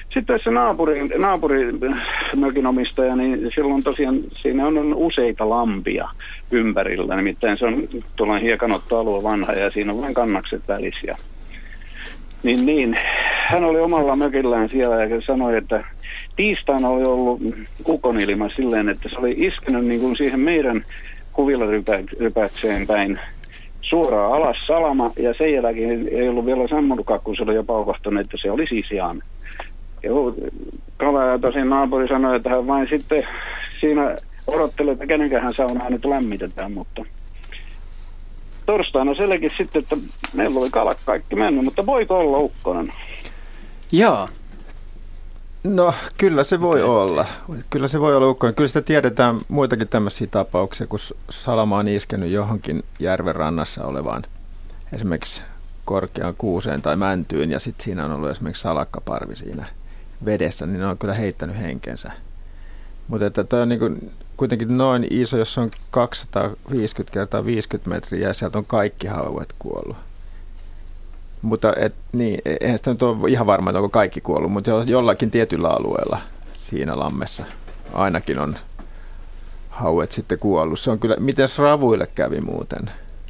Sitten se naapurimökin omistaja, niin silloin tosiaan siinä on useita lampia ympärillä. Nimittäin se on tuollainen hiekanottoalue vanha ja siinä on vain kannakset välissä. Niin, hän oli omalla mökillään siellä ja sanoi, että tiistaina oli ollut ukonilma silleen, että se oli iskenyt niin kuin siihen meidän kuvilarypäkseen päin suoraan alas salama ja sen jälkeen ei ollut vielä sammunutkaan, kun se oli jo paukahtunut, että se oli sisään. Kala ja tosin naapuri sanoi, että hän vain sitten siinä odotteli, että kenenkähän saunaa nyt lämmitetään, mutta torstaina selkeä sitten, että meillä oli kalat kaikki mennyt, mutta voiko olla ukkonen? Joo. No kyllä se voi olla. Kyllä se voi olla ukkonen. Kyllä sitä tiedetään muitakin tämmöisiä tapauksia, kun salama on iskenyt johonkin järven rannassa olevaan esimerkiksi korkeaan kuuseen tai mäntyyn ja sitten siinä on ollut esimerkiksi salakkaparvi siinä vedessä, niin ne on kyllä heittänyt henkensä. Mutta että toi on niin kuin kuitenkin noin iso, jos on 250 kertaa 50 metriä ja sieltä on kaikki hauet kuollut. Mutta niin, eihän sitä nyt ole ihan varma, että onko kaikki kuollut, mutta jollakin tietyllä alueella siinä lammessa ainakin on hauet sitten kuollut. Se on kyllä, miten ravuille kävi muuten?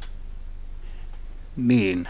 Niin.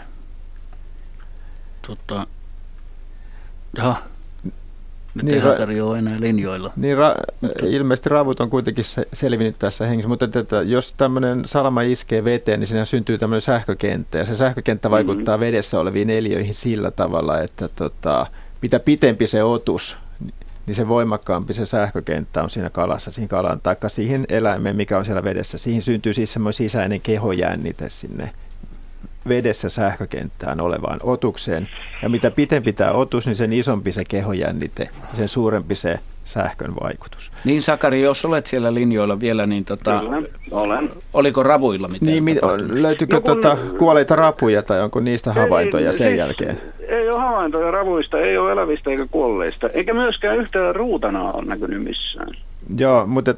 Nyt ei ole enää linjoilla. Niin, ilmeisesti ravut on kuitenkin selvinnyt tässä hengissä, mutta että jos tämmöinen salama iskee veteen, niin siinä syntyy tämmöinen sähkökenttä, ja se sähkökenttä vaikuttaa vedessä oleviin eliöihin sillä tavalla, että mitä pitempi se otus, niin se voimakkaampi se sähkökenttä on siinä kalassa, siihen kalaan, taikka siihen eläimeen, mikä on siellä vedessä. Siihen syntyy siis semmoinen sisäinen kehojännite sinne vedessä sähkökenttään olevaan otukseen. Ja mitä pitempi tämä otus, niin sen isompi se kehojännite ja sen suurempi se sähkön vaikutus. Niin Sakari, jos olet siellä linjoilla vielä, niin Kyllä, olen. Oliko ravuilla mitään? Niin, löytyykö kuolleita rapuja tai onko niistä havaintoja sen jälkeen? Ei ole havaintoja ravuista, ei ole elävistä eikä kuolleista, eikä myöskään yhtään ruutanaa ole näkynyt missään. Joo, mutta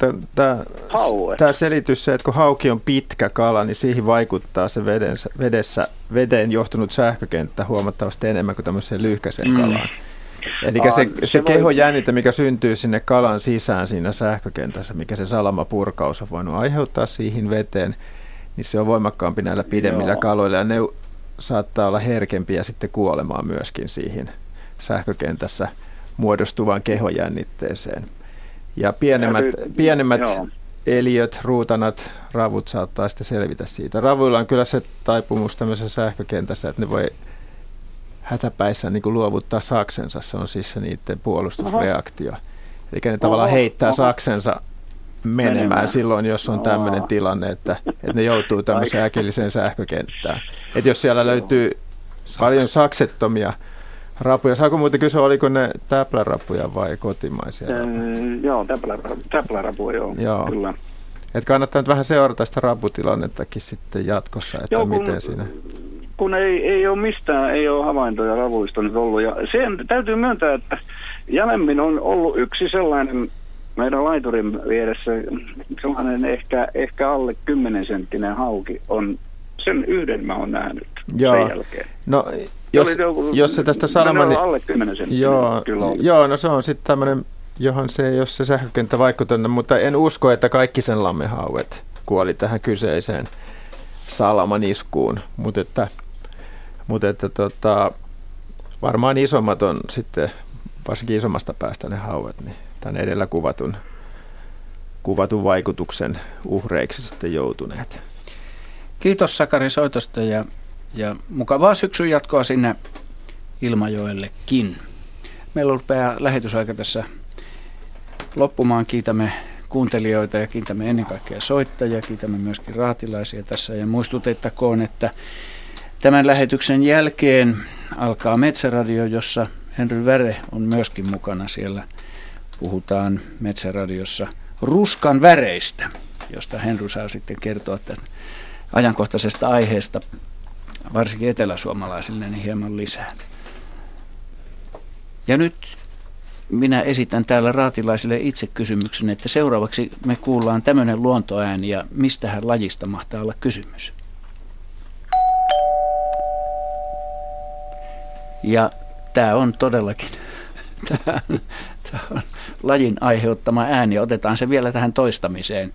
tämä selitys se, että kun hauki on pitkä kala, niin siihen vaikuttaa se vedeen johtunut sähkökenttä huomattavasti enemmän kuin tämmöiseen lyhkäiseen kalaan. Eli se kehojännite, mikä syntyy sinne kalan sisään siinä sähkökentässä, mikä se salamapurkaus on voinut aiheuttaa siihen veteen, niin se on voimakkaampi näillä pidemmillä kaloilla ja ne saattaa olla herkempiä sitten kuolemaan myöskin siihen sähkökentässä muodostuvaan kehojännitteeseen. Ja pienemmät eliöt, ruutanat, ravut saattaa sitten selvitä siitä. Ravuilla on kyllä se taipumus tämmöisessä sähkökentässä, että ne voi hätäpäissään niin kuin luovuttaa saksensa. Se on siis se niiden puolustusreaktio. Eli ne tavallaan heittää saksensa menemään silloin, jos on tämmöinen tilanne, että ne joutuu tämmöiseen äkilliseen sähkökenttään. Että jos siellä löytyy paljon saksettomia rapuja. Saako muuten kysyä, oliko ne täplärapuja vai kotimaisia rapuja? Joo, täplärapuja, joo. Kyllä. Et kannattaa nyt vähän seurata sitä raputilannettakin sitten jatkossa, että joo, miten siinä... Kun ei ole mistään, ei ole havaintoja ravuista nyt ollut. Ja sen täytyy myöntää, että jälemmin on ollut yksi sellainen meidän laiturin vieressä, sellainen ehkä alle 10-senttinen hauki on. Sen yhden mä oon nähnyt sen jälkeen. No, jos se tästä salaman... alle 10 senttiä. Joo, no se on sitten tämmöinen, johon se ei ole se sähkökenttä vaikuttanut, mutta en usko, että kaikki sen lammehauet kuoli tähän kyseiseen salaman iskuun. Mutta varmaan isommat on sitten, varsinkin isommasta päästä ne hauet, niin tämän edellä kuvatun vaikutuksen uhreiksi sitten joutuneet. Kiitos Sakari soitosta ja mukavaa syksyn jatkoa sinne Ilmajoellekin. Meillä rupeaa lähetysaika tässä loppumaan. Kiitämme kuuntelijoita ja kiitämme ennen kaikkea soittajia. Kiitämme myöskin raatilaisia tässä ja muistutettakoon, että tämän lähetyksen jälkeen alkaa Metsäradio, jossa Henry Väre on myöskin mukana. Siellä puhutaan Metsäradiossa ruskan väreistä, josta Henry saa sitten kertoa tästä ajankohtaisesta aiheesta, varsinkin eteläsuomalaisille, niin hieman lisää. Ja nyt minä esitän täällä raatilaisille itse kysymyksen, että seuraavaksi me kuullaan tämmöinen luontoääni ja mistähän lajista mahtaa olla kysymys. Ja tämä on todellakin Tämä on lajin aiheuttama ääni. Otetaan se vielä tähän toistamiseen.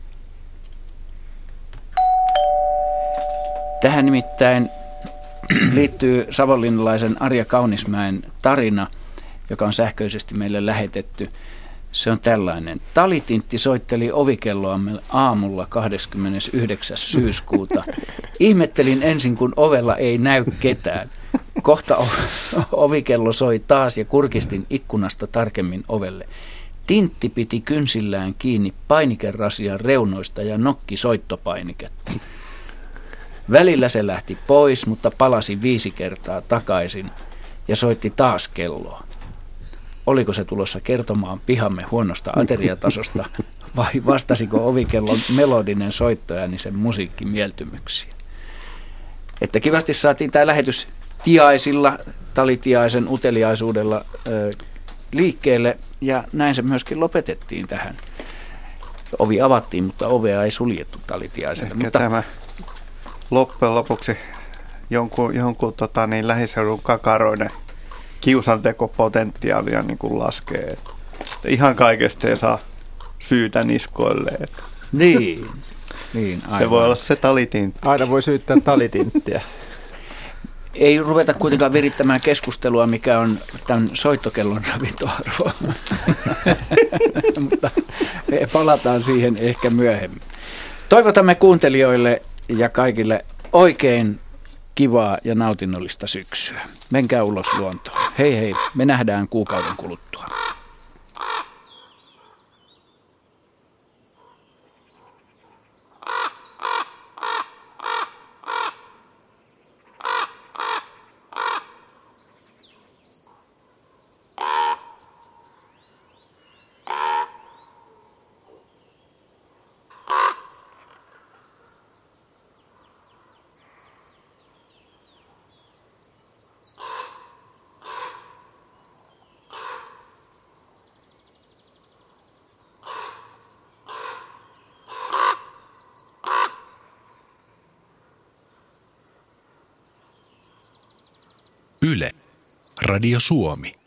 Tähän nimittäin liittyy savonlinnalaisen Arja Kaunismäen tarina, joka on sähköisesti meille lähetetty. Se on tällainen. Talitintti soitteli ovikelloamme aamulla 29. syyskuuta. Ihmettelin ensin, kun ovella ei näy ketään. Kohta ovikello soi taas ja kurkistin ikkunasta tarkemmin ovelle. Tintti piti kynsillään kiinni painikerasian reunoista ja nokki soittopainiketta. Välillä se lähti pois, mutta palasi 5 kertaa takaisin ja soitti taas kelloa. Oliko se tulossa kertomaan pihamme huonosta ateriatasosta vai vastasiko ovikellon melodinen soittoääni sen musiikkimieltymyksiä? Että kivasti saatiin tämä lähetys tiaisilla, talitiaisen uteliaisuudella liikkeelle ja näin se myöskin lopetettiin tähän. Ovi avattiin, mutta ovea ei suljettu talitiaiselle. Ehkä mutta tämä loppujen lopuksi jonkun lähiseudun kakaroiden kiusantekopotentiaalia niin kuin laskee. Että ihan kaikesta ei saa syytä niskoille. Niin aivan. Se voi olla se talitintti. Aina voi syyttää talitinttiä. Ei ruveta kuitenkaan virittämään keskustelua, mikä on tämän soittokellon ravintoarvo. Mutta palataan siihen ehkä myöhemmin. Toivotamme kuuntelijoille ja kaikille oikein kivaa ja nautinnollista syksyä. Menkää ulos luontoon. Hei hei, me nähdään kuukauden kuluttua. Yle, Radio Suomi.